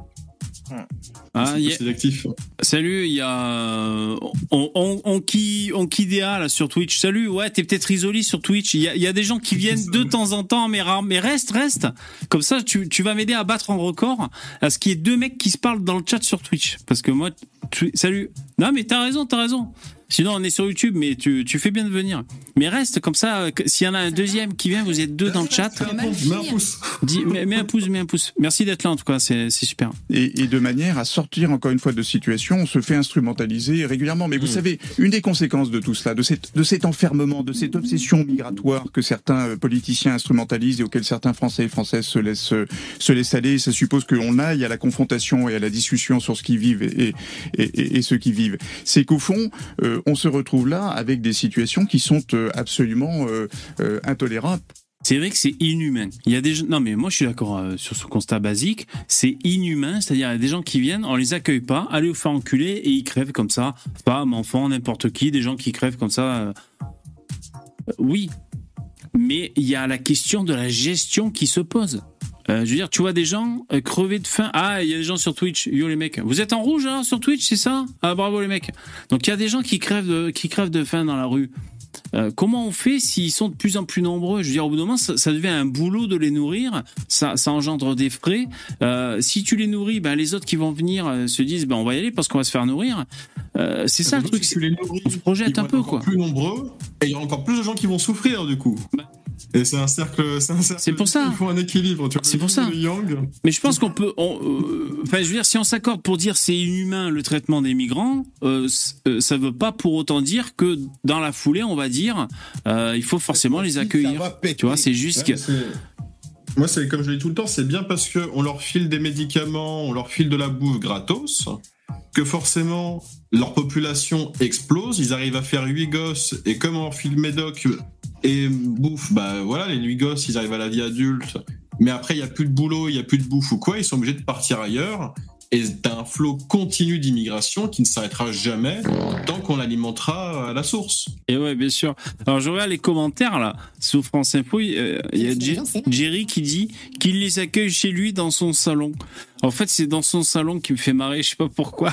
Ah, c'est sélectif. Salut, il y a on on on qui on qui déa là sur Twitch. Salut, ouais, t'es peut-être isolé sur Twitch. Il y a il y a des gens qui viennent de temps en temps, mais rare, mais reste reste. Comme ça, tu tu vas m'aider à battre un record. À ce qu'il y ait deux mecs qui se parlent dans le chat sur Twitch, parce que moi, tu, salut. Non, mais t'as raison, t'as raison. Sinon, on est sur YouTube, mais tu, tu fais bien de venir. Mais reste comme ça. S'il y en a un deuxième qui vient, vous êtes deux dans le chat. Mets un pouce. Dis, mets, mets un pouce, mets un pouce. Merci d'être là, en tout cas, c'est, c'est super. Et, et de manière à sortir, encore une fois, de situations, on se fait instrumentaliser régulièrement. Mais vous mmh. savez, une des conséquences de tout cela, de, cette, de cet enfermement, de cette obsession migratoire que certains politiciens instrumentalisent et auxquels certains Français et Françaises se laissent, se laissent aller, ça suppose qu'on aille à la confrontation et à la discussion sur ce qu'ils vivent et, et, et, et ceux qui vivent. C'est qu'au fond, euh, on se retrouve là avec des situations qui sont euh, absolument euh, euh, intolérables. C'est vrai que c'est inhumain. Il y a des gens... Non mais moi je suis d'accord euh, sur ce constat basique. C'est inhumain, c'est-à-dire il y a des gens qui viennent, on les accueille pas, allez vous faire enculer et ils crèvent comme ça. Femmes, enfants, n'importe qui, des gens qui crèvent comme ça. Euh... Oui, mais il y a la question de la gestion qui se pose. Euh, je veux dire, tu vois des gens euh, crever de faim. Ah, il y a des gens sur Twitch. Yo les mecs, vous êtes en rouge hein, sur Twitch, c'est ça? Ah bravo les mecs. Donc il y a des gens qui crèvent de, qui crèvent de faim dans la rue. Euh, comment on fait s'ils sont de plus en plus nombreux? Je veux dire, au bout d'un moment, ça, ça devient un boulot de les nourrir. Ça, ça engendre des frais. Euh, si tu les nourris, ben les autres qui vont venir euh, se disent, ben on va y aller parce qu'on va se faire nourrir. Euh, c'est ça, ça le truc. Si tu les nourris, on se projette un peu quoi. Plus nombreux et il y a encore plus de gens qui vont souffrir du coup. Ben, Et c'est un cercle, c'est un cercle. C'est pour ça. Il faut un équilibre. Tu vois, c'est pour ça. Mais je pense qu'on peut. On, euh, enfin, je veux dire, si on s'accorde pour dire c'est inhumain le traitement des migrants, euh, euh, ça veut pas pour autant dire que dans la foulée, on va dire, euh, il faut forcément les accueillir. Tu vois, c'est juste ouais, que. C'est... Moi, c'est comme je le dis tout le temps, c'est bien parce que on leur file des médicaments, on leur file de la bouffe gratos, que forcément leur population explose. Ils arrivent à faire huit gosses et comme on leur file médoc et bouffe, bah voilà, les huit gosses, ils arrivent à la vie adulte. Mais après, il n'y a plus de boulot, il n'y a plus de bouffe ou quoi, ils sont obligés de partir ailleurs. Et t'as un flot continu d'immigration qui ne s'arrêtera jamais tant qu'on l'alimentera à la source. Et ouais, bien sûr. Alors, je regarde les commentaires, là, sous France Info, il euh, y a G- Jerry qui dit qu'il les accueille chez lui dans son salon. En fait, c'est dans son salon qui me fait marrer, je sais pas pourquoi.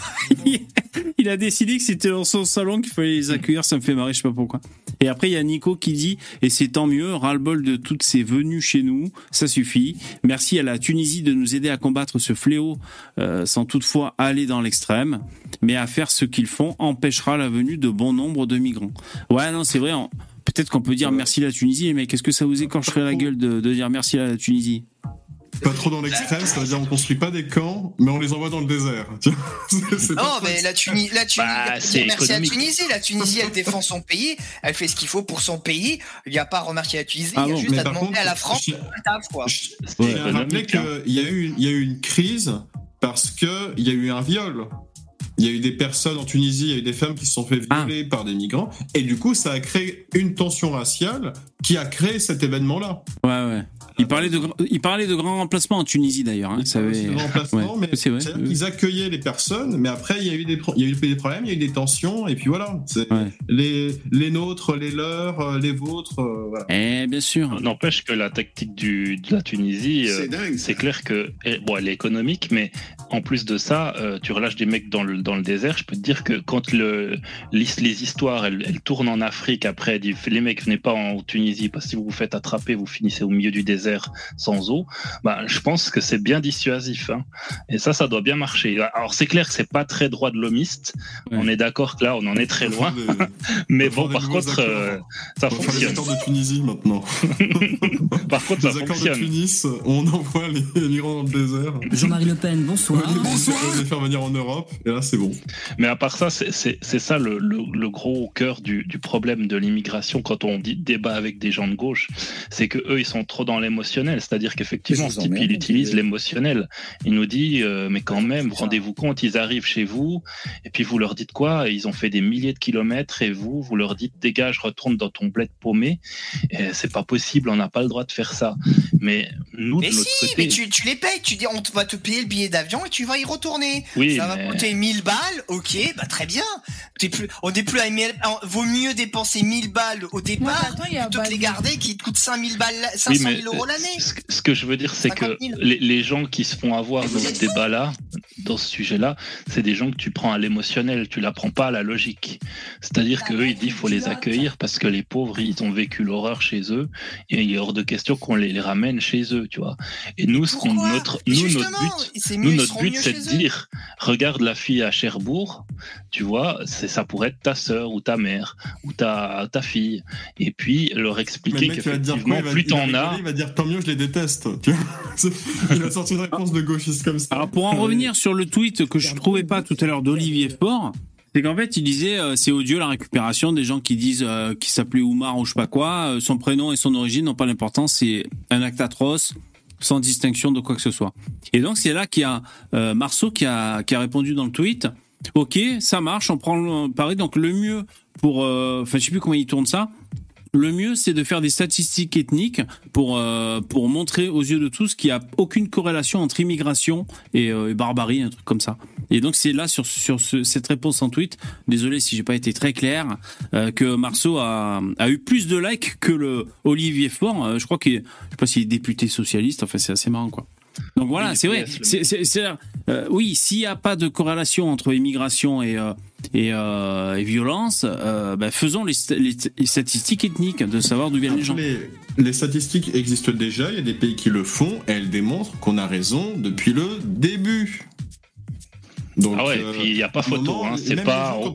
Il a décidé que c'était dans son salon qu'il fallait les accueillir, ça me fait marrer, je sais pas pourquoi. Et après, il y a Nico qui dit, et c'est tant mieux, ras-le-bol de toutes ces venues chez nous, ça suffit. Merci à la Tunisie de nous aider à combattre ce fléau, euh, sans toutefois aller dans l'extrême, mais à faire ce qu'ils font empêchera la venue de bon nombre de migrants. Ouais, non, c'est vrai, on... peut-être qu'on peut dire merci à la Tunisie, les mecs, est-ce que ça vous écorcherait la gueule de, de dire merci à la Tunisie? Pas trop dans l'extrême, ça veut dire on construit pas des camps, mais on les envoie dans le désert. c'est, c'est non, mais la, Tuni- la Tunisie, bah, c'est merci à la Tunisie. La Tunisie, elle défend son pays, elle fait ce qu'il faut pour son pays. Il n'y a pas à remercier la Tunisie, ah il y a bon, juste à demander contre, à la France de le taf, quoi. Je tiens à rappeler qu'il y a eu, il y a eu une crise parce que il y a eu un viol. Il y a eu des personnes en Tunisie, il y a eu des femmes qui se sont fait violer ah. par des migrants, et du coup, ça a créé une tension raciale qui a créé cet événement-là. Ouais, ouais. Il parlait de, il parlait de grands remplacements en Tunisie d'ailleurs. Hein, il parlait de grands remplacements, ouais, mais c'est vrai. C'est-à-dire qu'ils accueillaient les personnes, mais après il y a eu des, il y a eu des problèmes, il y a eu des tensions, et puis voilà. C'est ouais. les, les nôtres, les leurs, les vôtres, euh, voilà. Eh bien sûr. N'empêche que la tactique du, de la Tunisie, c'est, euh, dingue, c'est clair que bon, elle est économique, mais en plus de ça, euh, tu relâches des mecs dans le dans le désert. Je peux te dire que quand le les, les histoires, elles, elles tournent en Afrique après, les mecs venez pas en Tunisie parce que si vous vous faites attraper, vous finissez au milieu du désert sans eau, bah, je pense que c'est bien dissuasif. Hein. Et ça, ça doit bien marcher. Alors, c'est clair que c'est pas très droit de l'homiste. Ouais. On est d'accord que là, on en est très loin. Des... Mais bon, par contre, euh, ça on fonctionne. Les accords de Tunisie maintenant. Par contre, ça les fonctionne. accords de Tunis, on envoie les migrants dans le désert. Jean-Marie Le Pen, bonsoir. On les, bonsoir. On les faire venir en Europe, et là, c'est bon. Mais à part ça, c'est, c'est, c'est ça le, le, le gros cœur du, du problème de l'immigration quand on dit débat avec des gens de gauche, c'est que eux, ils sont trop dans les l'émotionnel, c'est-à-dire qu'effectivement, ce type, il utilise l'émotionnel. Il nous dit, euh, mais quand même, rendez-vous compte, ils arrivent chez vous, et puis vous leur dites quoi? Ils ont fait des milliers de kilomètres, et vous, vous leur dites, dégage, retourne dans ton bled paumé. Et c'est pas possible, on n'a pas le droit de faire ça. Mais nous, mais de notre si, côté... mais tu, tu les payes, tu dis, on va te payer le billet d'avion et tu vas y retourner. Oui, ça mais... va coûter mille balles, ok, bah très bien. T'es plus, on est plus à mille, vaut mieux dépenser mille balles au départ, attends, il y a plutôt que les garder qui te coûtent cinq mille balles, cinq Oui, cent mais mille euros l'année. Ce, ce que je veux dire, c'est que les, les gens qui se font avoir dans ce débat-là, dans ce sujet-là, c'est des gens que tu prends à l'émotionnel, tu la prends pas à la logique. C'est-à-dire qu'eux, ils disent qu'il faut les accueillir parce que les pauvres, ils ont vécu l'horreur chez eux et il est hors de question qu'on les, les ramène chez eux, tu vois. Et nous, ce qu'on, notre, nous, notre but, nous, notre but, c'est de dire, regarde la fille à Cherbourg, tu vois, c'est, ça pourrait être ta sœur ou ta mère ou ta, ta fille. Et puis, leur expliquer qu'effectivement, plus t'en as... Il va dire, tant mieux, je les déteste. Tu vois, il a sorti une réponse de gauchiste comme ça. Alors, pour en revenir sur le tweet que je trouvais pas tout à l'heure d'Olivier Faure, c'est qu'en fait, il disait, euh, c'est odieux la récupération des gens qui disent euh, qu'il s'appelait Oumar ou je sais pas quoi, euh, son prénom et son origine n'ont pas l'importance, c'est un acte atroce, sans distinction de quoi que ce soit. Et donc, c'est là qu'il y a euh, Marceau qui a, qui a répondu dans le tweet, ok, ça marche, on prend le pari, donc le mieux pour, euh, enfin, je sais plus comment il tourne ça, le mieux, c'est de faire des statistiques ethniques pour euh, pour montrer aux yeux de tous qu'il n'y a aucune corrélation entre immigration et, euh, et barbarie, un truc comme ça. Et donc c'est là sur sur ce, cette réponse en tweet. Désolé si j'ai pas été très clair, euh, que Marceau a a eu plus de likes que le Olivier Faure. Euh, je crois qu'il, je sais pas s'il est député socialiste. Enfin, c'est assez marrant quoi. Donc voilà, c'est vrai. C'est, c'est, c'est, euh, oui, s'il n'y a pas de corrélation entre immigration et euh, et, euh, et violence, euh, bah, faisons les, les, les statistiques ethniques de savoir d'où viennent les gens. Les, les statistiques existent déjà. Il y a des pays qui le font. Et elles démontrent qu'on a raison depuis le début. Donc, ah ouais, et puis il n'y a pas photo. Moment, hein, c'est pas. Il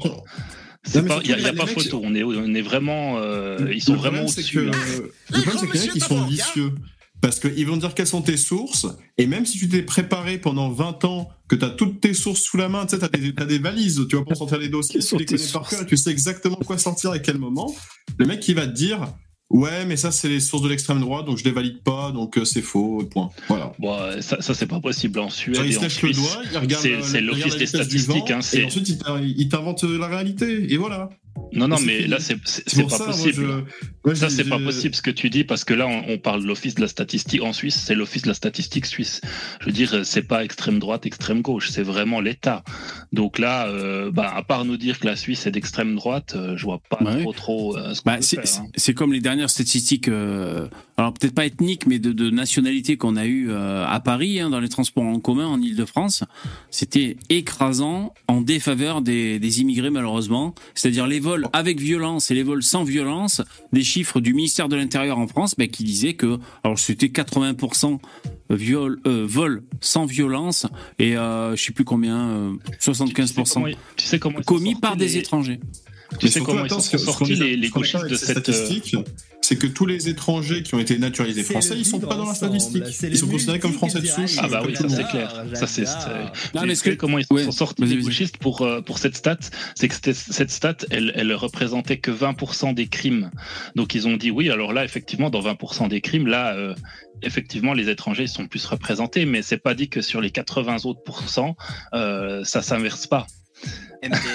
n'y a, y a pas mecs, photo, on est, on est vraiment. Euh, ils sont vraiment au-dessus. Le problème, c'est qu'il y en a qui sont vicieux. Parce qu'ils vont dire quelles sont tes sources, et même si tu t'es préparé pendant vingt ans, que tu as toutes tes sources sous la main, tu sais, tu as des, t'as des valises, tu vas pour sortir les dossiers, tu les connais sources. Par cœur, et tu sais exactement quoi sortir à quel moment, le mec qui va te dire ouais, mais ça c'est les sources de l'extrême droite, donc je les valide pas, donc euh, c'est faux, point. Voilà. Bon, ça, ça c'est pas possible en Suède. Genre, il et se en lèche Suisse, le doigt, il regarde c'est, c'est l'office des statistiques. Vent, hein, c'est... Et ensuite il t'invente la réalité, et voilà. Non, non, mais là, c'est, c'est, c'est pas ça, possible. Moi, je... moi, ça, c'est j'ai... pas possible ce que tu dis, parce que là, on, on parle de l'office de la statistique en Suisse, c'est l'office de la statistique suisse. Je veux dire, c'est pas extrême droite, extrême gauche, c'est vraiment l'État. Donc là, euh, bah, à part nous dire que la Suisse est d'extrême droite, euh, je vois pas ouais. trop, trop euh, ce qu'on bah, peut c'est, faire. C'est, hein. c'est comme les dernières statistiques, euh, alors peut-être pas ethniques, mais de, de nationalité qu'on a eu euh, à Paris, hein, dans les transports en commun en Ile-de-France. C'était écrasant en défaveur des, des immigrés, malheureusement. C'est-à-dire les vols avec violence et les vols sans violence, des chiffres du ministère de l'Intérieur en France bah, qui disaient que alors c'était quatre-vingts pour cent viol, euh, vols sans violence et euh, je sais plus combien, euh, soixante-quinze pour cent tu sais comment, tu sais commis par des les... étrangers. Tu sais comment ils sont sortis les, les gauchistes de cette statistique, c'est que tous les étrangers qui ont été naturalisés c'est français, ils sont pas dans la statistique. Ils sont considérés comme français de souche. Ah bah oui, ça c'est clair. Ça c'est. Non, mais que comment ils ouais, sont sortis les gauchistes pour pour cette stat, c'est que cette stat, elle elle représentait que vingt pour cent des crimes. Donc ils ont dit oui, alors là effectivement dans vingt pour cent des crimes là. Euh, Effectivement, les étrangers sont plus représentés, mais c'est pas dit que sur les quatre-vingts autres pourcents, euh, ça s'inverse pas. M D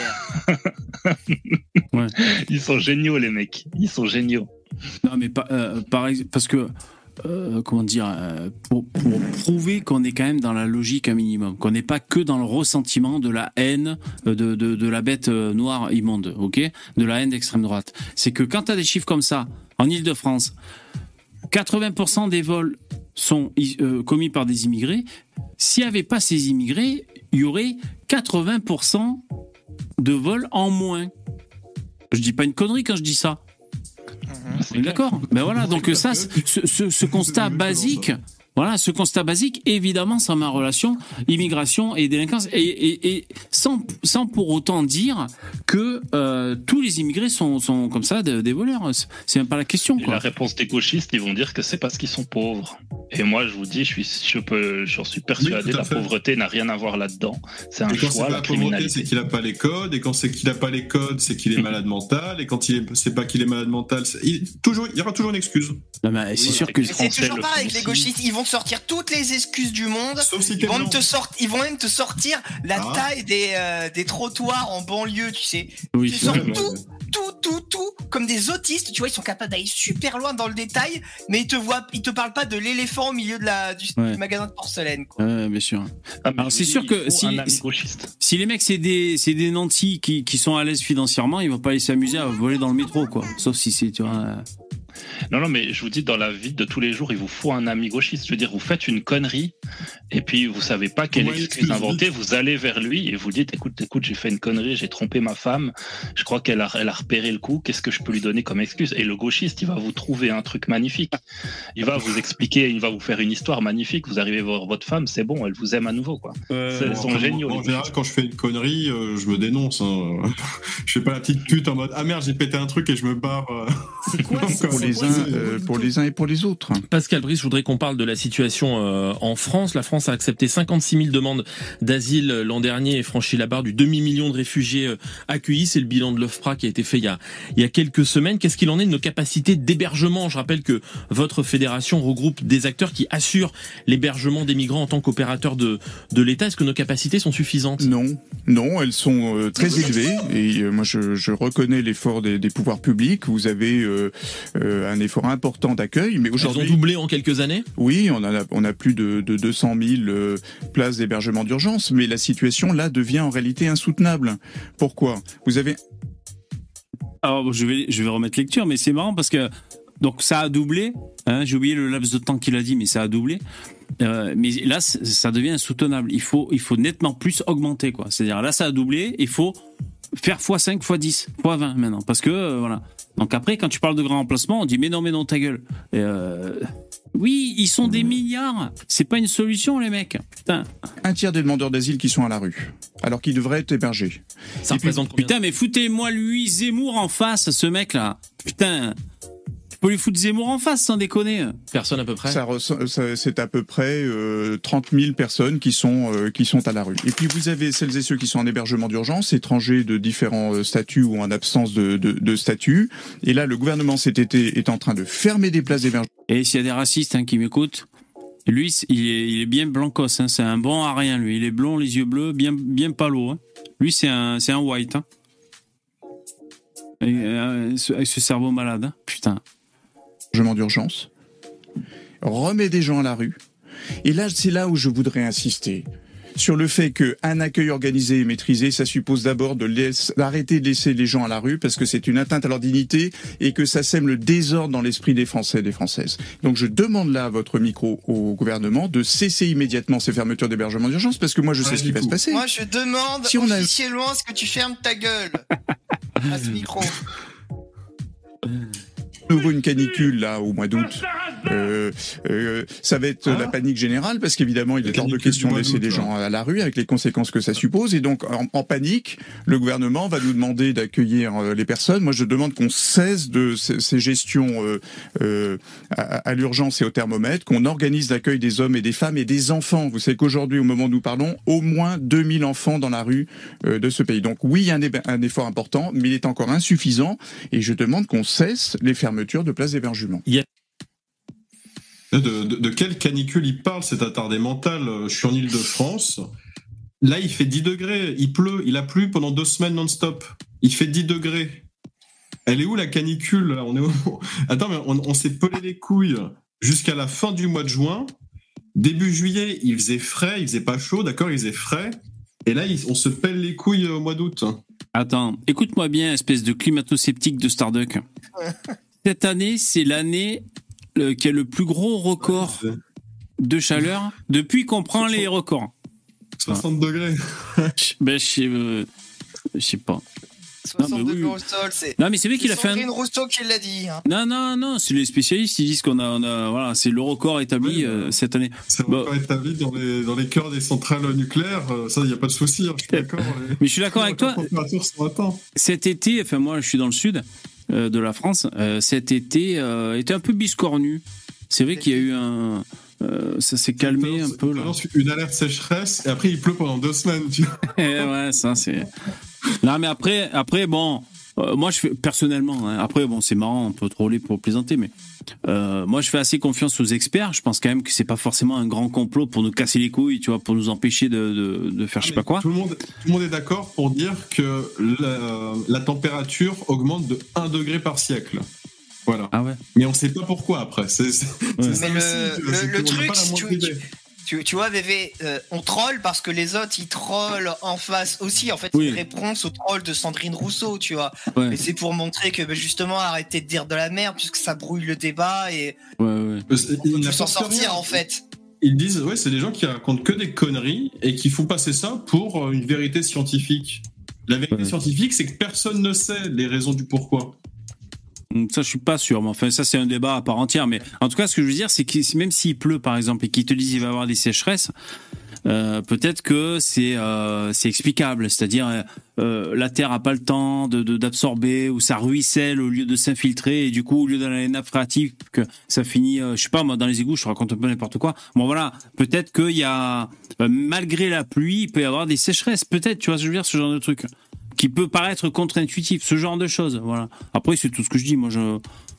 R. Ouais. Ils sont géniaux, les mecs. Ils sont géniaux. Non, mais pas, euh, pareil, parce que euh, comment dire, euh, pour, pour prouver qu'on est quand même dans la logique un minimum, qu'on n'est pas que dans le ressentiment de la haine de de, de la bête noire immonde, ok, de la haine d'extrême droite. C'est que quand t'as des chiffres comme ça en Ile-de-France. quatre-vingts pour cent des vols sont euh, commis par des immigrés. S'il n'y avait pas ces immigrés, il y aurait quatre-vingts pour cent de vols en moins. Je dis pas une connerie quand je dis ça. Mmh, d'accord. Ben voilà, donc ça, ce, ce, ce constat basique, Voilà, ce constat basique, évidemment, ça met en relation immigration et délinquance, et, et, et sans, sans pour autant dire que euh, tous les immigrés sont, sont comme ça des, des voleurs. C'est même pas la question. Quoi. Et la réponse des gauchistes, ils vont dire que c'est parce qu'ils sont pauvres. Et moi, je vous dis, je suis, je peux, j'en suis persuadé, oui, la fait. pauvreté n'a rien à voir là-dedans. C'est un et quand choix, c'est la, la criminalité. Pauvreté, c'est qu'il n'a pas les codes, et quand c'est qu'il n'a pas les codes, c'est qu'il est malade mental, et quand il est, c'est pas qu'il est malade mental, c'est, il, toujours, il y aura toujours une excuse. Non, mais c'est oui, sûr que c'est toujours pareil avec les gauchistes, ils vont te sortir toutes les excuses du monde. Si ils, vont même te sortir, ils vont même te sortir la ah. taille des, euh, des trottoirs en banlieue, tu sais. Oui, tu sors tout, tout, tout, tout, comme des autistes, tu vois, ils sont capables d'aller super loin dans le détail, mais ils te voient, ils te parlent pas de l'éléphant au milieu de la, du, ouais. du magasin de porcelaine, quoi. Ouais, bien sûr. Ah, Alors, c'est sûr que si, si les mecs, c'est des, c'est des nantis qui, qui sont à l'aise financièrement, ils vont pas aller s'amuser à voler dans le métro, quoi. Sauf si c'est, tu vois. Euh... Non, non, mais je vous dis, dans la vie de tous les jours, il vous faut un ami gauchiste. Je veux dire, vous faites une connerie, et puis vous savez pas quelle ouais, excuse inventer, vous allez vers lui et vous dites, écoute, écoute, j'ai fait une connerie, j'ai trompé ma femme, je crois qu'elle a, elle a repéré le coup, qu'est-ce que je peux lui donner comme excuse? Et le gauchiste, il va vous trouver un truc magnifique. Il va vous expliquer, il va vous faire une histoire magnifique, vous arrivez voir votre femme, c'est bon, elle vous aime à nouveau, quoi. Euh, Elles sont en, géniaux. En général, quand je fais une connerie, euh, je me dénonce. Hein. Je fais pas la petite pute en mode, ah merde, j'ai pété un truc et je me barre. Euh... C'est quoi, c'est pour les uns, euh, pour les uns et pour les autres. Pascal Brice, je voudrais qu'on parle de la situation euh, en France. La France a accepté cinquante-six mille demandes d'asile l'an dernier et franchi la barre du demi-million de réfugiés euh, accueillis. C'est le bilan de l'O F P R A qui a été fait il y a, il y a quelques semaines. Qu'est-ce qu'il en est de nos capacités d'hébergement? Je rappelle que votre fédération regroupe des acteurs qui assurent l'hébergement des migrants en tant qu'opérateurs de, de l'État. Est-ce que nos capacités sont suffisantes? Non, non, elles sont euh, très élevées. Et euh, moi, je, je reconnais l'effort des, des pouvoirs publics. Vous avez euh, euh, un effort important d'accueil, mais aujourd'hui... Elles ont doublé en quelques années? Oui, on a, on a plus de, de deux cent mille euh, places d'hébergement d'urgence, mais la situation, là, devient en réalité insoutenable. Pourquoi? Vous avez... Alors, je vais, je vais remettre lecture, mais c'est marrant parce que donc ça a doublé, hein, j'ai oublié le laps de temps qu'il a dit, mais ça a doublé. Euh, mais là, ça devient insoutenable. Il faut, il faut nettement plus augmenter, quoi. C'est-à-dire, là, ça a doublé, il faut faire fois cinq, fois dix, fois vingt maintenant, parce que, euh, voilà. Donc après, quand tu parles de grand remplacement, on dit mais non, mais non, ta gueule. Et euh... Oui, ils sont des milliards. C'est pas une solution, les mecs. Putain. Un tiers des demandeurs d'asile qui sont à la rue, alors qu'ils devraient être hébergés. Ça représente combien? Putain, mais foutez-moi lui Zemmour en face, ce mec-là. Putain. Faut lui foutre Zemmour en face, sans déconner. Personne à peu près. Ça, ça, c'est à peu près euh, trente mille personnes qui sont euh, qui sont à la rue. Et puis vous avez celles et ceux qui sont en hébergement d'urgence, étrangers de différents euh, statuts ou en absence de, de, de statut. Et là, le gouvernement cet été est en train de fermer des places d'hébergement. Et s'il y a des racistes hein, qui m'écoutent, lui, il est, il est bien blancos. Hein, c'est un bon à rien, lui. Il est blond, les yeux bleus, bien bien palo. Hein. Lui, c'est un c'est un white. Hein. Et, euh, avec ce cerveau malade. Hein. Putain. D'urgence, remet des gens à la rue. Et là, c'est là où je voudrais insister sur le fait qu'un accueil organisé et maîtrisé, ça suppose d'abord de laisser, d'arrêter de laisser les gens à la rue parce que c'est une atteinte à leur dignité et que ça sème le désordre dans l'esprit des Français et des Françaises. Donc je demande là à votre micro au gouvernement de cesser immédiatement ces fermetures d'hébergement d'urgence parce que moi je sais ouais, ce qui coup. va se passer. Moi je demande si on a... officiellement à ce que tu fermes ta gueule à ce micro. Nouveau une canicule là au mois d'août, euh, euh, ça va être ah. la panique générale parce qu'évidemment il est hors de question de laisser des gens à la rue avec les conséquences que ça suppose et donc en, en panique le gouvernement va nous demander d'accueillir euh, les personnes. Moi je demande qu'on cesse de ces, ces gestions euh, euh, à, à l'urgence et au thermomètre, qu'on organise l'accueil des hommes et des femmes et des enfants. Vous savez qu'aujourd'hui au moment où nous parlons, au moins deux mille enfants dans la rue euh, de ce pays. Donc oui il y a un, un effort important mais il est encore insuffisant et je demande qu'on cesse les fermetures de places d'hébergement. De, de, de quelle canicule il parle, cet attardé mental? Je suis en Île-de-France. Là, il fait dix degrés. Il pleut. Il a plu pendant deux semaines non-stop. Il fait dix degrés. Elle est où la canicule là? On est où? Attends, mais on, on s'est pelé les couilles jusqu'à la fin du mois de juin. Début juillet, il faisait frais. Il faisait pas chaud, d'accord? Il faisait frais. Et là, il, on se pèle les couilles au mois d'août. Attends, écoute-moi bien, espèce de climato-sceptique de Starduck. Cette année, c'est l'année euh, qui a le plus gros record de chaleur depuis qu'on prend les records. soixante degrés. Ben, je sais, euh, je sais pas. soixante degrés au sol, c'est. Non, mais c'est vrai qu'il a fait un. Sandrine Rousseau qui l'a dit. Hein. Non, non, non, c'est les spécialistes, ils disent qu'on a, on a, voilà, c'est le record établi oui, euh, cette année. C'est le record bon. établi dans les, dans les cœurs des centrales nucléaires, ça, il n'y a pas de souci, hein, je suis d'accord. Les... Mais je suis d'accord avec toi. Cet été, enfin, moi, je suis dans le sud euh, de la France, euh, cet été euh, était un peu biscornu. C'est vrai qu'il y a eu un. Euh, ça s'est calmé un peu là. Une alerte sécheresse et après il pleut pendant deux semaines. Tu vois. Ouais, ça c'est. Non, mais après, après bon, euh, moi je fais personnellement. Hein, après, bon, c'est marrant, on peut troller pour plaisanter, mais euh, moi je fais assez confiance aux experts. Je pense quand même que c'est pas forcément un grand complot pour nous casser les couilles, tu vois, pour nous empêcher de, de, de faire ah, je sais pas quoi. Tout le monde, tout le monde est d'accord pour dire que la, la température augmente de un degré par siècle. Voilà. Ah ouais. Mais on sait pas pourquoi après. C'est, c'est, ouais. c'est mais le, aussi, le, le truc, tu, tu, tu, tu vois, Vévé, euh, on troll parce que les autres ils trollent en face aussi. En fait, oui. C'est une réponse au troll de Sandrine Rousseau, tu vois. Ouais. Mais c'est pour montrer que bah, justement, arrêtez de dire de la merde puisque ça brouille le débat et ouais, ouais. on peut s'en sortir en fait. Ils disent, ouais, c'est des gens qui racontent que des conneries et qui font passer ça pour une vérité scientifique. La vérité ouais. scientifique, c'est que personne ne sait les raisons du pourquoi. Ça, je suis pas sûr. Mais enfin, ça, c'est un débat à part entière. Mais en tout cas, ce que je veux dire, c'est que même s'il pleut, par exemple, et qu'ils te disent qu'il va y avoir des sécheresses, euh, peut-être que c'est euh, c'est explicable. C'est-à-dire, euh, la Terre a pas le temps de, de d'absorber ou ça ruisselle au lieu de s'infiltrer et du coup, au lieu d'aller dans les nappes phréatiques, que ça finit, euh, je sais pas, moi, dans les égouts, je te raconte un peu n'importe quoi. Bon, voilà. Peut-être qu'il y a, euh, malgré la pluie, il peut y avoir des sécheresses. Peut-être, tu vois ce que je veux dire, ce genre de truc. Qui peut paraître contre-intuitif, ce genre de choses. Voilà. Après, c'est tout ce que je dis. Moi, je,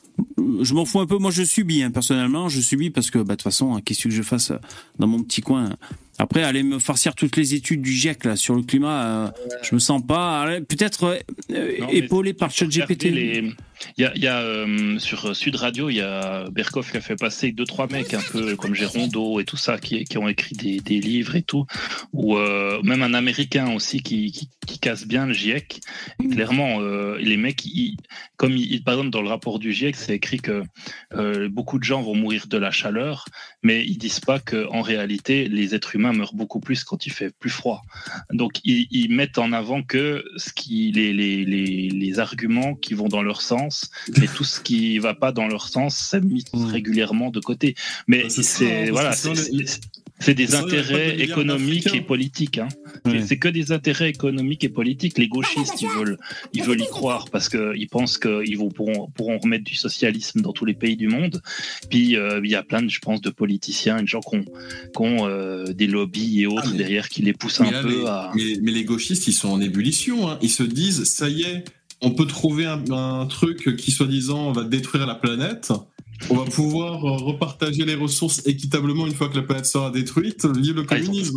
je m'en fous un peu. Moi, je subis, hein, personnellement. Je subis parce que, bah, de toute façon, qu'est-ce que je fasse dans mon petit coin. Après, aller me farcir toutes les études du GIEC là sur le climat, euh, je me sens pas. Peut-être euh, non, épaulé par ChatGPT. Les... Il y a, il y a euh, sur Sud Radio, il y a Berkoff qui a fait passer deux trois mecs un peu comme Gérondeau et tout ça qui, qui ont écrit des, des livres et tout, ou euh, même un Américain aussi qui, qui, qui casse bien le GIEC. Et clairement, euh, les mecs, ils, comme ils, par exemple dans le rapport du GIEC, c'est écrit que euh, beaucoup de gens vont mourir de la chaleur, mais ils disent pas que en réalité les êtres humains meurent beaucoup plus quand il fait plus froid. Donc ils, ils mettent en avant que ce qui les, les les les arguments qui vont dans leur sens. Mais tout ce qui va pas dans leur sens, ça mis mmh. régulièrement de côté. Mais c'est, c'est voilà, c'est, c'est, c'est des c'est intérêts de économiques et politiques. Hein. Ouais. C'est, c'est que des intérêts économiques et politiques. Les gauchistes, ils veulent, ils veulent y croire parce que ils pensent qu'ils vont pourront, pourront remettre du socialisme dans tous les pays du monde. Puis euh, il y a plein de, je pense, de politiciens et de gens qui ont, qui ont euh, des lobbies et autres ah, mais, derrière qui les poussent un là, peu mais, à. Mais, mais les gauchistes, ils sont en ébullition. Hein. Ils se disent, ça y est. On peut trouver un, un truc qui, soi-disant, va détruire la planète. On va pouvoir repartager les ressources équitablement une fois que la planète sera détruite. Vive le communisme.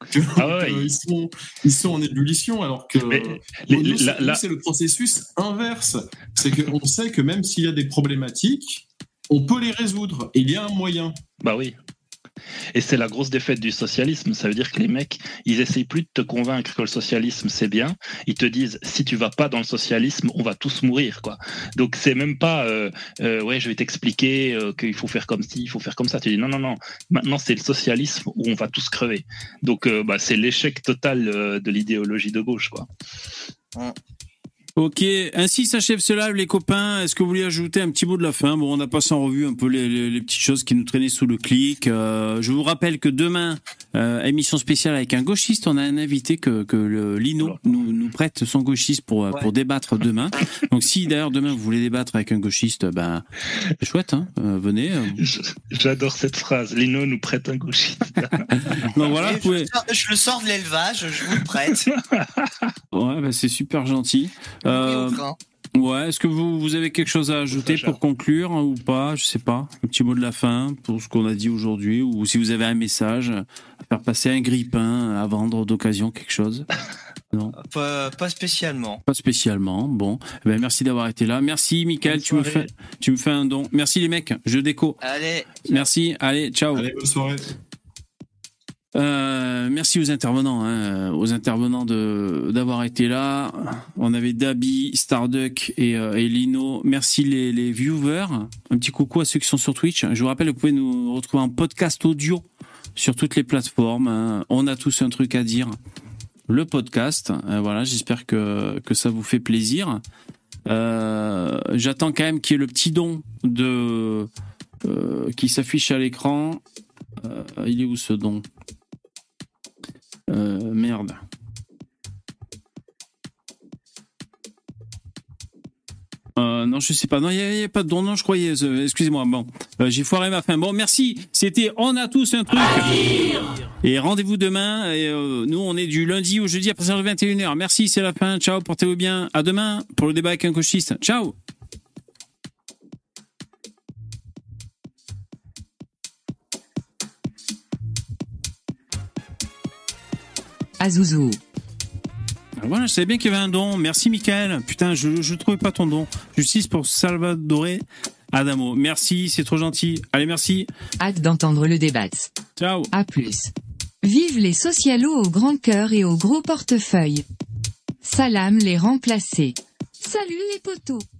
Ah ouais, ils, sont, ils sont en ébullition, alors que mais, nous, les, la, la... c'est le processus inverse. C'est qu'on sait que même s'il y a des problématiques, on peut les résoudre. Il y a un moyen. Bah oui. Et c'est la grosse défaite du socialisme. Ça veut dire que les mecs, ils essayent plus de te convaincre que le socialisme c'est bien. Ils te disent si tu vas pas dans le socialisme, on va tous mourir, quoi. Donc c'est même pas euh, euh, ouais, je vais t'expliquer euh, qu'il faut faire comme ci, il faut faire comme ça. Tu dis non non non. Maintenant c'est le socialisme où on va tous crever. Donc euh, bah c'est l'échec total euh, de l'idéologie de gauche, quoi. Ouais. Ok, ainsi s'achève ce live les copains. Est-ce que vous voulez ajouter un petit mot de la fin? Bon, on a passé en revue un peu les, les, les petites choses qui nous traînaient sous le clic. Euh, je vous rappelle que demain, euh, émission spéciale avec un gauchiste. On a un invité que, que le Lino nous, nous prête son gauchiste pour, ouais. pour débattre demain. Donc si d'ailleurs demain vous voulez débattre avec un gauchiste, ben c'est chouette, hein. Euh, venez. Euh. J'adore cette phrase. Lino nous prête un gauchiste. Donc voilà, vous pouvez... je, sors, je le sors de l'élevage, je vous le prête. Ouais, ben c'est super gentil. Euh, ouais, est-ce que vous, vous avez quelque chose à ajouter pour conclure hein, ou pas? Je sais pas. Un petit mot de la fin pour ce qu'on a dit aujourd'hui, ou si vous avez un message à faire passer, un grille-pain à vendre d'occasion, quelque chose. Non. Pas, pas spécialement. Pas spécialement. Bon, eh ben, merci d'avoir été là. Merci, Mickaël. Tu me fais, tu me fais un don. Merci les mecs. Je déco. Allez. Merci. Allez, ciao. Allez, bonne soirée. Euh, merci aux intervenants, hein, aux intervenants de d'avoir été là. On avait Dabi, Starduck et, euh, et Lino. Merci les, les viewers. Un petit coucou à ceux qui sont sur Twitch. Je vous rappelle, vous pouvez nous retrouver en podcast audio sur toutes les plateformes. Hein. On a tous un truc à dire. le podcast. Euh, voilà, j'espère que, que ça vous fait plaisir. Euh, j'attends quand même qu'il y ait le petit don de, euh, qui s'affiche à l'écran. Euh, il est où ce don ? euh, Merde. Euh, non, je sais pas. Non, il n'y a, a pas de don. Non, je croyais. Euh, excusez-moi. Bon, euh, j'ai foiré ma fin. Bon, merci. C'était On a tous un truc. Et rendez-vous demain. Et, euh, nous, on est du lundi au jeudi à partir de vingt et une heures. Merci, c'est la fin. Ciao, portez-vous bien. À demain pour le débat avec un coachiste. Ciao. Azouzou. Voilà, je savais bien qu'il y avait un don. Merci, Michael. Putain, je ne trouvais pas ton don. Justice pour Salvador Adamo. Merci, c'est trop gentil. Allez, merci. Hâte d'entendre le débat. Ciao. À plus. Vive les socialos au grand cœur et au gros portefeuille. Salam les remplacés. Salut les potos.